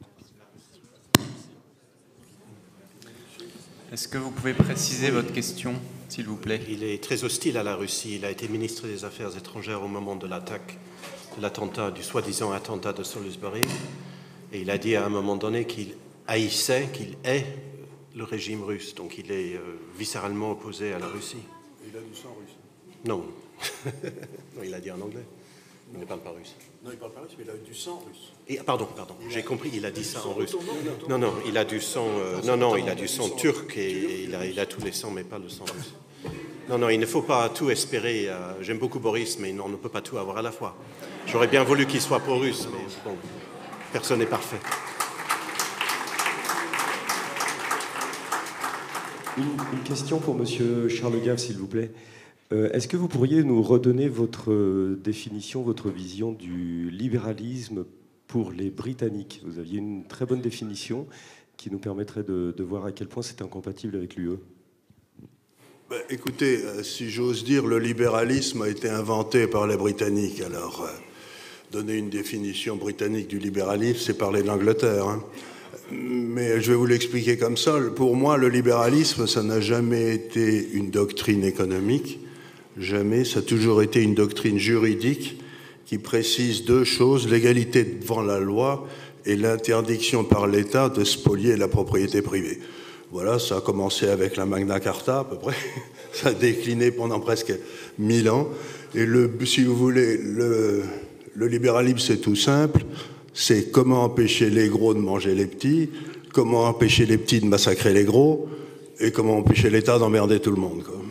Est-ce que vous pouvez préciser votre question, s'il vous plaît? Il est très hostile à la Russie. Il a été ministre des Affaires étrangères au moment de l'attaque, de l'attentat, du soi-disant attentat de Salisbury. Et il a dit à un moment donné qu'il haïssait, qu'il hait le régime russe. Donc il est euh, viscéralement opposé à la Russie. Il a du sang russe? Non. Non, il a dit en anglais. Il ne parle pas russe. Non, il ne parle pas russe, mais il a du sang russe. Et, pardon, pardon, j'ai compris, il a dit ça en russe. Non, non, il a du sang, euh, non, non, il a du sang turc et il a, il a tous les sangs, mais pas le sang russe. Non, non, il ne faut pas tout espérer. Euh, j'aime beaucoup Boris, mais non, on ne peut pas tout avoir à la fois. J'aurais bien voulu qu'il soit pro-russe, mais bon, personne n'est parfait. Une, une question pour Monsieur Charles Gave, s'il vous plaît. Euh, Est-ce que vous pourriez nous redonner votre définition, votre vision du libéralisme pour les Britanniques? Vous aviez une très bonne définition qui nous permettrait de, de voir à quel point c'est incompatible avec l'U E. Ben, écoutez, euh, si j'ose dire, le libéralisme a été inventé par les Britanniques. Alors, euh, donner une définition britannique du libéralisme, c'est parler de l'Angleterre. Hein. Mais je vais vous l'expliquer comme ça. Pour moi, le libéralisme, ça n'a jamais été une doctrine économique. Jamais. Ça a toujours été une doctrine juridique qui précise deux choses, l'égalité devant la loi et l'interdiction par l'État de spolier la propriété privée. Voilà, ça a commencé avec la Magna Carta, à peu près. Ça a décliné pendant presque mille ans. Et le, si vous voulez, le, le libéralisme, c'est tout simple. C'est comment empêcher les gros de manger les petits, comment empêcher les petits de massacrer les gros, et comment empêcher l'État d'emmerder tout le monde, quoi.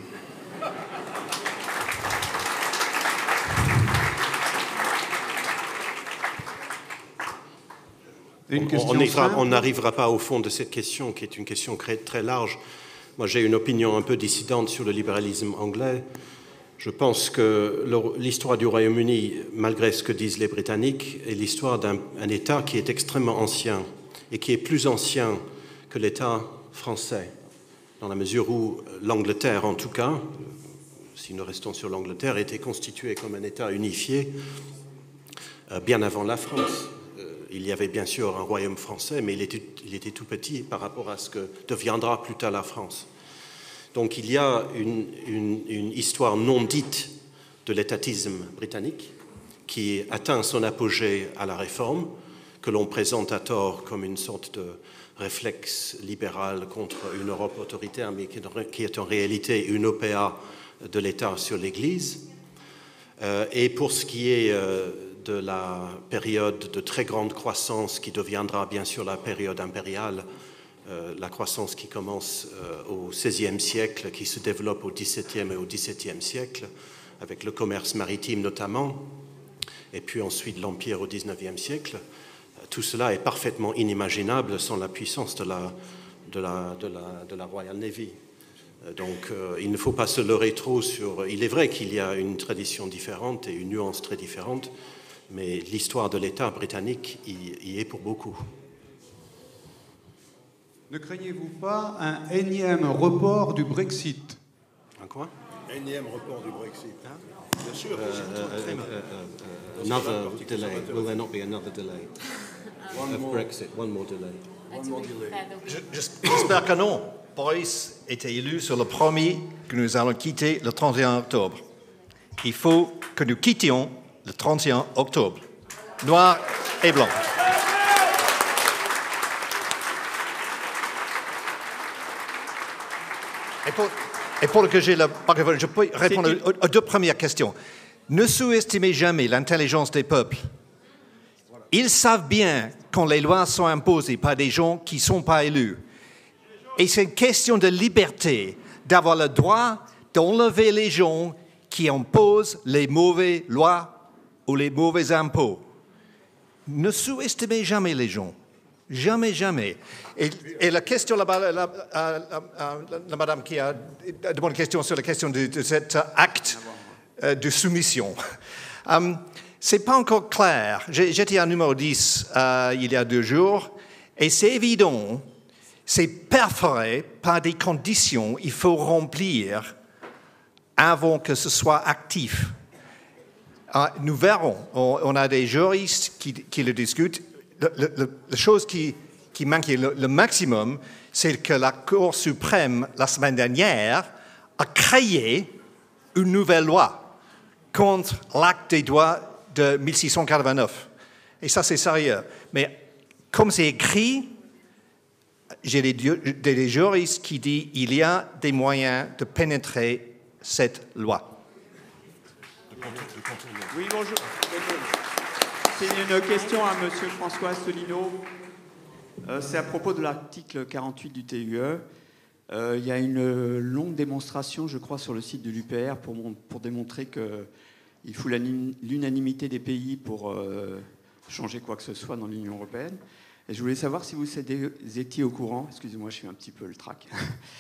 On n'arrivera pas au fond de cette question, qui est une question très, très large. Moi, j'ai une opinion un peu dissidente sur le libéralisme anglais. Je pense que l'histoire du Royaume-Uni, malgré ce que disent les Britanniques, est l'histoire d'un État qui est extrêmement ancien et qui est plus ancien que l'État français, dans la mesure où l'Angleterre, en tout cas, si nous restons sur l'Angleterre, était constituée comme un État unifié euh, bien avant la France. Il y avait bien sûr un royaume français, mais il était, il était tout petit par rapport à ce que deviendra plus tard la France. Donc il y a une, une, une histoire non dite de l'étatisme britannique qui atteint son apogée à la Réforme, que l'on présente à tort comme une sorte de réflexe libéral contre une Europe autoritaire, mais qui est en réalité une O P A de l'État sur l'Église. Euh, et pour ce qui est euh, de la période de très grande croissance qui deviendra bien sûr la période impériale, euh, la croissance qui commence euh, au seizième siècle, qui se développe au dix-septième et au dix-septième siècle, avec le commerce maritime notamment, et puis ensuite l'Empire au dix-neuvième siècle. Tout cela est parfaitement inimaginable sans la puissance de la, de la, de la, de la Royal Navy. Donc euh, il ne faut pas se leurrer trop sur... Il est vrai qu'il y a une tradition différente et une nuance très différente, mais l'histoire de l'État britannique y, y est pour beaucoup. Ne craignez-vous pas un énième report du Brexit? Un quoi? Énième report du Brexit. Hein? Bien sûr. Uh, uh, uh, uh, uh, another delay. Will there not be another delay? One of more. Brexit, one more delay. One more delay. J'espère que non. Boris était élu sur le premier que nous allons quitter le trente et un octobre. Il faut que nous quittions le trente et un octobre. Noir et blanc. Et pour, et pour que j'ai la parole, je peux répondre aux, aux deux premières questions. Ne sous-estimez jamais l'intelligence des peuples. Ils savent bien quand les lois sont imposées par des gens qui ne sont pas élus. Et c'est une question de liberté, d'avoir le droit d'enlever les gens qui imposent les mauvaises lois ou les mauvais impôts. Ne sous-estimez jamais les gens. Jamais, jamais. Et, et la question, la, la, la, la, la, la madame qui a demandé une question sur la question de, de cet acte euh, de soumission. Um, c'est pas encore clair. J'étais à numéro dix euh, il y a deux jours, et c'est évident, c'est perforé par des conditions qu'il faut remplir avant que ce soit actif. Euh, nous verrons. On, on a des juristes qui, qui le discutent. Le, le, la chose qui, qui manquait le, le maximum, c'est que la Cour suprême, la semaine dernière, a créé une nouvelle loi contre l'acte des droits de mille six cent quatre-vingt-neuf. Et ça, c'est sérieux. Mais comme c'est écrit, j'ai des, des juristes qui disent qu'il y a des moyens de pénétrer cette loi. Oui, bonjour. C'est une question à M. François Asselineau. Euh, c'est à propos de l'article quarante-huit du T U E. Euh, il y a une longue démonstration, je crois, sur le site de l'U P R pour, mon, pour démontrer qu'il faut l'unanimité des pays pour euh, changer quoi que ce soit dans l'Union européenne. Et je voulais savoir si vous étiez au courant, excusez-moi, je suis un petit peu le trac,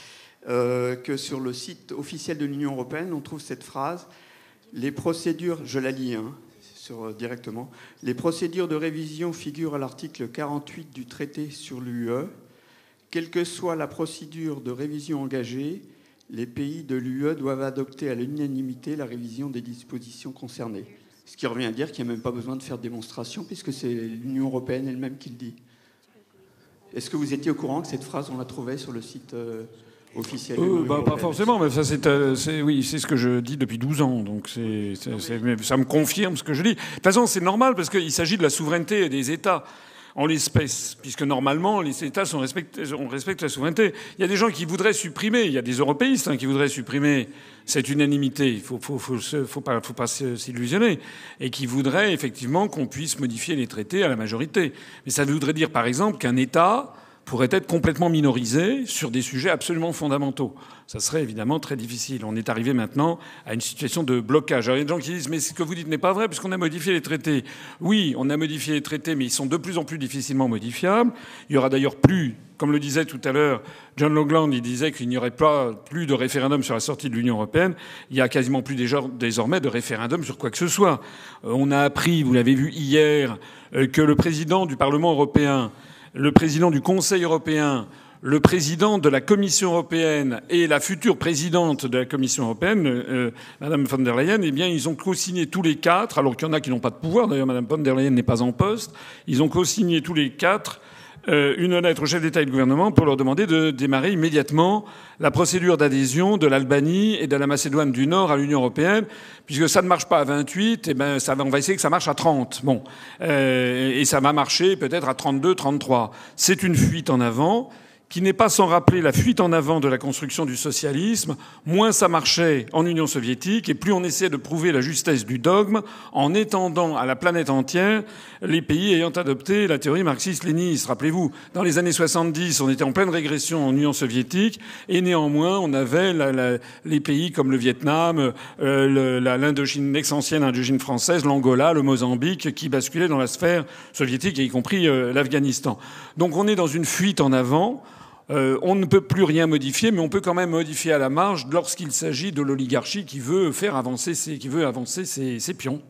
euh, que sur le site officiel de l'Union européenne, on trouve cette phrase. Les procédures, je la lis hein, sur, euh, directement, les procédures de révision figurent à l'article quarante-huit du traité sur l'U E. Quelle que soit la procédure de révision engagée, les pays de l'U E doivent adopter à l'unanimité la révision des dispositions concernées. Ce qui revient à dire qu'il n'y a même pas besoin de faire de démonstration, puisque c'est l'Union européenne elle-même qui le dit. Est-ce que vous étiez au courant que cette phrase, on la trouvait sur le site euh, officiel de l'Union euh, bah, européenne? Pas forcément, mais ça, c'est, euh, c'est, oui, c'est ce que je dis depuis douze ans. Donc c'est, c'est, c'est, ça me confirme ce que je dis. De toute façon, c'est normal, parce qu'il s'agit de la souveraineté des États. En l'espèce, puisque normalement les États sont respectés, on respecte la souveraineté. Il y a des gens qui voudraient supprimer, il y a des européistes hein, qui voudraient supprimer cette unanimité. Il faut, faut, faut, faut pas, faut pas s'illusionner, et qui voudraient effectivement qu'on puisse modifier les traités à la majorité. Mais ça voudrait dire, par exemple, qu'un État pourrait être complètement minorisé sur des sujets absolument fondamentaux. Ça serait évidemment très difficile. On est arrivé maintenant à une situation de blocage. Alors il y a des gens qui disent « mais ce que vous dites n'est pas vrai puisqu'on a modifié les traités ». Oui, on a modifié les traités, mais ils sont de plus en plus difficilement modifiables. Il y aura d'ailleurs plus, comme le disait tout à l'heure John Logland, il disait qu'il n'y aurait pas plus de référendum sur la sortie de l'Union européenne. Il y a quasiment plus déjà, désormais de référendum sur quoi que ce soit. On a appris, vous l'avez vu hier, que le président du Parlement européen, le président du Conseil européen, le président de la Commission européenne et la future présidente de la Commission européenne, euh, Madame von der Leyen, eh bien, ils ont co-signé tous les quatre, alors qu'il y en a qui n'ont pas de pouvoir. D'ailleurs, Madame von der Leyen n'est pas en poste. Ils ont co-signé tous les quatre euh, une lettre au chef d'État et de gouvernement pour leur demander de démarrer immédiatement la procédure d'adhésion de l'Albanie et de la Macédoine du Nord à l'Union européenne, puisque ça ne marche pas à vingt-huit, eh ben, ça va, on va essayer que ça marche à trente. Bon, euh, et ça va marcher peut-être à trente-deux, trente-trois. C'est une fuite en avant qui n'est pas sans rappeler la fuite en avant de la construction du socialisme. Moins ça marchait en Union soviétique, et plus on essayait de prouver la justesse du dogme en étendant à la planète entière les pays ayant adopté la théorie marxiste-léniniste. Rappelez-vous, dans les années soixante-dix, on était en pleine régression en Union soviétique, et néanmoins, on avait la, la, les pays comme le Vietnam, euh, l'Indochine, l'ex-ancienne Indochine française, l'Angola, le Mozambique, qui basculaient dans la sphère soviétique, y compris euh, l'Afghanistan. Donc on est dans une fuite en avant. Euh, on ne peut plus rien modifier, mais on peut quand même modifier à la marge lorsqu'il s'agit de l'oligarchie qui veut faire avancer ses, qui veut avancer ses, ses pions.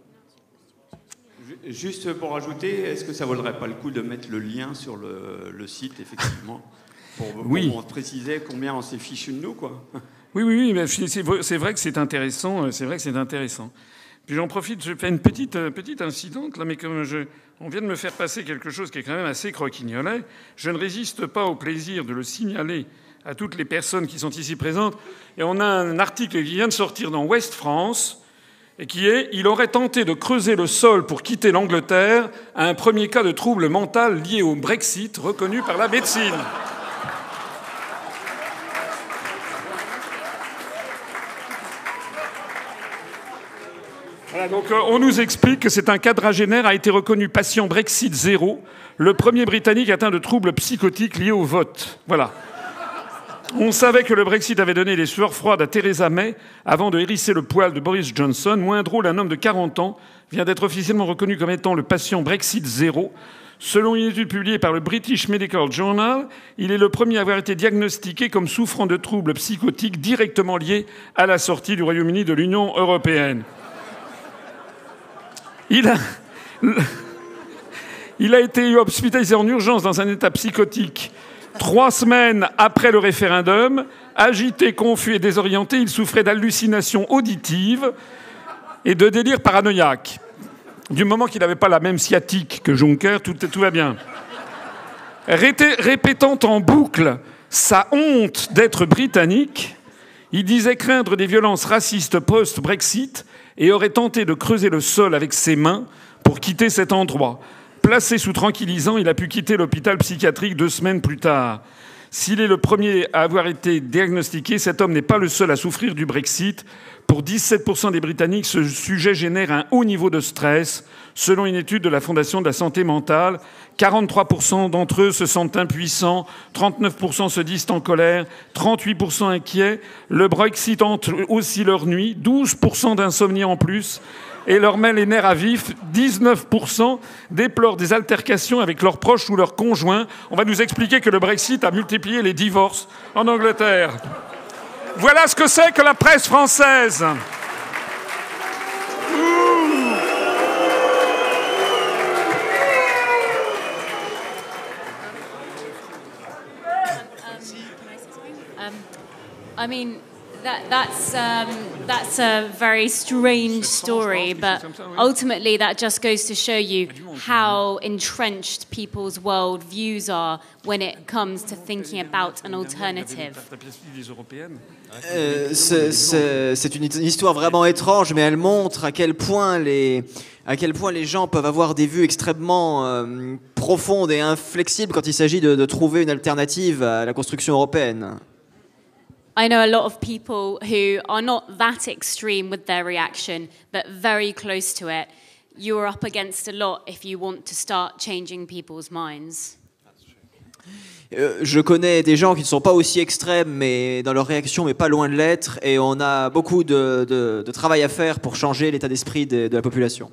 Juste pour ajouter, est-ce que ça vaudrait pas le coup de mettre le lien sur le, le site, effectivement, pour, pour oui. préciser combien on s'est fichu de nous, quoi. Oui, oui, oui, mais c'est vrai que c'est intéressant. C'est vrai que c'est intéressant. Puis j'en profite, je fais une petite, petite incidente là, mais comme je, on vient de me faire passer quelque chose qui est quand même assez croquignolet, je ne résiste pas au plaisir de le signaler à toutes les personnes qui sont ici présentes. Et on a un article qui vient de sortir dans Ouest France, et qui est « Il aurait tenté de creuser le sol pour quitter l'Angleterre à un premier cas de trouble mental lié au Brexit reconnu par la médecine ». Voilà, donc euh, on nous explique que c'est un quadragénaire a été reconnu patient Brexit zéro, le premier Britannique atteint de troubles psychotiques liés au vote. Voilà. On savait que le Brexit avait donné les sueurs froides à Theresa May avant de hérisser le poil de Boris Johnson. Moins drôle, un homme de quarante ans vient d'être officiellement reconnu comme étant le patient Brexit zéro. Selon une étude publiée par le British Medical Journal, il est le premier à avoir été diagnostiqué comme souffrant de troubles psychotiques directement liés à la sortie du Royaume-Uni de l'Union européenne. Il a, il a été hospitalisé en urgence dans un état psychotique. Trois semaines après le référendum, agité, confus et désorienté, il souffrait d'hallucinations auditives et de délires paranoïaques. Du moment qu'il n'avait pas la même sciatique que Juncker, tout, tout va bien. Rété, répétant en boucle sa honte d'être britannique, il disait craindre des violences racistes post-Brexit et aurait tenté de creuser le sol avec ses mains pour quitter cet endroit. Placé sous tranquillisant, il a pu quitter l'hôpital psychiatrique deux semaines plus tard. S'il est le premier à avoir été diagnostiqué, cet homme n'est pas le seul à souffrir du Brexit. Pour dix-sept pour cent des Britanniques, ce sujet génère un haut niveau de stress. Selon une étude de la Fondation de la santé mentale, quarante-trois pour cent d'entre eux se sentent impuissants, trente-neuf pour cent se disent en colère, trente-huit pour cent inquiets. Le Brexit hante aussi leur nuit, douze pour cent d'insomnie en plus, et leur met les nerfs à vif. dix-neuf pour cent déplorent des altercations avec leurs proches ou leurs conjoints. On va nous expliquer que le Brexit a multiplié les divorces en Angleterre. Voilà ce que c'est que la presse française. I mean, that, that's, um, that's a very strange story, but ultimately that just goes to show you how entrenched people's world views are when it comes to thinking about an alternative. Euh, c'est, c'est, c'est une histoire vraiment étrange, mais elle montre à quel point les, à quel point les gens peuvent avoir des vues extrêmement euh, profondes et inflexibles quand il s'agit de, de trouver une alternative à la construction européenne. I know a lot of people who are not that extreme with their reaction, but very close to it. You're up against a lot if you want to start changing people's minds. Euh, je connais des gens qui ne sont pas aussi extrêmes mais dans leur réaction, mais pas loin de l'être, et on a beaucoup de, de, de travail à faire pour changer l'état d'esprit de, de la population.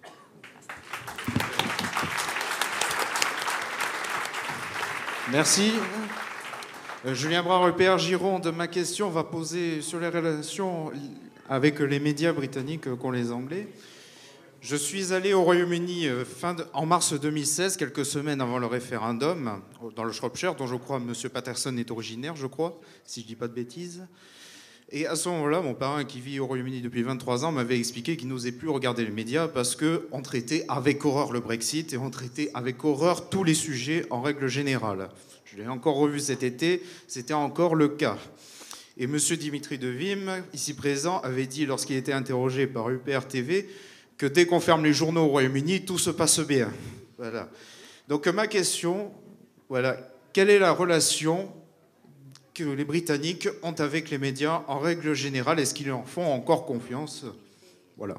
Merci. Euh, Julien Brun, E P R Gironde. Ma question va poser sur les relations avec les médias britanniques qu'ont les Anglais. Je suis allé au Royaume-Uni fin de, en mars deux mille seize, quelques semaines avant le référendum, dans le Shropshire, dont je crois M. Patterson est originaire, je crois, si je ne dis pas de bêtises. Et à ce moment-là, mon parrain, qui vit au Royaume-Uni depuis vingt-trois ans, m'avait expliqué qu'il n'osait plus regarder les médias parce qu'on traitait avec horreur le Brexit et on traitait avec horreur tous les sujets en règle générale. Je l'ai encore revu cet été, c'était encore le cas. Et M. Dimitri Devim, ici présent, avait dit, lorsqu'il était interrogé par U P R T V, que dès qu'on ferme les journaux au Royaume-Uni, tout se passe bien. Voilà. Donc ma question, voilà, quelle est la relation que les Britanniques ont avec les médias en règle générale? Est-ce qu'ils leur font encore confiance? Voilà.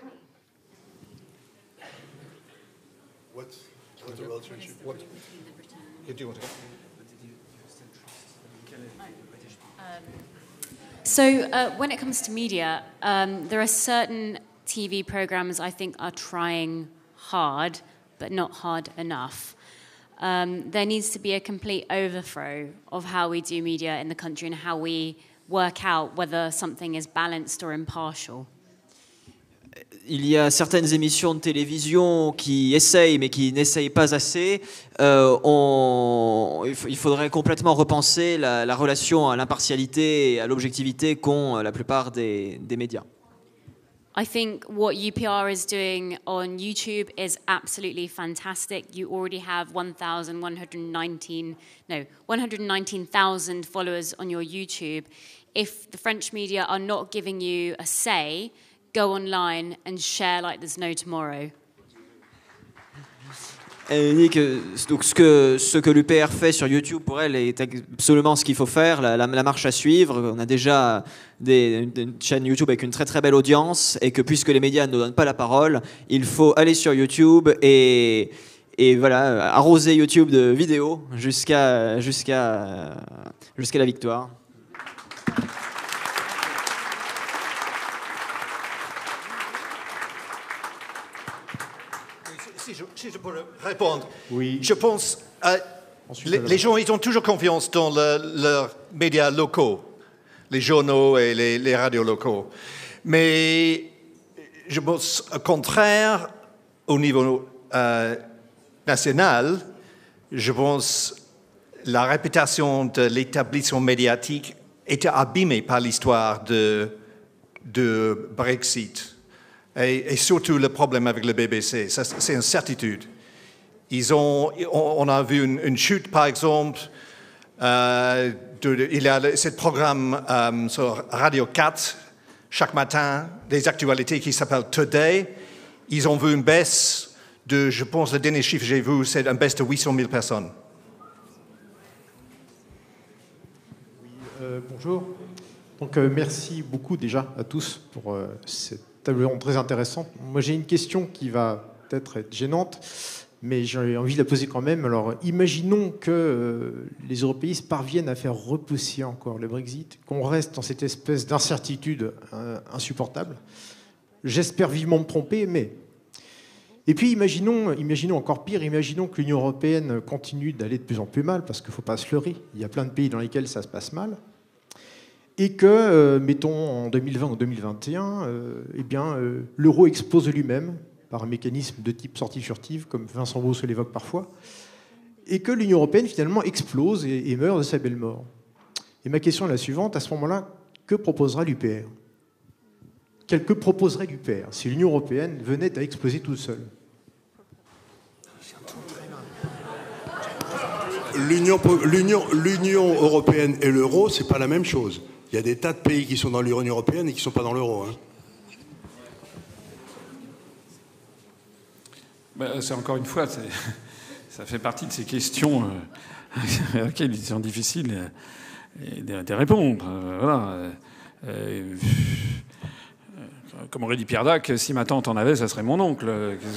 What? What the relationship? What? You do want to... So uh, when it comes to media, um, there are certain T V programs I think are trying hard, but not hard enough. Um, there needs to be a complete overthrow of how we do media in the country and how we work out whether something is balanced or impartial. Il y a certaines émissions de télévision qui essayent, mais qui n'essayent pas assez. Euh, on, il faudrait complètement repenser la, la relation à l'impartialité et à l'objectivité qu'ont la plupart des, des médias. I think what U P R is doing on YouTube is absolutely fantastic. You already have one thousand one hundred nineteen, no, one hundred nineteen thousand followers on your YouTube. If the French media are not giving you a say, go online and share like there's no tomorrow. Elle dit que, donc ce que, ce que l'U P R fait sur YouTube, pour elle, est absolument ce qu'il faut faire, la, la, la marche à suivre. On a déjà des, une chaîne YouTube avec une très très belle audience, et que puisque les médias ne donnent pas la parole, il faut aller sur YouTube et, et voilà, arroser YouTube de vidéos jusqu'à, jusqu'à, jusqu'à la victoire. Si je, si je peux répondre, oui. Je pense euh, les, les gens ils ont toujours confiance dans le, leurs médias locaux, les journaux et les, les radios locaux. Mais je pense au contraire, au niveau euh, national, je pense la réputation de l'établissement médiatique était abîmée par l'histoire de, de Brexit. Et, et surtout le problème avec le B B C, ça, c'est une certitude. Ils ont, on a vu une, une chute, par exemple. Euh, de, il y a ce programme euh, sur Radio quatre, chaque matin, des actualités qui s'appelle Today. Ils ont vu une baisse de, je pense, le dernier chiffre que j'ai vu, c'est une baisse de huit cent mille personnes. Oui, euh, bonjour. Donc, euh, merci beaucoup déjà à tous pour euh, cette table ronde très intéressante. Moi, j'ai une question qui va peut-être être gênante, mais j'ai envie de la poser quand même. Alors, imaginons que euh, les européistes parviennent à faire repousser encore le Brexit, qu'on reste dans cette espèce d'incertitude euh, insupportable. J'espère vivement me tromper, mais... Et puis, imaginons, imaginons encore pire, imaginons que l'Union européenne continue d'aller de plus en plus mal, parce qu'il ne faut pas se leurrer. Il y a plein de pays dans lesquels ça se passe mal. et que, euh, mettons, en deux mille vingt ou deux mille vingt et un, euh, eh bien, euh, l'euro explose de lui-même par un mécanisme de type sortie furtive, comme Vincent Brousse l'évoque parfois, et que l'Union européenne, finalement, explose et, et meurt de sa belle mort. Et ma question est la suivante, à ce moment-là, que proposera l'U P R ? Quel que proposerait l'U P R si l'Union européenne venait à exploser toute seule ? L'Union, l'Union, l'Union européenne et l'euro, c'est pas la même chose. Il y a des tas de pays qui sont dans l'Union européenne et qui ne sont pas dans l'euro. Hein. Ben, c'est encore une fois, c'est, ça fait partie de ces questions euh, auxquelles il est difficile euh, de, de répondre. Euh, voilà. Euh, euh, comme aurait dit Pierre Dac, si ma tante en avait, ça serait mon oncle.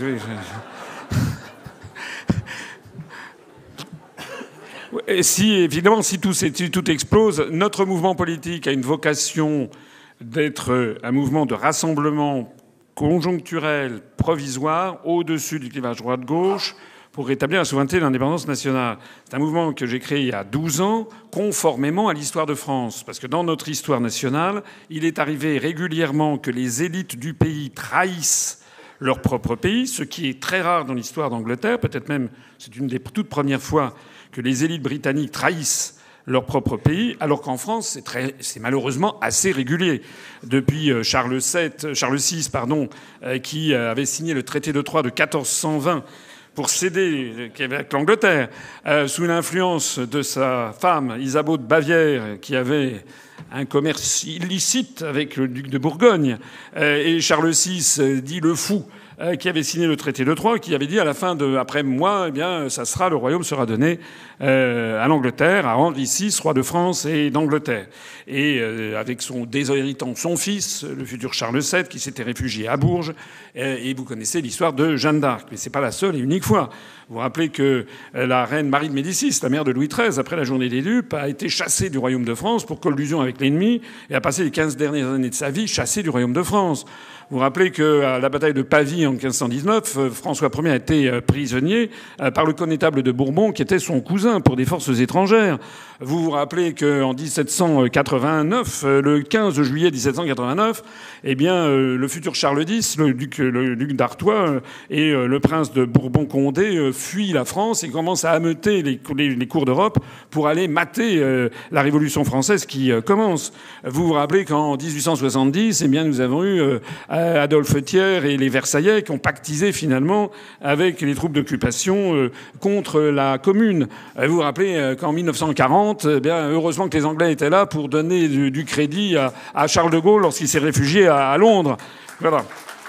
Et si, évidemment, si tout, si tout explose, notre mouvement politique a une vocation d'être un mouvement de rassemblement conjoncturel, provisoire, au-dessus du clivage droite-gauche, pour rétablir la souveraineté et l'indépendance nationale. C'est un mouvement que j'ai créé il y a douze ans, conformément à l'histoire de France. Parce que dans notre histoire nationale, il est arrivé régulièrement que les élites du pays trahissent leur propre pays, ce qui est très rare dans l'histoire d'Angleterre. Peut-être même, c'est une des toutes premières fois que les élites britanniques trahissent leur propre pays, alors qu'en France, c'est, très, c'est malheureusement assez régulier. Depuis Charles sept, Charles six, pardon, euh, qui avait signé le traité de Troyes de quatorze cent vingt pour céder avec l'Angleterre, euh, sous l'influence de sa femme Isabeau de Bavière, qui avait un commerce illicite avec le duc de Bourgogne, euh, et Charles six, euh, dit le fou, euh, qui avait signé le traité de Troyes, qui avait dit à la fin de après moi, eh bien, ça sera le royaume sera donné euh, à l'Angleterre, à Henri six, roi de France et d'Angleterre, et euh, avec son déshéritant son fils, le futur Charles sept, qui s'était réfugié à Bourges, euh, et vous connaissez l'histoire de Jeanne d'Arc, mais c'est pas la seule et unique fois. Vous vous rappelez que la reine Marie de Médicis, la mère de Louis treize, après la journée des dupes, a été chassée du royaume de France pour collusion avec l'ennemi et a passé les quinze dernières années de sa vie chassée du royaume de France. Vous vous rappelez qu'à la bataille de Pavie en quinze cent dix-neuf, François Ier a été prisonnier par le connétable de Bourbon, qui était son cousin, pour des forces étrangères. Vous vous rappelez qu'en dix-sept cent quatre-vingt-neuf, le quinze juillet dix-sept cent quatre-vingt-neuf, eh bien, le futur Charles dix, le duc, le duc d'Artois et le prince de Bourbon-Condé fuient la France et commencent à ameuter les, les, les cours d'Europe pour aller mater euh, la Révolution française qui euh, commence. Vous vous rappelez qu'en dix-huit cent soixante-dix, eh bien, nous avons eu euh, Adolphe Thiers et les Versaillais qui ont pactisé finalement avec les troupes d'occupation euh, contre la Commune. Vous vous rappelez euh, qu'en mille neuf cent quarante, eh bien, heureusement que les Anglais étaient là pour donner du, du crédit à, à Charles de Gaulle lorsqu'il s'est réfugié à, à Londres. Voilà.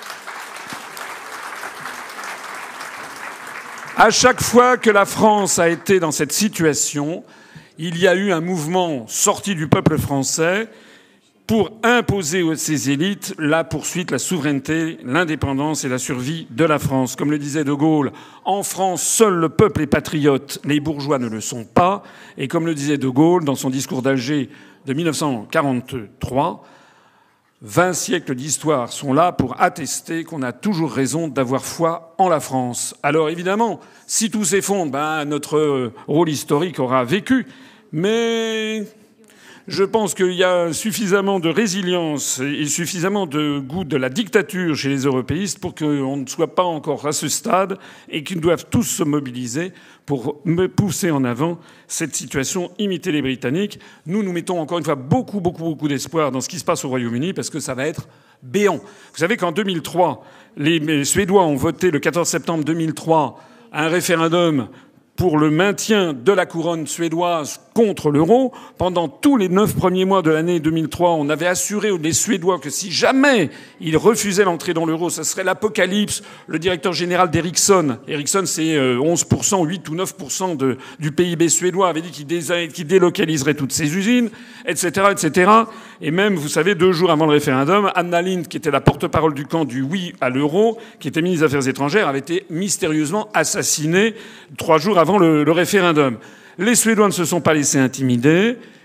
À chaque fois que la France a été dans cette situation, il y a eu un mouvement sorti du peuple français pour imposer à ses élites la poursuite, la souveraineté, l'indépendance et la survie de la France. Comme le disait De Gaulle, en France, seul le peuple est patriote, les bourgeois ne le sont pas. Et comme le disait De Gaulle dans son discours d'Alger de mille neuf cent quarante-trois, vingt siècles d'histoire sont là pour attester qu'on a toujours raison d'avoir foi en la France. Alors évidemment, si tout s'effondre, ben, notre rôle historique aura vécu. Mais je pense qu'il y a suffisamment de résilience et suffisamment de goût de la dictature chez les européistes pour qu'on ne soit pas encore à ce stade et qu'ils doivent tous se mobiliser pour me pousser en avant cette situation, imiter les Britanniques. Nous, nous mettons encore une fois beaucoup, beaucoup, beaucoup d'espoir dans ce qui se passe au Royaume-Uni parce que ça va être béant. Vous savez qu'en deux mille trois, les Suédois ont voté le quatorze septembre deux mille trois un référendum pour le maintien de la couronne suédoise contre l'euro. Pendant tous les neuf premiers mois de l'année deux mille trois, on avait assuré aux Suédois que si jamais ils refusaient l'entrée dans l'euro, ce serait l'apocalypse. Le directeur général d'Ericsson, Ericsson c'est onze pour cent, huit ou neuf pour cent de, du P I B suédois, avait dit qu'il, dé, qu'il délocaliserait toutes ses usines, et cetera, et cetera. Et même, vous savez, deux jours avant le référendum, Anna Lindh, qui était la porte-parole du camp du oui à l'euro, qui était ministre des Affaires étrangères, avait été mystérieusement assassinée trois jours avant le, le référendum. Les Suédois ne se sont pas laissés intimider.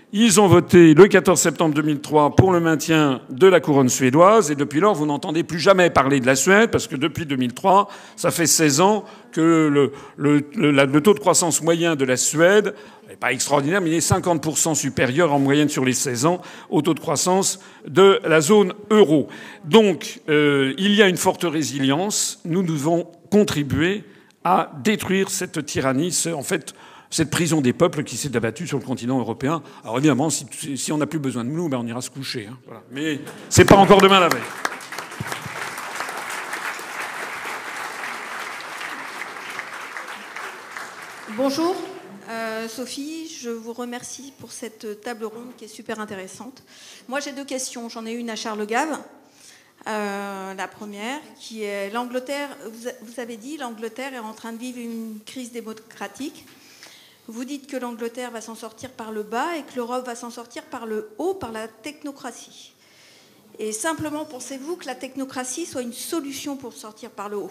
Ils ont voté le quatorze septembre deux mille trois pour le maintien de la couronne suédoise. Et depuis lors, vous n'entendez plus jamais parler de la Suède, parce que depuis deux mille trois, ça fait seize ans que le, le, le, le taux de croissance moyen de la Suède n'est pas extraordinaire, mais il est cinquante pour cent supérieur en moyenne sur les seize ans au taux de croissance de la zone euro. Donc, euh, il y a une forte résilience. Nous devons contribuer à détruire cette tyrannie, ce, en fait, cette prison des peuples qui s'est abattue sur le continent européen. Alors évidemment, si, si on n'a plus besoin de nous, ben on ira se coucher. Hein, voilà. Mais c'est pas encore demain la veille. Bonjour, euh, Sophie, je vous remercie pour cette table ronde qui est super intéressante. Moi j'ai deux questions, j'en ai une à Charles Gave. Euh, la première, qui est l'Angleterre, vous, vous avez dit l'Angleterre est en train de vivre une crise démocratique. Vous dites que l'Angleterre va s'en sortir par le bas et que l'Europe va s'en sortir par le haut, par la technocratie. Et simplement, pensez-vous que la technocratie soit une solution pour sortir par le haut?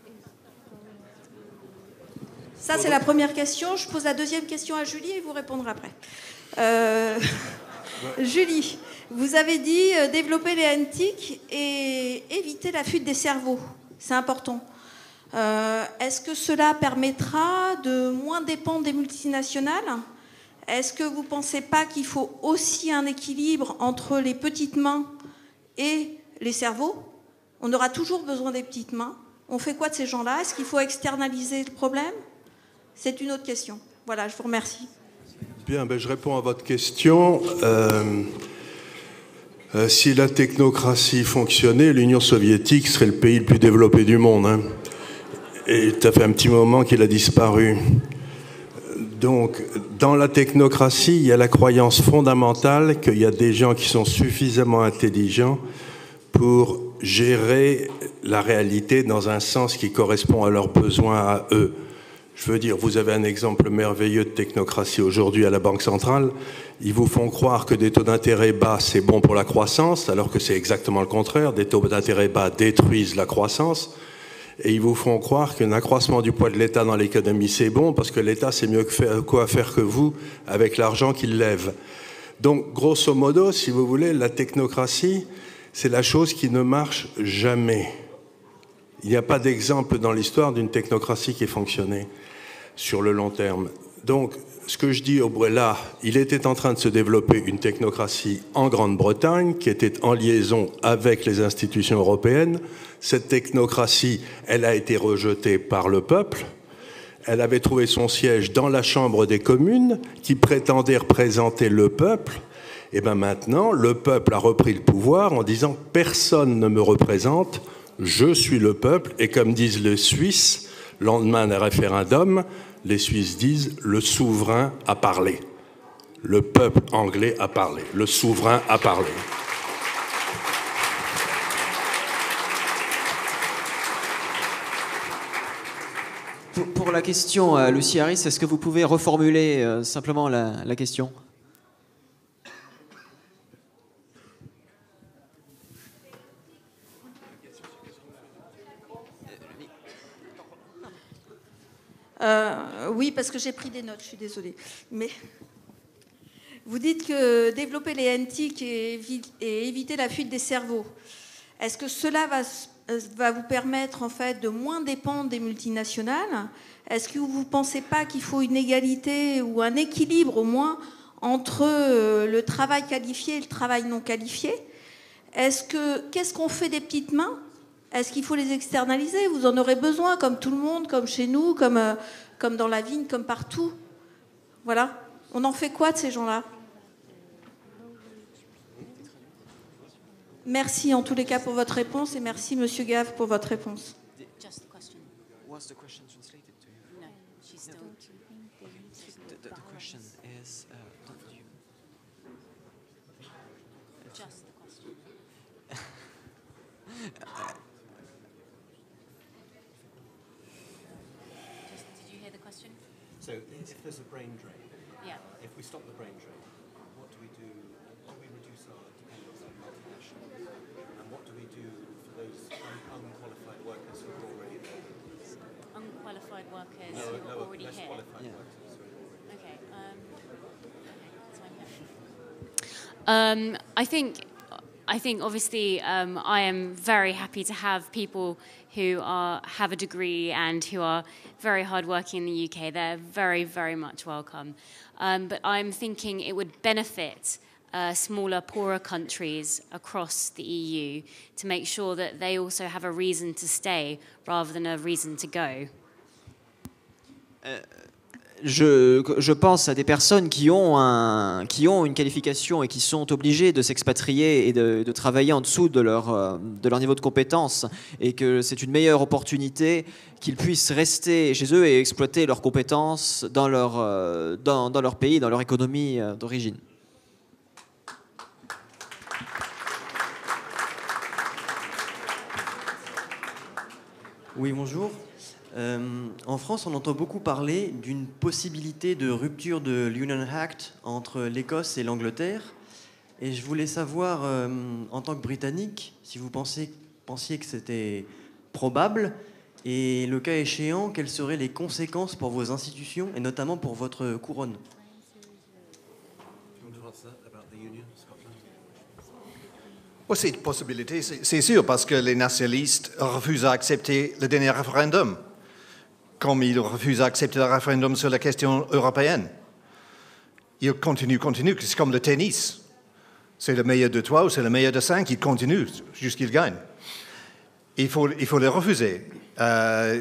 Ça, c'est la première question. Je pose la deuxième question à Julie et vous répondrez après. Euh... Julie, vous avez dit euh, développer les N T I C et éviter la fuite des cerveaux. C'est important. Euh, est-ce que cela permettra de moins dépendre des multinationales? Est-ce que vous ne pensez pas qu'il faut aussi un équilibre entre les petites mains et les cerveaux? On aura toujours besoin des petites mains. On fait quoi de ces gens-là? Est-ce qu'il faut externaliser le problème? C'est une autre question. Voilà, je vous remercie. Bien, ben je réponds à votre question. Euh, euh, si la technocratie fonctionnait, l'Union soviétique serait le pays le plus développé du monde. Hein. Et ça fait un petit moment qu'il a disparu. Donc, dans la technocratie, il y a la croyance fondamentale qu'il y a des gens qui sont suffisamment intelligents pour gérer la réalité dans un sens qui correspond à leurs besoins à eux. Je veux dire, vous avez un exemple merveilleux de technocratie aujourd'hui à la Banque centrale. Ils vous font croire que des taux d'intérêt bas, c'est bon pour la croissance, alors que c'est exactement le contraire. Des taux d'intérêt bas détruisent la croissance. Et ils vous font croire qu'un accroissement du poids de l'État dans l'économie, c'est bon, parce que l'État sait mieux que faire, quoi faire que vous avec l'argent qu'il lève. Donc, grosso modo, si vous voulez, la technocratie, c'est la chose qui ne marche jamais. Il n'y a pas d'exemple dans l'histoire d'une technocratie qui ait fonctionné sur le long terme. Donc, ce que je dis au là, il était en train de se développer une technocratie en Grande-Bretagne qui était en liaison avec les institutions européennes. Cette technocratie, elle a été rejetée par le peuple. Elle avait trouvé son siège dans la Chambre des communes qui prétendait représenter le peuple. Et bien maintenant, le peuple a repris le pouvoir en disant « personne ne me représente, je suis le peuple ». Et comme disent les Suisses, lendemain d'un référendum, les Suisses disent « le souverain a parlé ». Le peuple anglais a parlé. Le souverain a parlé. Pour, pour la question à Lucie Harris, est-ce que vous pouvez reformuler euh, simplement la, la question? Euh, oui, parce que j'ai pris des notes, je suis désolée. Mais vous dites que développer les N T I C et, et éviter la fuite des cerveaux, est-ce que cela va, va vous permettre en fait de moins dépendre des multinationales? Est-ce que vous ne pensez pas qu'il faut une égalité ou un équilibre au moins entre le travail qualifié et le travail non qualifié? Est-ce que, qu'est-ce qu'on fait des petites mains? Est-ce qu'il faut les externaliser? Vous en aurez besoin, comme tout le monde, comme chez nous, comme, euh, comme dans la vigne, comme partout. Voilà. On en fait quoi de ces gens-là? Merci en tous les cas pour votre réponse et merci Monsieur Gave pour votre réponse. Just the question. Was the question translated to you? No, she's still. The, the, the question is, uh, don't you... Just the question. Did you hear the question? So if there's a brain drain, Yeah. if we stop the brain drain, what do we do? Do we reduce our dependence on multinational? And what do we do for those un- unqualified workers who are already there? Unqualified workers No, who no, are already less here. qualified Yeah. workers who are already there. Okay. Um, okay. So I'm here. Um, I think, I think obviously um, I am very happy to have people who are, have a degree and who are very hardworking in the U K. They're very, very much welcome. Um, but I'm thinking it would benefit uh, smaller, poorer countries across the E U to make sure that they also have a reason to stay rather than a reason to go. Euh, Je, je pense à des personnes qui ont, un, qui ont une qualification et qui sont obligées de s'expatrier et de, de travailler en dessous de leur, de leur niveau de compétence, et que c'est une meilleure opportunité qu'ils puissent rester chez eux et exploiter leurs compétences dans leur, dans, dans leur pays, dans leur économie d'origine. Oui, bonjour. Euh, en France, on entend beaucoup parler d'une possibilité de rupture de l'Union Act entre l'Écosse et l'Angleterre. Et je voulais savoir, euh, en tant que Britannique, si vous pensez, pensiez que c'était probable, et le cas échéant, quelles seraient les conséquences pour vos institutions, et notamment pour votre couronne. Oh, c'est une possibilité, c'est sûr, parce que les nationalistes refusent d'accepter le dernier référendum, comme ils refusent d'accepter le référendum sur la question européenne. Ils continuent, continuent, c'est comme le tennis. C'est le meilleur de trois ou c'est le meilleur de cinq, ils continuent jusqu'ils gagnent. Il faut, il faut les refuser. Euh,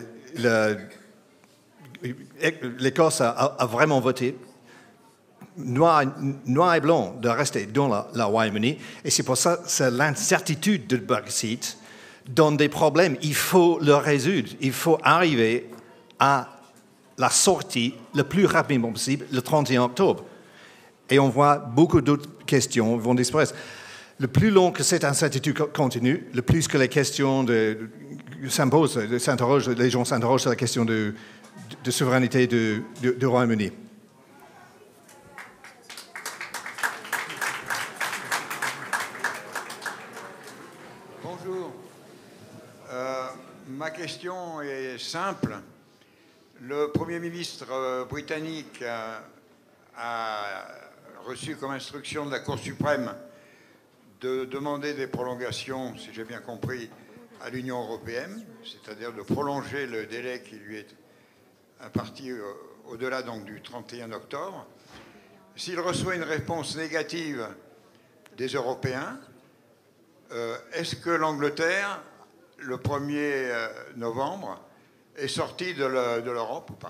L'Écosse a, a vraiment voté noir, noir et blanc de rester dans la, la Royaume-Uni, et c'est pour ça que l'incertitude du Brexit donne des problèmes. Il faut le résoudre. Il faut arriver à la sortie le plus rapidement possible, le trente et un octobre. Et on voit beaucoup d'autres questions vont disparaître. Le plus long que cette incertitude continue, le plus que les questions s'imposent, s'interrogent, les gens s'interrogent sur la question de, de, de souveraineté du, du, du Royaume-Uni. Bonjour. Euh, ma question est simple. Le Premier ministre britannique a, a reçu comme instruction de la Cour suprême de demander des prolongations, si j'ai bien compris, à l'Union européenne, c'est-à-dire de prolonger le délai qui lui est imparti au-delà donc du trente et un octobre. S'il reçoit une réponse négative des Européens, euh, est-ce que l'Angleterre, le premier novembre, est sortie de l'Europe ou pas?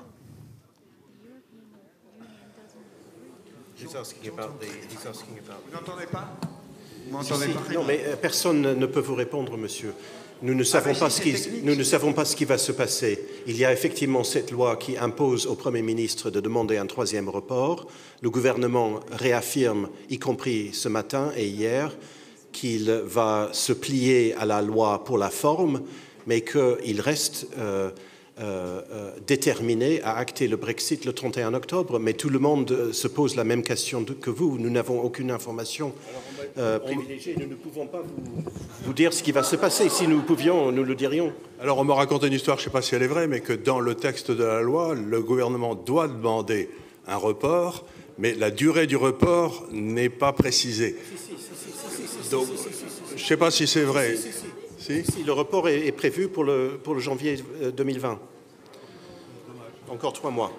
He's asking about the, he's asking about... Vous n'entendez pas? Vous Si, si. pas Non, mais personne ne peut vous répondre, monsieur. Nous ne, savons ah, pas si, ce qui, technique, nous ne savons pas ce qui va se passer. Il y a effectivement cette loi qui impose au Premier ministre de demander un troisième report. Le gouvernement réaffirme, y compris ce matin et hier, qu'il va se plier à la loi pour la forme, mais qu'il reste euh, euh, euh, déterminé à acter le Brexit le trente et un octobre. Mais tout le monde se pose la même question que vous. Nous n'avons aucune information euh, privilégiée. Nous ne pouvons pas vous, vous dire ce qui va se passer. Si nous pouvions, nous le dirions. Alors, on m'a raconté une histoire, je ne sais pas si elle est vraie, mais que dans le texte de la loi, le gouvernement doit demander un report, mais la durée du report n'est pas précisée. Donc, je ne sais pas si c'est vrai. Si, si, si. Si, si, le report est, est prévu pour le, pour le janvier deux mille vingt. Encore trois mois.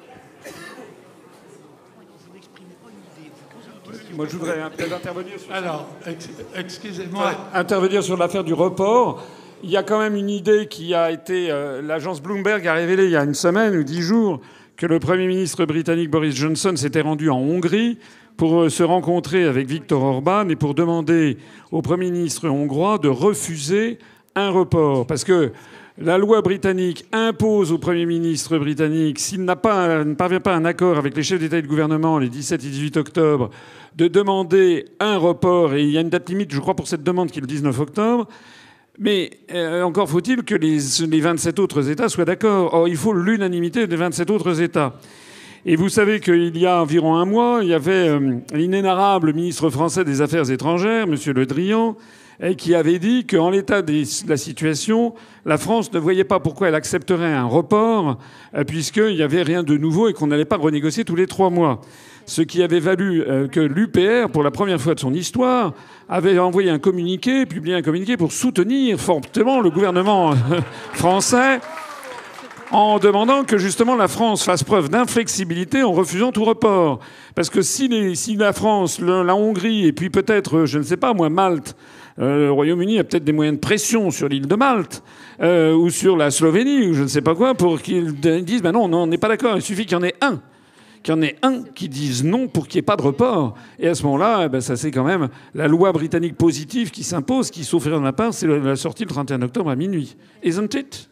Moi, je voudrais intervenir sur, Alors, ex excusez-moi. intervenir sur l'affaire du report. Il y a quand même une idée qui a été... Euh, l'agence Bloomberg a révélé il y a une semaine ou dix jours que le Premier ministre britannique Boris Johnson s'était rendu en Hongrie pour se rencontrer avec Viktor Orban et pour demander au Premier ministre hongrois de refuser un report. Parce que la loi britannique impose au Premier ministre britannique, s'il n'a pas, ne parvient pas à un accord avec les chefs d'État et de gouvernement les dix-sept et dix-huit octobre, de demander un report. Et il y a une date limite, je crois, pour cette demande qui est le dix-neuf octobre. Mais euh, encore faut-il que les, les vingt-sept autres États soient d'accord. Or, il faut l'unanimité des vingt-sept autres États. Et vous savez qu'il y a environ un mois, il y avait euh, l'inénarrable ministre français des Affaires étrangères, M. Le Drian, et qui avait dit qu'en l'état de la situation, la France ne voyait pas pourquoi elle accepterait un report, puisqu'il n'y avait rien de nouveau et qu'on n'allait pas renégocier tous les trois mois. Ce qui avait valu que l'U P R, pour la première fois de son histoire, avait envoyé un communiqué, publié un communiqué pour soutenir fortement le gouvernement français, en demandant que justement la France fasse preuve d'inflexibilité en refusant tout report. Parce que si, les, si la France, le, la Hongrie et puis peut-être, je ne sais pas moi, Malte, euh, le Royaume-Uni a peut-être des moyens de pression sur l'île de Malte euh, ou sur la Slovénie ou je ne sais pas quoi pour qu'ils disent ben non, non, on n'est pas d'accord. Il suffit qu'il y en ait un, qu'il y en ait un qui dise non pour qu'il n'y ait pas de report. Et à ce moment-là, eh ben, ça c'est quand même la loi britannique positive qui s'impose, qui, sauf erreur de ma part, c'est la sortie le trente et un octobre à minuit. Isn't it?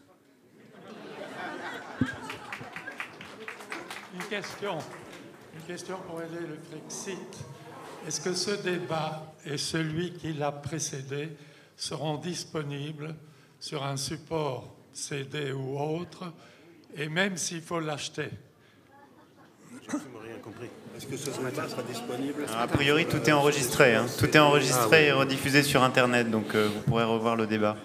Une question, une question pour aider le Brexit. Est-ce que ce débat et celui qui l'a précédé seront disponibles sur un support C D ou autre, et même s'il faut l'acheter? Je n'ai rien compris. Est-ce que ce débat sera disponible? A priori, tout est enregistré. Hein. Tout est enregistré ah, oui. et rediffusé sur Internet, donc euh, vous pourrez revoir le débat.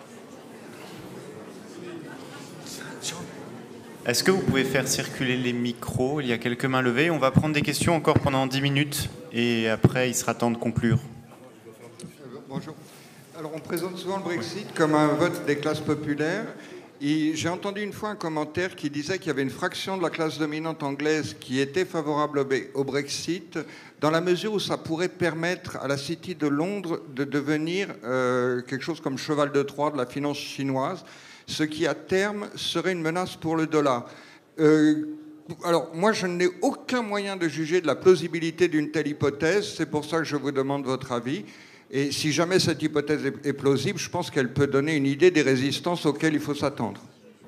Est-ce que vous pouvez faire circuler les micros? Il y a quelques mains levées. On va prendre des questions encore pendant dix minutes et après, il sera temps de conclure. Bonjour. Alors, on présente souvent le Brexit comme un vote des classes populaires. J'ai entendu une fois un commentaire qui disait qu'il y avait une fraction de la classe dominante anglaise qui était favorable au Brexit, dans la mesure où ça pourrait permettre à la City de Londres de devenir euh, quelque chose comme cheval de Troie de la finance chinoise, ce qui à terme serait une menace pour le dollar. Euh, alors moi je n'ai aucun moyen de juger de la plausibilité d'une telle hypothèse, c'est pour ça que je vous demande votre avis. Et si jamais cette hypothèse est plausible, je pense qu'elle peut donner une idée des résistances auxquelles il faut s'attendre.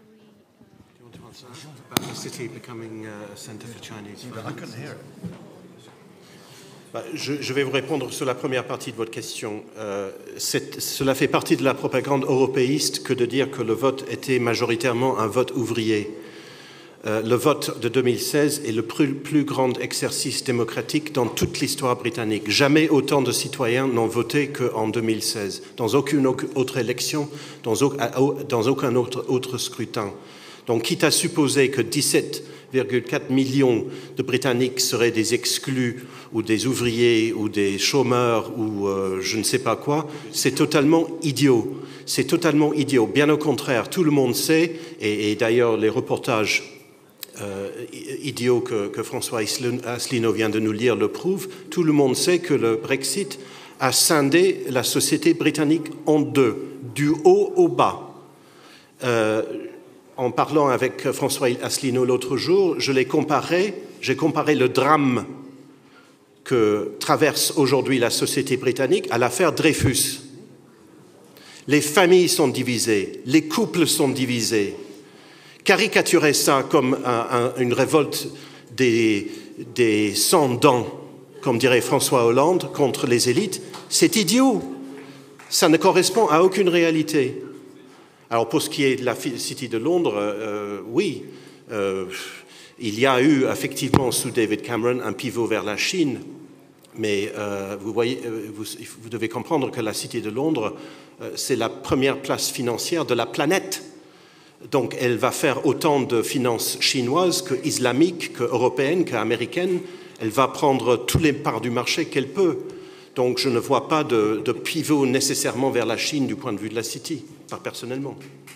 Je, je vais vous répondre sur la première partie de votre question. Euh, cela fait partie de la propagande européiste que de dire que le vote était majoritairement un vote ouvrier. Euh, le vote de deux mille seize est le plus, plus grand exercice démocratique dans toute l'histoire britannique. Jamais autant de citoyens n'ont voté qu'en deux mille seize, dans aucune autre élection, dans, dans aucun autre, autre scrutin. Donc, quitte à supposer que dix-sept virgule quatre millions de Britanniques seraient des exclus ou des ouvriers ou des chômeurs ou euh, je ne sais pas quoi, c'est totalement idiot. C'est totalement idiot. Bien au contraire, tout le monde sait, et, et d'ailleurs les reportages euh, idiots que, que François Asselineau vient de nous lire le prouvent, tout le monde sait que le Brexit a scindé la société britannique en deux, du haut au bas. Euh, En parlant avec François Asselineau l'autre jour, je l'ai comparé, j'ai comparé le drame que traverse aujourd'hui la société britannique à l'affaire Dreyfus. Les familles sont divisées, les couples sont divisés. Caricaturer ça comme un, un, une révolte des, des sans-dents, comme dirait François Hollande, contre les élites, c'est idiot. Ça ne correspond à aucune réalité. Alors, pour ce qui est de la City de Londres, euh, oui, euh, il y a eu effectivement sous David Cameron un pivot vers la Chine, mais euh, vous, voyez, vous, vous devez comprendre que la City de Londres, euh, c'est la première place financière de la planète. Donc, elle va faire autant de finances chinoises que islamiques, que européennes, qu'américaines. Elle va prendre toutes les parts du marché qu'elle peut. Donc, je ne vois pas de, de pivot nécessairement vers la Chine du point de vue de la City, pas personnellement.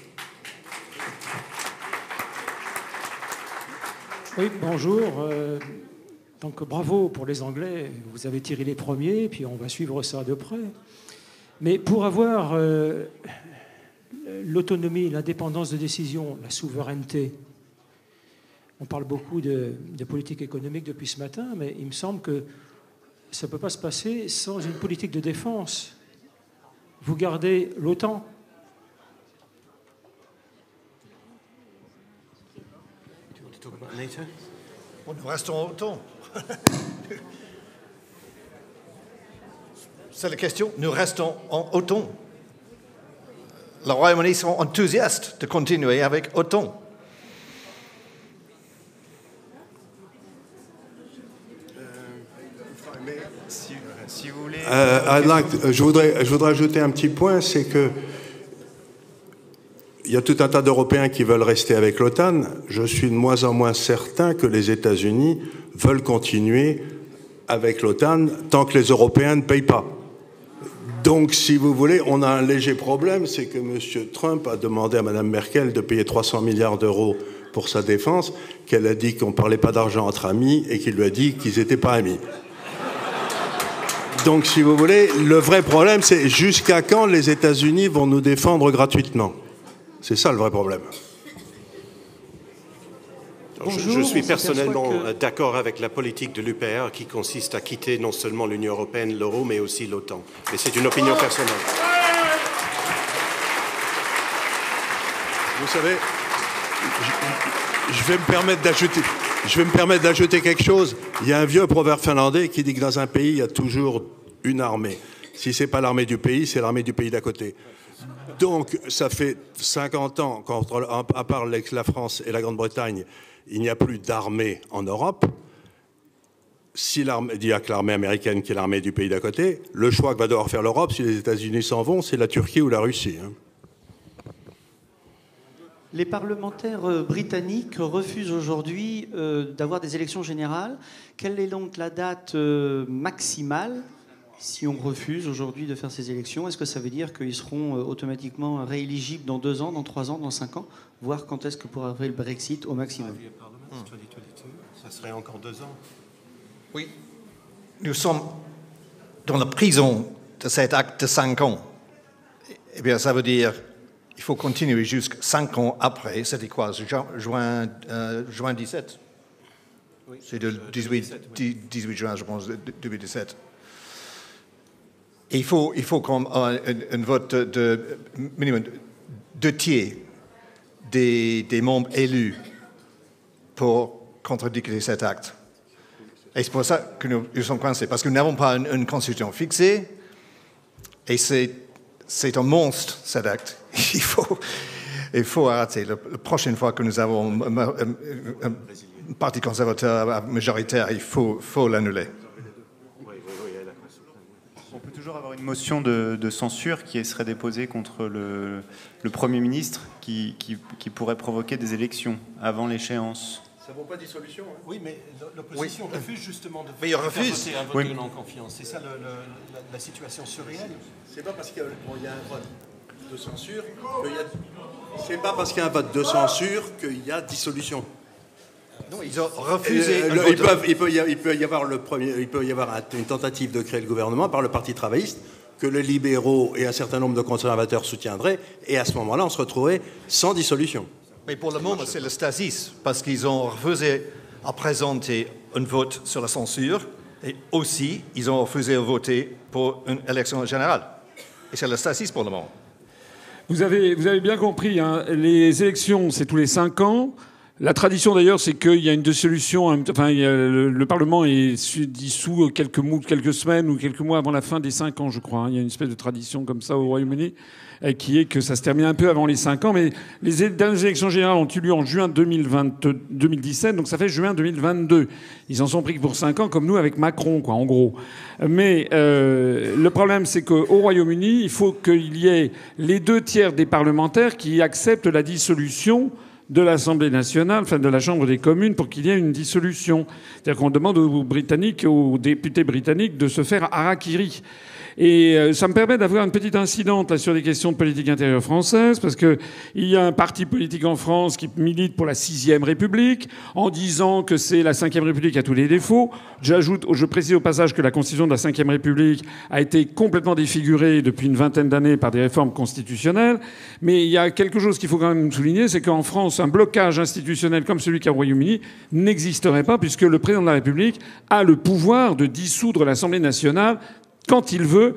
Oui, bonjour. Euh, donc, bravo pour les Anglais. Vous avez tiré les premiers, puis on va suivre ça de près. Mais pour avoir euh, l'autonomie, l'indépendance de décision, la souveraineté, on parle beaucoup de, de politique économique depuis ce matin, mais il me semble que ça ne peut pas se passer sans une politique de défense. Vous gardez l'OTAN. Bon, nous restons OTAN. C'est la question. Nous restons en OTAN. Le Royaume-Uni sont enthousiastes de continuer avec OTAN. Si, si vous voulez... Euh, like, je, voudrais, je voudrais ajouter un petit point, c'est que il y a tout un tas d'Européens qui veulent rester avec l'OTAN. Je suis de moins en moins certain que les États-Unis veulent continuer avec l'OTAN tant que les Européens ne payent pas. Donc, si vous voulez, on a un léger problème, c'est que M. Trump a demandé à Mme Merkel de payer trois cents milliards d'euros pour sa défense, qu'elle a dit qu'on ne parlait pas d'argent entre amis et qu'il lui a dit qu'ils n'étaient pas amis. Donc, si vous voulez, le vrai problème, c'est jusqu'à quand les États-Unis vont nous défendre gratuitement? C'est ça le vrai problème. Bonjour, je suis personnellement que... d'accord avec la politique de l'U P R qui consiste à quitter non seulement l'Union européenne, l'euro, mais aussi l'OTAN. Mais c'est une opinion personnelle. Vous savez, je, je vais me permettre d'ajouter, je vais me permettre d'ajouter quelque chose. Il y a un vieux proverbe finlandais qui dit que dans un pays, il y a toujours une armée. Si c'est pas l'armée du pays, c'est l'armée du pays d'à côté. Donc, ça fait cinquante ans qu'entre, à part la France et la Grande-Bretagne, il n'y a plus d'armée en Europe. Si l'armée, il y a que l'armée américaine qui est l'armée du pays d'à côté, le choix que va devoir faire l'Europe, si les États-Unis s'en vont, c'est la Turquie ou la Russie. Hein. Les parlementaires britanniques refusent aujourd'hui euh, d'avoir des élections générales. Quelle est donc la date euh, maximale si on refuse aujourd'hui de faire ces élections? Est-ce que ça veut dire qu'ils seront euh, automatiquement rééligibles dans deux ans, dans trois ans, dans cinq ans? Voir quand est-ce que pourra arriver le Brexit au maximum. Hmm. Ça serait encore deux ans. Oui. Nous sommes dans la prison de cet acte de cinq ans. Eh bien, ça veut dire qu'il faut continuer jusqu'à cinq ans après. C'était quoi? Juin, euh, juin dix-sept oui. C'est le dix-huit, dix-huit juin, je pense, deux mille dix-sept. Et il faut, il faut qu'on ait un, un vote de minimum deux tiers des, des membres élus pour contredire cet acte. Et c'est pour ça que nous, nous sommes coincés, parce que nous n'avons pas une, une constitution fixée, et c'est, c'est un monstre, cet acte. Il faut, il faut arrêter. La, la prochaine fois que nous avons un, un, un, un parti conservateur majoritaire, il faut, faut l'annuler. On peut toujours avoir une motion de, de censure qui serait déposée contre le, le Premier ministre qui, qui, qui pourrait provoquer des élections avant l'échéance. Ça ne vaut pas dissolution. Hein. Oui, mais l'opposition oui. refuse justement de mais faire refuse. voter un vote oui. de non-confiance. C'est ça le, le, la, la situation surréelle. C'est pas parce qu'il y a, bon, il y a un vote de censure qu'il y a... C'est pas parce qu'il y a un vote de censure qu'il y a dissolution. Non, ils ont refusé. Euh, le, ils peuvent, il, peut y, il peut y avoir le premier, il peut y avoir un, une tentative de créer le gouvernement par le Parti travailliste que les libéraux et un certain nombre de conservateurs soutiendraient, et à ce moment-là, on se retrouverait sans dissolution. Mais pour le moment, c'est le stasis, parce qu'ils ont refusé à présenter un vote sur la censure, et aussi, ils ont refusé de voter pour une élection générale. Et c'est le stasis pour le moment. Vous avez, vous avez bien compris, hein, les élections, c'est tous les cinq ans. La tradition d'ailleurs, c'est qu'il y a une dissolution, enfin, il y a le, le Parlement est dissous quelques mois, quelques semaines ou quelques mois avant la fin des cinq ans, je crois. Il y a une espèce de tradition comme ça au Royaume-Uni, qui est que ça se termine un peu avant les cinq ans. Mais les dernières élections générales ont eu lieu en juin deux mille vingt, deux mille dix-sept, donc ça fait juin deux mille vingt-deux. Ils en sont pris que pour cinq ans, comme nous avec Macron, quoi, en gros. Mais euh, le problème, c'est qu'au Royaume-Uni, il faut qu'il y ait les deux tiers des parlementaires qui acceptent la dissolution de l'Assemblée nationale, enfin de la Chambre des communes, pour qu'il y ait une dissolution. C'est-à-dire qu'on demande aux Britanniques, aux députés britanniques de se faire harakiri. Et ça me permet d'avoir une petite incidente là, sur les questions de politique intérieure française, parce qu'il y a un parti politique en France qui milite pour la sixième République, en disant que c'est la cinquième République à tous les défauts. J'ajoute, je précise au passage que la constitution de la cinquième République a été complètement défigurée depuis une vingtaine d'années par des réformes constitutionnelles. Mais il y a quelque chose qu'il faut quand même souligner, c'est qu'en France, un blocage institutionnel comme celui qu'a au Royaume-Uni n'existerait pas, puisque le président de la République a le pouvoir de dissoudre l'Assemblée nationale quand il veut,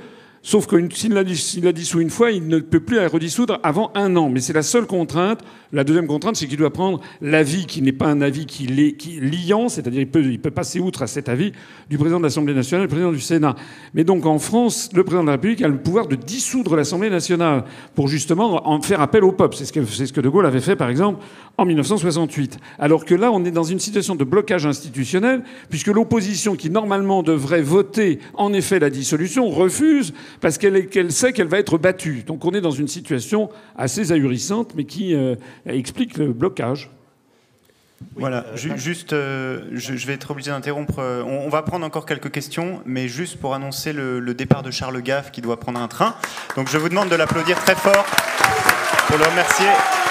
Sauf que s'il l'a, s'il l'a dissous une fois, il ne peut plus la redissoudre avant un an. Mais c'est la seule contrainte. La deuxième contrainte, c'est qu'il doit prendre l'avis qui n'est pas un avis qui est qui, liant, c'est-à-dire qu'il peut, il peut passer outre à cet avis du président de l'Assemblée nationale et du président du Sénat. Mais donc en France, le président de la République a le pouvoir de dissoudre l'Assemblée nationale pour justement en faire appel au peuple. C'est ce que, c'est ce que De Gaulle avait fait, par exemple, en mille neuf cent soixante-huit. Alors que là, on est dans une situation de blocage institutionnel, puisque l'opposition, qui normalement devrait voter en effet la dissolution, refuse parce qu'elle, est, qu'elle sait qu'elle va être battue. Donc on est dans une situation assez ahurissante, mais qui euh, explique le blocage. Voilà, Ju- juste, euh, je, je vais être obligé d'interrompre. On, on va prendre encore quelques questions, mais juste pour annoncer le, le départ de Charles Gaff qui doit prendre un train. Donc je vous demande de l'applaudir très fort pour le remercier.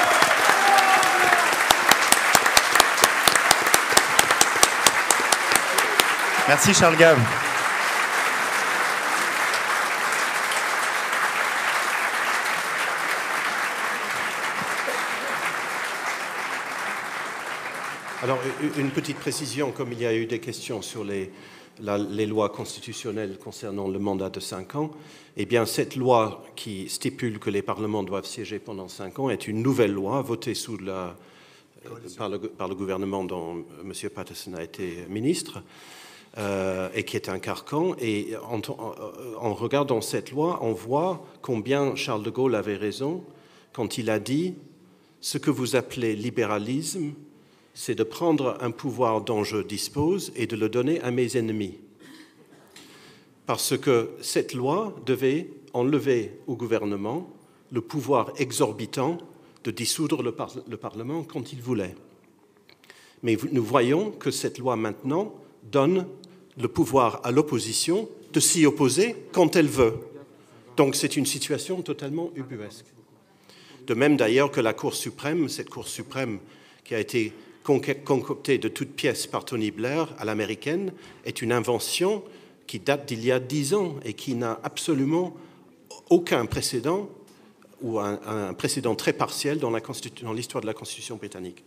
Merci Charles Gaff. Alors, une petite précision, comme il y a eu des questions sur les, la, les lois constitutionnelles concernant le mandat de cinq ans, eh bien, cette loi qui stipule que les parlements doivent siéger pendant cinq ans est une nouvelle loi votée sous la, par, le, par le gouvernement dont M. Patterson a été ministre, euh, et qui est un carcan. Et en, en regardant cette loi, on voit combien Charles de Gaulle avait raison quand il a dit « ce que vous appelez libéralisme », c'est de prendre un pouvoir dont je dispose et de le donner à mes ennemis. Parce que cette loi devait enlever au gouvernement le pouvoir exorbitant de dissoudre le, par- le Parlement quand il voulait. Mais nous voyons que cette loi maintenant donne le pouvoir à l'opposition de s'y opposer quand elle veut. Donc c'est une situation totalement ubuesque. De même d'ailleurs que la Cour suprême, cette Cour suprême qui a été concoctée de toutes pièces par Tony Blair à l'américaine, est une invention qui date d'il y a dix ans et qui n'a absolument aucun précédent ou un, un précédent très partiel dans, la constitu- dans l'histoire de la Constitution britannique.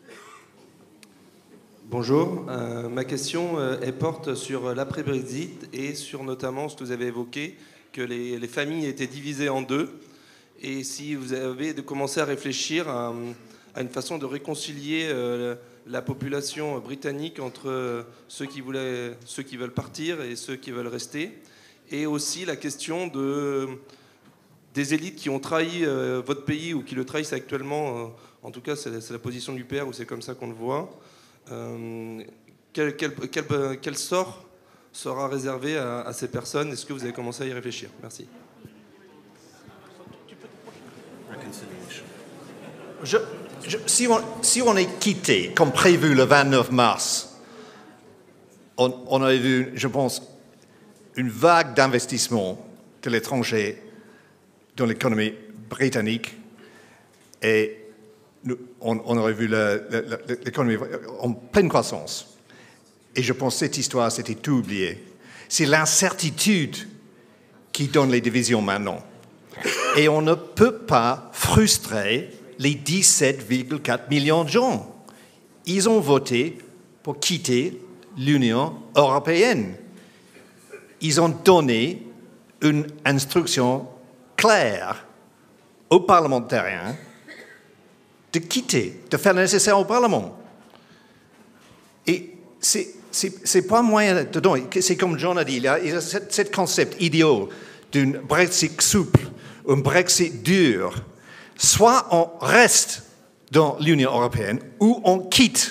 Bonjour, euh, ma question euh, elle porte sur l'après-Brexit et sur notamment ce que vous avez évoqué, que les, les familles étaient divisées en deux, et si vous avez de commencer à réfléchir à, à une façon de réconcilier euh, la population britannique entre ceux qui, voulaient, ceux qui veulent partir et ceux qui veulent rester, et aussi la question de, des élites qui ont trahi euh, votre pays ou qui le trahissent actuellement, euh, en tout cas c'est, c'est la position du P R ou c'est comme ça qu'on le voit. Euh, quel, quel, quel, quel sort sera réservé à, à ces personnes? Est-ce que vous avez commencé à y réfléchir? Merci. Je, je, si, on, si on est quitté, comme prévu le vingt-neuf mars, on, on a vu, je pense, une vague d'investissement de l'étranger dans l'économie britannique et nous, on, on aurait vu la, la, la, l'économie en pleine croissance. Et je pense que cette histoire, c'était tout oublié. C'est l'incertitude qui donne les divisions maintenant. Et on ne peut pas frustrer les dix-sept virgule quatre millions de gens. Ils ont voté pour quitter l'Union européenne. Ils ont donné une instruction claire aux parlementaires de quitter, de faire le nécessaire au Parlement. Et c'est, c'est, c'est pas moyen de donner. C'est comme John a dit, il y a, il y a ce concept idiot d'un Brexit souple, un Brexit dur. Soit on reste dans l'Union européenne ou on quitte.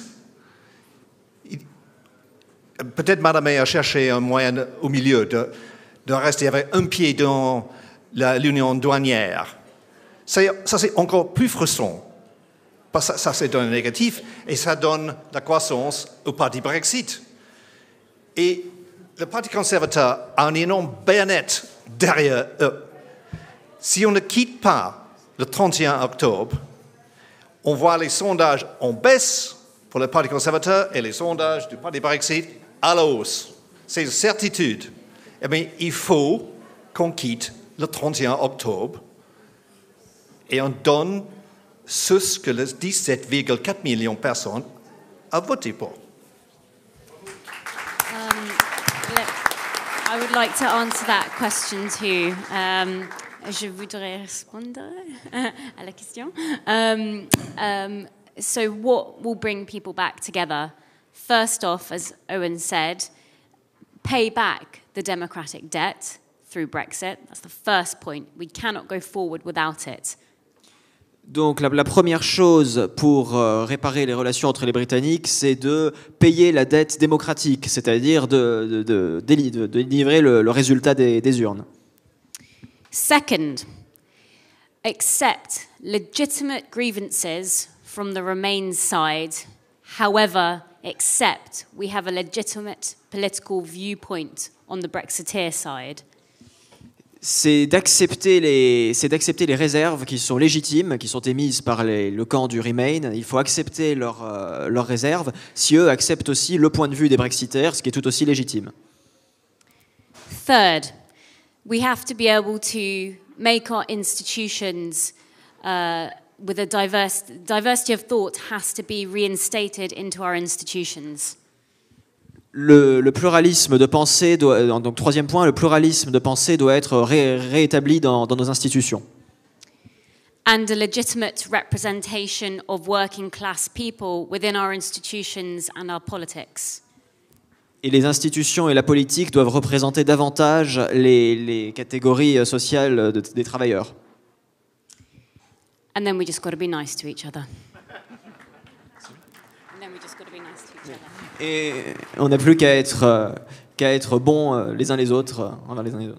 Peut-être Mme May a cherché un moyen au milieu de, de rester avec un pied dans la, l'union douanière. Ça, ça, c'est encore plus frustrant. Parce que ça, ça c'est donné négatif et ça donne la croissance au parti Brexit. Et le Parti conservateur a une énorme baïonnette derrière eux. Si on ne quitte pas le trente et un octobre, on voit les sondages en baisse pour le Parti conservateur et les sondages du Parti Brexit à la hausse. C'est une certitude. Eh bien, il faut qu'on quitte le trente et un octobre et on donne ce que les dix-sept virgule quatre millions de personnes ont voté pour. Um, look, I I would like to answer that question too. Um, je voudrais répondre à la question. Um, um, so what will bring people back together? First off, as Owen said, pay back the democratic debt through Brexit. That's the first point. We cannot go forward without it. Donc la, la première chose pour euh, réparer les relations entre les Britanniques, c'est de payer la dette démocratique, c'est-à-dire de, de, de, de, de, de délivrer le, le résultat des, des urnes. Second, accept legitimate grievances from the Remain side. However, accept we have a legitimate political viewpoint on the Brexiteer side. C'est d'accepter les, c'est d'accepter les réserves qui sont légitimes, qui sont émises par les, le camp du Remain. Il faut accepter leurs euh, leurs réserves, si eux acceptent aussi le point de vue des Brexiteers, ce qui est tout aussi légitime. Third, we have to be able to make our institutions uh, with a diverse, diversity of thought has to be reinstated into our institutions. Le, le pluralisme de pensée doit, donc troisième point, le pluralisme de pensée doit être ré, réétabli dans, dans nos institutions. And a legitimate representation of working class people within our institutions and our politics. Et les institutions et la politique doivent représenter davantage les, les catégories sociales de, des travailleurs. And then we just got to be nice to each other. And then we just got to be nice to each other. Et on n'a plus qu'à être, euh, qu'à être bons euh, les uns les autres, euh, envers les uns les autres.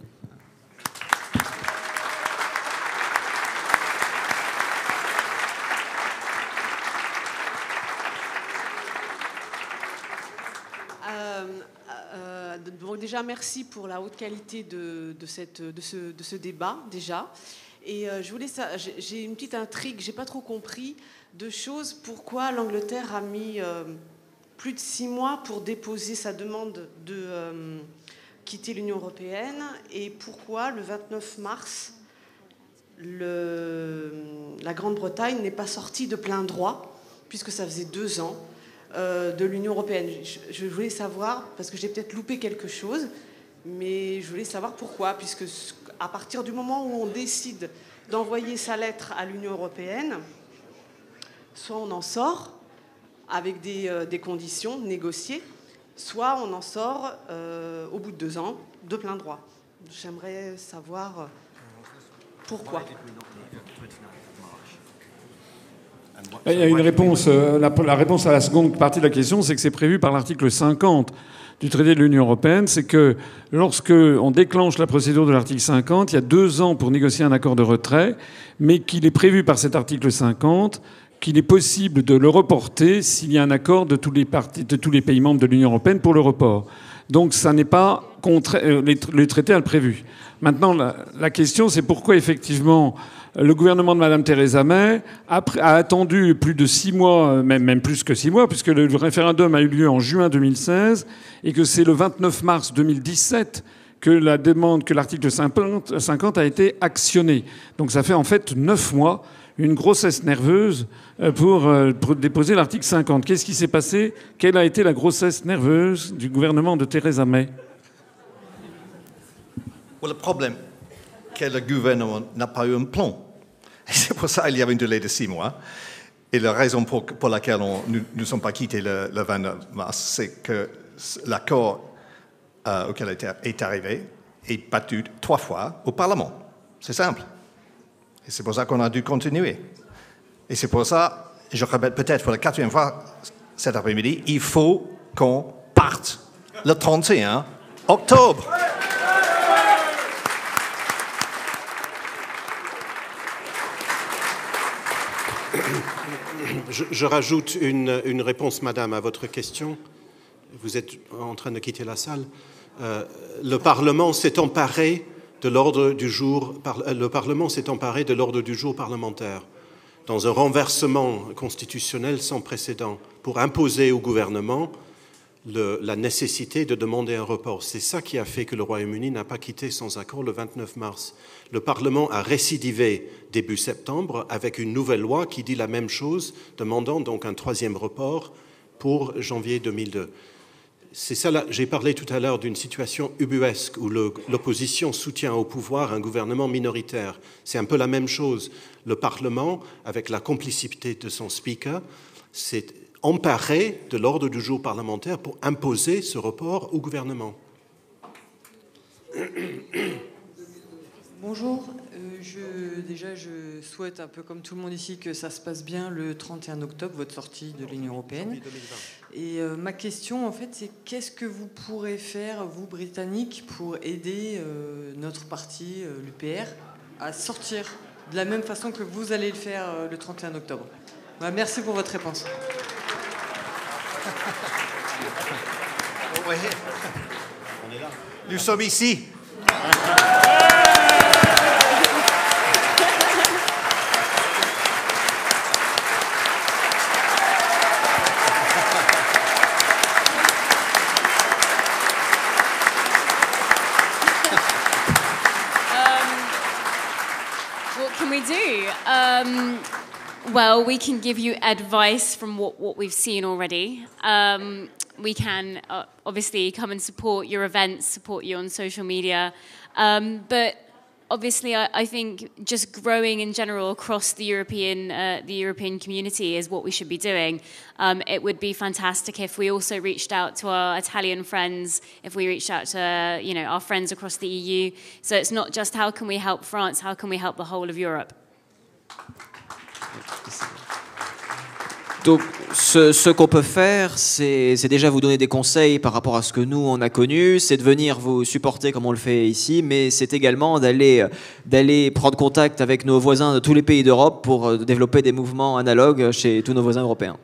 Euh, euh, donc déjà, merci pour la haute qualité de, de, cette, de, ce, de ce débat, déjà. Et euh, je voulais ça, j'ai une petite intrigue, j'ai pas trop compris deux choses. Pourquoi l'Angleterre a mis... Euh, plus de six mois pour déposer sa demande de euh, quitter l'Union européenne et pourquoi le vingt-neuf mars, le, la Grande-Bretagne n'est pas sortie de plein droit, puisque ça faisait deux ans, euh, de l'Union européenne. Je, je voulais savoir, parce que j'ai peut-être loupé quelque chose, mais je voulais savoir pourquoi, puisque à partir du moment où on décide d'envoyer sa lettre à l'Union européenne, soit on en sort, avec des, euh, des conditions négociées, soit on en sort euh, au bout de deux ans de plein droit. J'aimerais savoir euh, pourquoi. Il y a une réponse, la, la réponse à la seconde partie de la question, c'est que c'est prévu par l'article cinquante du traité de l'Union européenne, c'est que lorsque on déclenche la procédure de l'article cinquante, il y a deux ans pour négocier un accord de retrait, mais qu'il est prévu par cet article cinquante qu'il est possible de le reporter s'il y a un accord de tous les, partis, de tous les pays membres de l'Union européenne pour le report. Donc ça n'est pas contre le traité a le prévu. Maintenant, la, la question, c'est pourquoi effectivement le gouvernement de Mme Theresa May a, a attendu plus de six mois, même, même plus que six mois, puisque le référendum a eu lieu en juin deux mille seize et que c'est le vingt-neuf mars deux mille dix-sept que la demande, que l'article cinquante a été actionné. Donc ça fait en fait neuf mois. Une grossesse nerveuse pour, pour déposer l'article cinquante. Qu'est-ce qui s'est passé? Quelle a été la grossesse nerveuse du gouvernement de Theresa May? Well, le problème, c'est que le gouvernement n'a pas eu un plan. Et c'est pour ça qu'il y avait un délai de six mois. Et la raison pour, pour laquelle on, nous ne sommes pas quittés le, le vingt-neuf mars, c'est que l'accord euh, auquel est, est arrivé est battu trois fois au Parlement. C'est simple. Et c'est pour ça qu'on a dû continuer. Et c'est pour ça, je répète peut-être pour la quatrième fois cet après-midi, il faut qu'on parte le trente et un octobre. Je, je rajoute une, une réponse, madame, à votre question. Vous êtes en train de quitter la salle. Euh, le Parlement s'est emparé de l'ordre du jour, le Parlement s'est emparé de l'ordre du jour parlementaire dans un renversement constitutionnel sans précédent pour imposer au gouvernement le, la nécessité de demander un report. C'est ça qui a fait que le Royaume-Uni n'a pas quitté sans accord le vingt-neuf mars. Le Parlement a récidivé début septembre avec une nouvelle loi qui dit la même chose, demandant donc un troisième report pour janvier deux mille deux. c'est ça, là, j'ai parlé tout à l'heure d'une situation ubuesque où le, l'opposition soutient au pouvoir un gouvernement minoritaire. C'est un peu la même chose. Le Parlement, avec la complicité de son speaker, s'est emparé de l'ordre du jour parlementaire pour imposer ce report au gouvernement. Bonjour, euh, je, déjà je souhaite un peu comme tout le monde ici que ça se passe bien le trente et un octobre, votre sortie de l'Union européenne. Et euh, ma question en fait c'est qu'est-ce que vous pourrez faire, vous Britanniques, pour aider euh, notre parti, euh, l'U P R, à sortir de la même façon que vous allez le faire euh, le trente et un octobre. Bah, merci pour votre réponse. Oui. On est là. Nous sommes ici. Can we do? Um, well, we can give you advice from what, what we've seen already. Um, we can uh, obviously come and support your events, support you on social media. Um, but obviously, I, I think just growing in general across the European, uh, the European community is what we should be doing. Um, it would be fantastic if we also reached out to our Italian friends, if we reached out to you know our friends across the E U. So it's not just how can we help France, how can we help the whole of Europe. Donc, ce, ce qu'on peut faire, c'est déjà vous donner des conseils par rapport à ce que nous, on a connu, c'est de venir vous supporter comme on le fait ici, mais c'est également d'aller d'aller prendre contact avec nos voisins de tous les pays d'Europe pour développer des mouvements analogues chez tous nos voisins européens.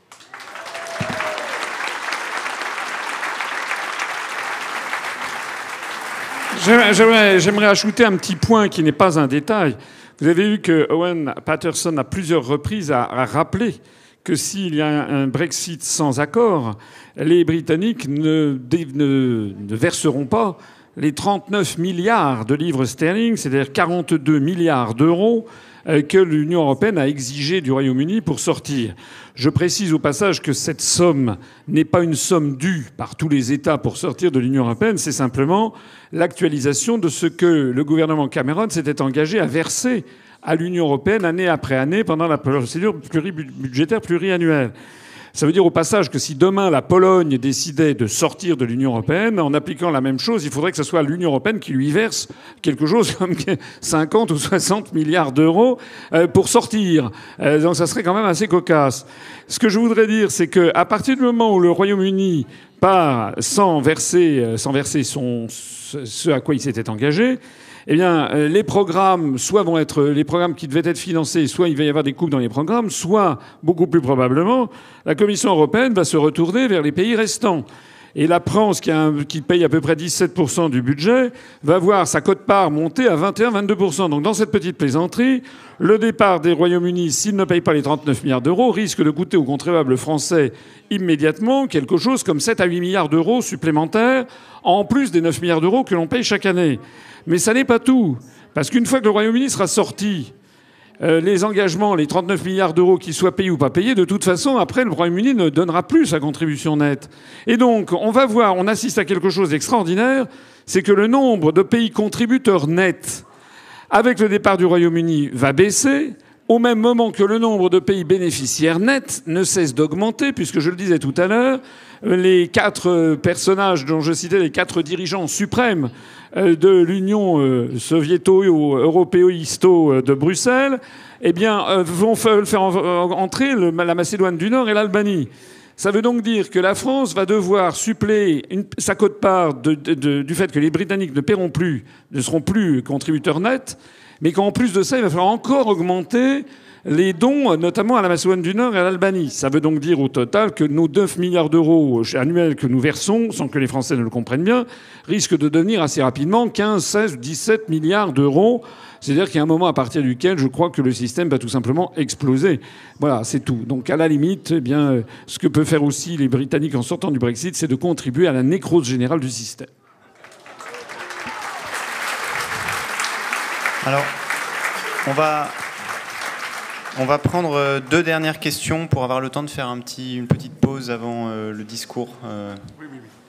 J'aimerais ajouter un petit point qui n'est pas un détail. Vous avez vu que Owen Paterson, à plusieurs reprises, a, a rappelé que s'il y a un Brexit sans accord, les Britanniques ne, ne, ne verseront pas les trente-neuf milliards de livres sterling, c'est-à-dire quarante-deux milliards d'euros, que l'Union européenne a exigé du Royaume-Uni pour sortir. Je précise au passage que cette somme n'est pas une somme due par tous les États pour sortir de l'Union européenne, c'est simplement l'actualisation de ce que le gouvernement Cameron s'était engagé à verser à l'Union européenne année après année pendant la procédure budgétaire pluriannuelle. Ça veut dire au passage que si demain la Pologne décidait de sortir de l'Union européenne, en appliquant la même chose, il faudrait que ce soit l'Union européenne qui lui verse quelque chose comme cinquante ou soixante milliards d'euros pour sortir. Donc ça serait quand même assez cocasse. Ce que je voudrais dire, c'est qu'à partir du moment où le Royaume-Uni part sans verser, sans verser son, ce à quoi il s'était engagé, eh bien, les programmes, soit vont être les programmes qui devaient être financés, soit il va y avoir des coupes dans les programmes, soit, beaucoup plus probablement, la Commission européenne va se retourner vers les pays restants. Et la France, qui, a un, qui paye à peu près dix-sept pour cent du budget, va voir sa quote-part monter à vingt et un à vingt-deux pour cent. Donc dans cette petite plaisanterie, le départ des Royaumes-Unis, s'ils ne payent pas les trente-neuf milliards d'euros, risque de coûter aux contribuables français immédiatement quelque chose comme sept à huit milliards d'euros supplémentaires, en plus des neuf milliards d'euros que l'on paye chaque année. Mais ça n'est pas tout. Parce qu'une fois que le Royaume-Uni sera sorti, euh, les engagements, les trente-neuf milliards d'euros, qu'ils soient payés ou pas payés, de toute façon, après, le Royaume-Uni ne donnera plus sa contribution nette. Et donc, on va voir, on assiste à quelque chose d'extraordinaire, c'est que le nombre de pays contributeurs nets, avec le départ du Royaume-Uni, va baisser, au même moment que le nombre de pays bénéficiaires nets ne cesse d'augmenter, puisque je le disais tout à l'heure, les quatre personnages dont je citais les quatre dirigeants suprêmes de l'Union soviéto-européisto de Bruxelles, eh bien, vont faire entrer la Macédoine du Nord et l'Albanie. Ça veut donc dire que la France va devoir suppléer une, sa quote-part de, de, de, du fait que les Britanniques ne paieront plus, ne seront plus contributeurs nets, mais qu'en plus de ça, il va falloir encore augmenter les dons, notamment à la Macédoine du Nord et à l'Albanie. Ça veut donc dire au total que nos neuf milliards d'euros annuels que nous versons, sans que les Français ne le comprennent bien, risquent de devenir assez rapidement quinze, seize, dix-sept milliards d'euros. C'est-à-dire qu'il y a un moment à partir duquel je crois que le système va tout simplement exploser. Voilà, c'est tout. Donc à la limite, eh bien, ce que peuvent faire aussi les Britanniques en sortant du Brexit, c'est de contribuer à la nécrose générale du système. Alors, on va... On va prendre deux dernières questions pour avoir le temps de faire un petit, une petite pause avant euh, le discours. Euh... Oui, oui, oui.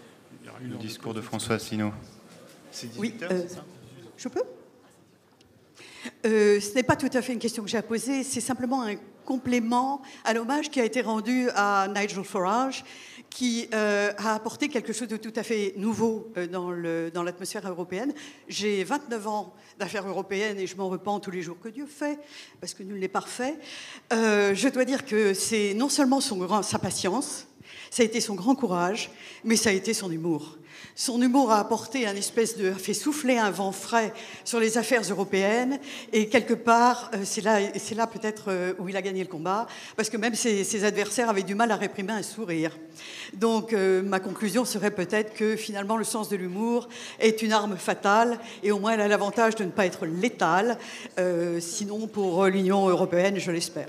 Le discours de François Asselineau. Oui, euh, je peux euh, Ce n'est pas tout à fait une question que j'ai à poser, c'est simplement un complément à l'hommage qui a été rendu à Nigel Farage, qui euh, a apporté quelque chose de tout à fait nouveau euh, dans, le, dans l'atmosphère européenne. J'ai vingt-neuf ans d'affaires européennes et je m'en repens tous les jours que Dieu fait, parce que nul n'est parfait. Euh, je dois dire que c'est non seulement son grand, sa patience, ça a été son grand courage, mais ça a été son humour. Son humour a apporté un espèce de, a fait souffler un vent frais sur les affaires européennes et quelque part, c'est là, c'est là peut-être où il a gagné le combat, parce que même ses, ses adversaires avaient du mal à réprimer un sourire. Donc euh, ma conclusion serait peut-être que finalement le sens de l'humour est une arme fatale et au moins elle a l'avantage de ne pas être létale, euh, sinon pour l'Union européenne, je l'espère.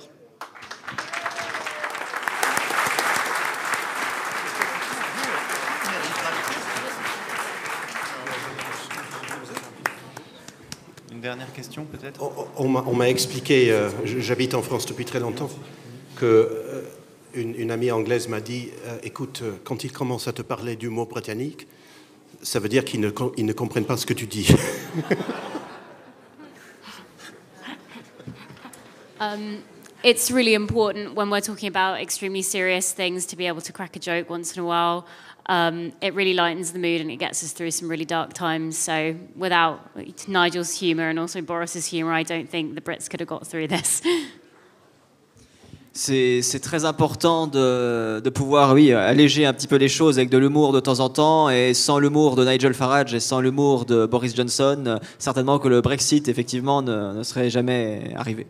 Dernière question, peut-être. On, on m'a expliqué, euh, j'habite en France depuis très longtemps, que euh, une, une amie anglaise m'a dit euh, écoute, quand ils commencent à te parler d'humour britannique, ça veut dire qu'ils ne, ils ne comprennent pas ce que tu dis. um, it's really important when we're talking about extremely serious things to be able to crack a joke once in a while. Um, it really lightens the mood and it gets us through some really dark times. So without Nigel's humour and also Boris's humour, I don't think the Brits could have got through this. C'est, c'est très important de, de pouvoir, oui, alléger un petit peu les choses avec de l'humour de temps en temps. Et sans l'humour de Nigel Farage et sans l'humour de Boris Johnson, certainement que le Brexit, effectivement, ne, ne serait jamais arrivé.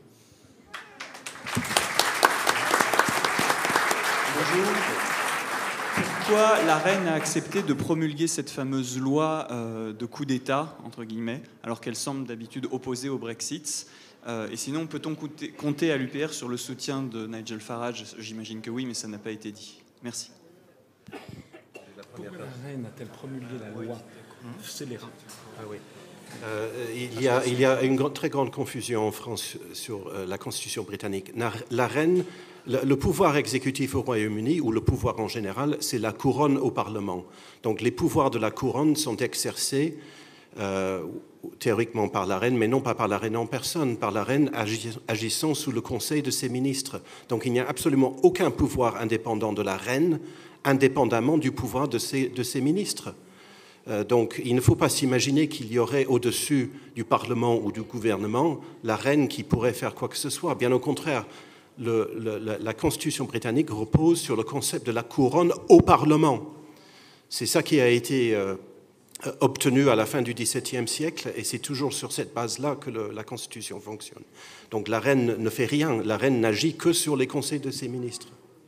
Bonjour. Pourquoi la reine a accepté de promulguer cette fameuse loi euh, de coup d'État, entre guillemets, alors qu'elle semble d'habitude opposée au Brexit euh, Et sinon, peut-on compter, compter à l'U P R sur le soutien de Nigel Farage? J'imagine que oui, mais ça n'a pas été dit. Merci. Pourquoi la reine a-t-elle promulgué la loi scélérate? Ah oui. Euh, il, y a, il y a une grande, très grande confusion en France sur euh, la Constitution britannique. La, la reine, le, le pouvoir exécutif au Royaume-Uni, ou le pouvoir en général, c'est la couronne au Parlement. Donc les pouvoirs de la couronne sont exercés euh, théoriquement par la reine, mais non pas par la reine en personne, par la reine agi, agissant sous le conseil de ses ministres. Donc il n'y a absolument aucun pouvoir indépendant de la reine, indépendamment du pouvoir de ses, de ses ministres. Euh, donc il ne faut pas s'imaginer qu'il y aurait au-dessus du Parlement ou du gouvernement la reine qui pourrait faire quoi que ce soit. Bien au contraire, le, le, la, la Constitution britannique repose sur le concept de la couronne au Parlement. C'est ça qui a été euh, obtenu à la fin du XVIIe siècle et c'est toujours sur cette base-là que le, la Constitution fonctionne. Donc la reine ne fait rien, la reine n'agit que sur les conseils de ses ministres.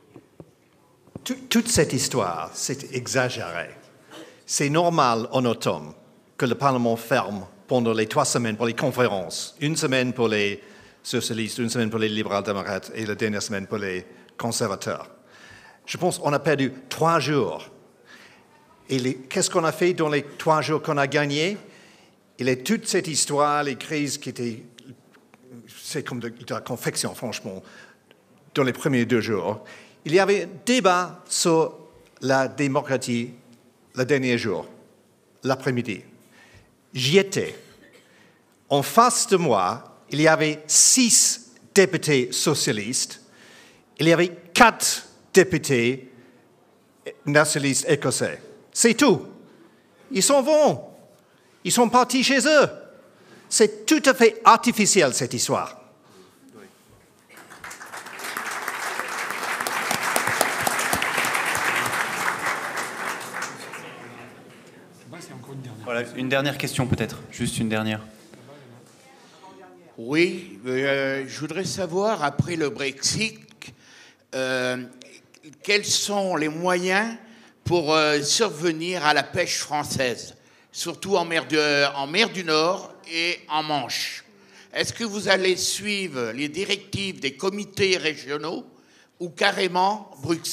Toute cette histoire, c'est exagéré. C'est normal en automne que le Parlement ferme pendant les trois semaines pour les conférences. Une semaine pour les socialistes, une semaine pour les libéraux-démocrates et la dernière semaine pour les conservateurs. Je pense qu'on a perdu trois jours. Et les, qu'est-ce qu'on a fait dans les trois jours qu'on a gagnés? Il y a toute cette histoire, les crises qui étaient... C'est comme de, de la confection, franchement, dans les premiers deux jours. Il y avait un débat sur la démocratie le dernier jour, l'après-midi. J'y étais. En face de moi, il y avait six députés socialistes. Il y avait quatre députés nationalistes écossais. C'est tout. Ils s'en vont. Ils sont partis chez eux. C'est tout à fait artificiel, cette histoire. Voilà, une dernière question peut-être, juste une dernière. Oui, euh, je voudrais savoir, après le Brexit, euh, quels sont les moyens pour euh, survenir à la pêche française, surtout en mer, de, en mer du Nord et en Manche. Est-ce que vous allez suivre les directives des comités régionaux ou carrément Bruxelles ?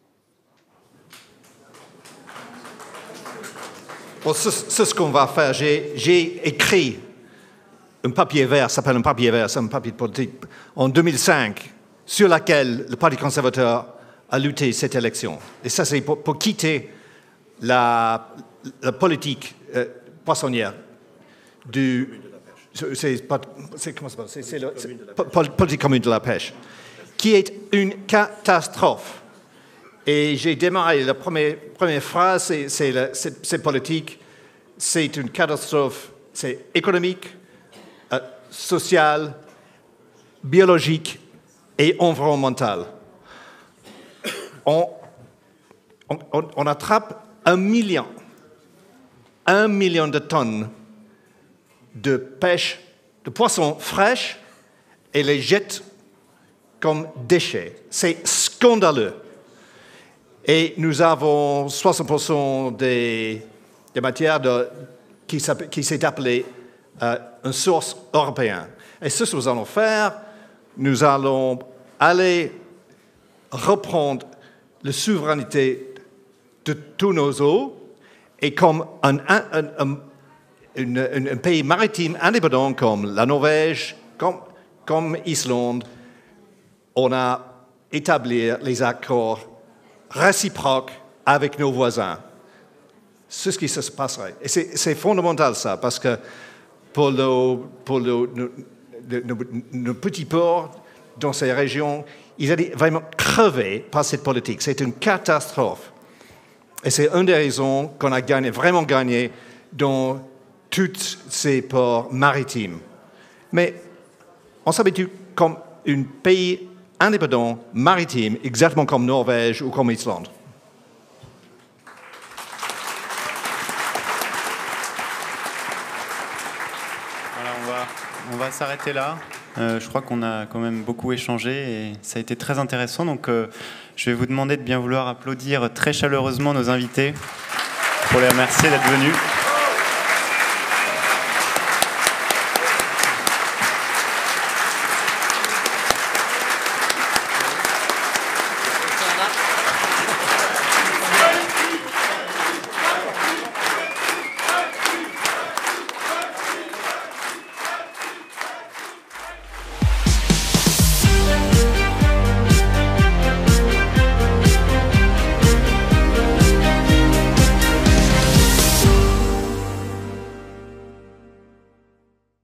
Bon, c'est, c'est ce qu'on va faire. J'ai, j'ai écrit un papier vert, ça s'appelle un papier vert, c'est un papier de politique, en deux mille cinq, sur lequel le Parti conservateur a lutté cette élection. Et ça, c'est pour, pour quitter la, la politique euh, poissonnière du... C'est pas- c'est- comment ça s'appelle? C'est- c'est le- c'est po- politique commune de la pêche, qui est une catastrophe. Et j'ai démarré, la première, première phrase, c'est, c'est, la- c'est, c'est politique, c'est une catastrophe, c'est économique, euh, sociale, biologique et environnementale. On, on, on- on attrape un million, un million de tonnes de pêche, de poissons fraîches et les jette comme déchets. C'est scandaleux. Et nous avons soixante pour cent des, des matières de, qui, s'appelle- qui s'est appelée euh, une source européenne. Et ce que nous allons faire, nous allons aller reprendre la souveraineté de tous nos eaux et comme un, un, un, un, une- un- un pays maritime indépendant comme la Norvège, comme, comme Islande, on a établi les accords réciproques avec nos voisins. C'est ce qui se passerait. Et c'est, c'est fondamental ça, parce que pour, le, pour le, nos, nos- nos petits ports dans ces régions, ils allaient vraiment crever par cette politique. C'est une catastrophe. Et c'est une des raisons qu'on a gagné, vraiment gagné dans tous ces ports maritimes. Mais on s'habitue comme un pays indépendant maritime, exactement comme Norvège ou comme Islande. Voilà, on va, on va s'arrêter là. Euh, je crois qu'on a quand même beaucoup échangé et ça a été très intéressant. Donc, euh, je vais vous demander de bien vouloir applaudir très chaleureusement nos invités pour les remercier d'être venus.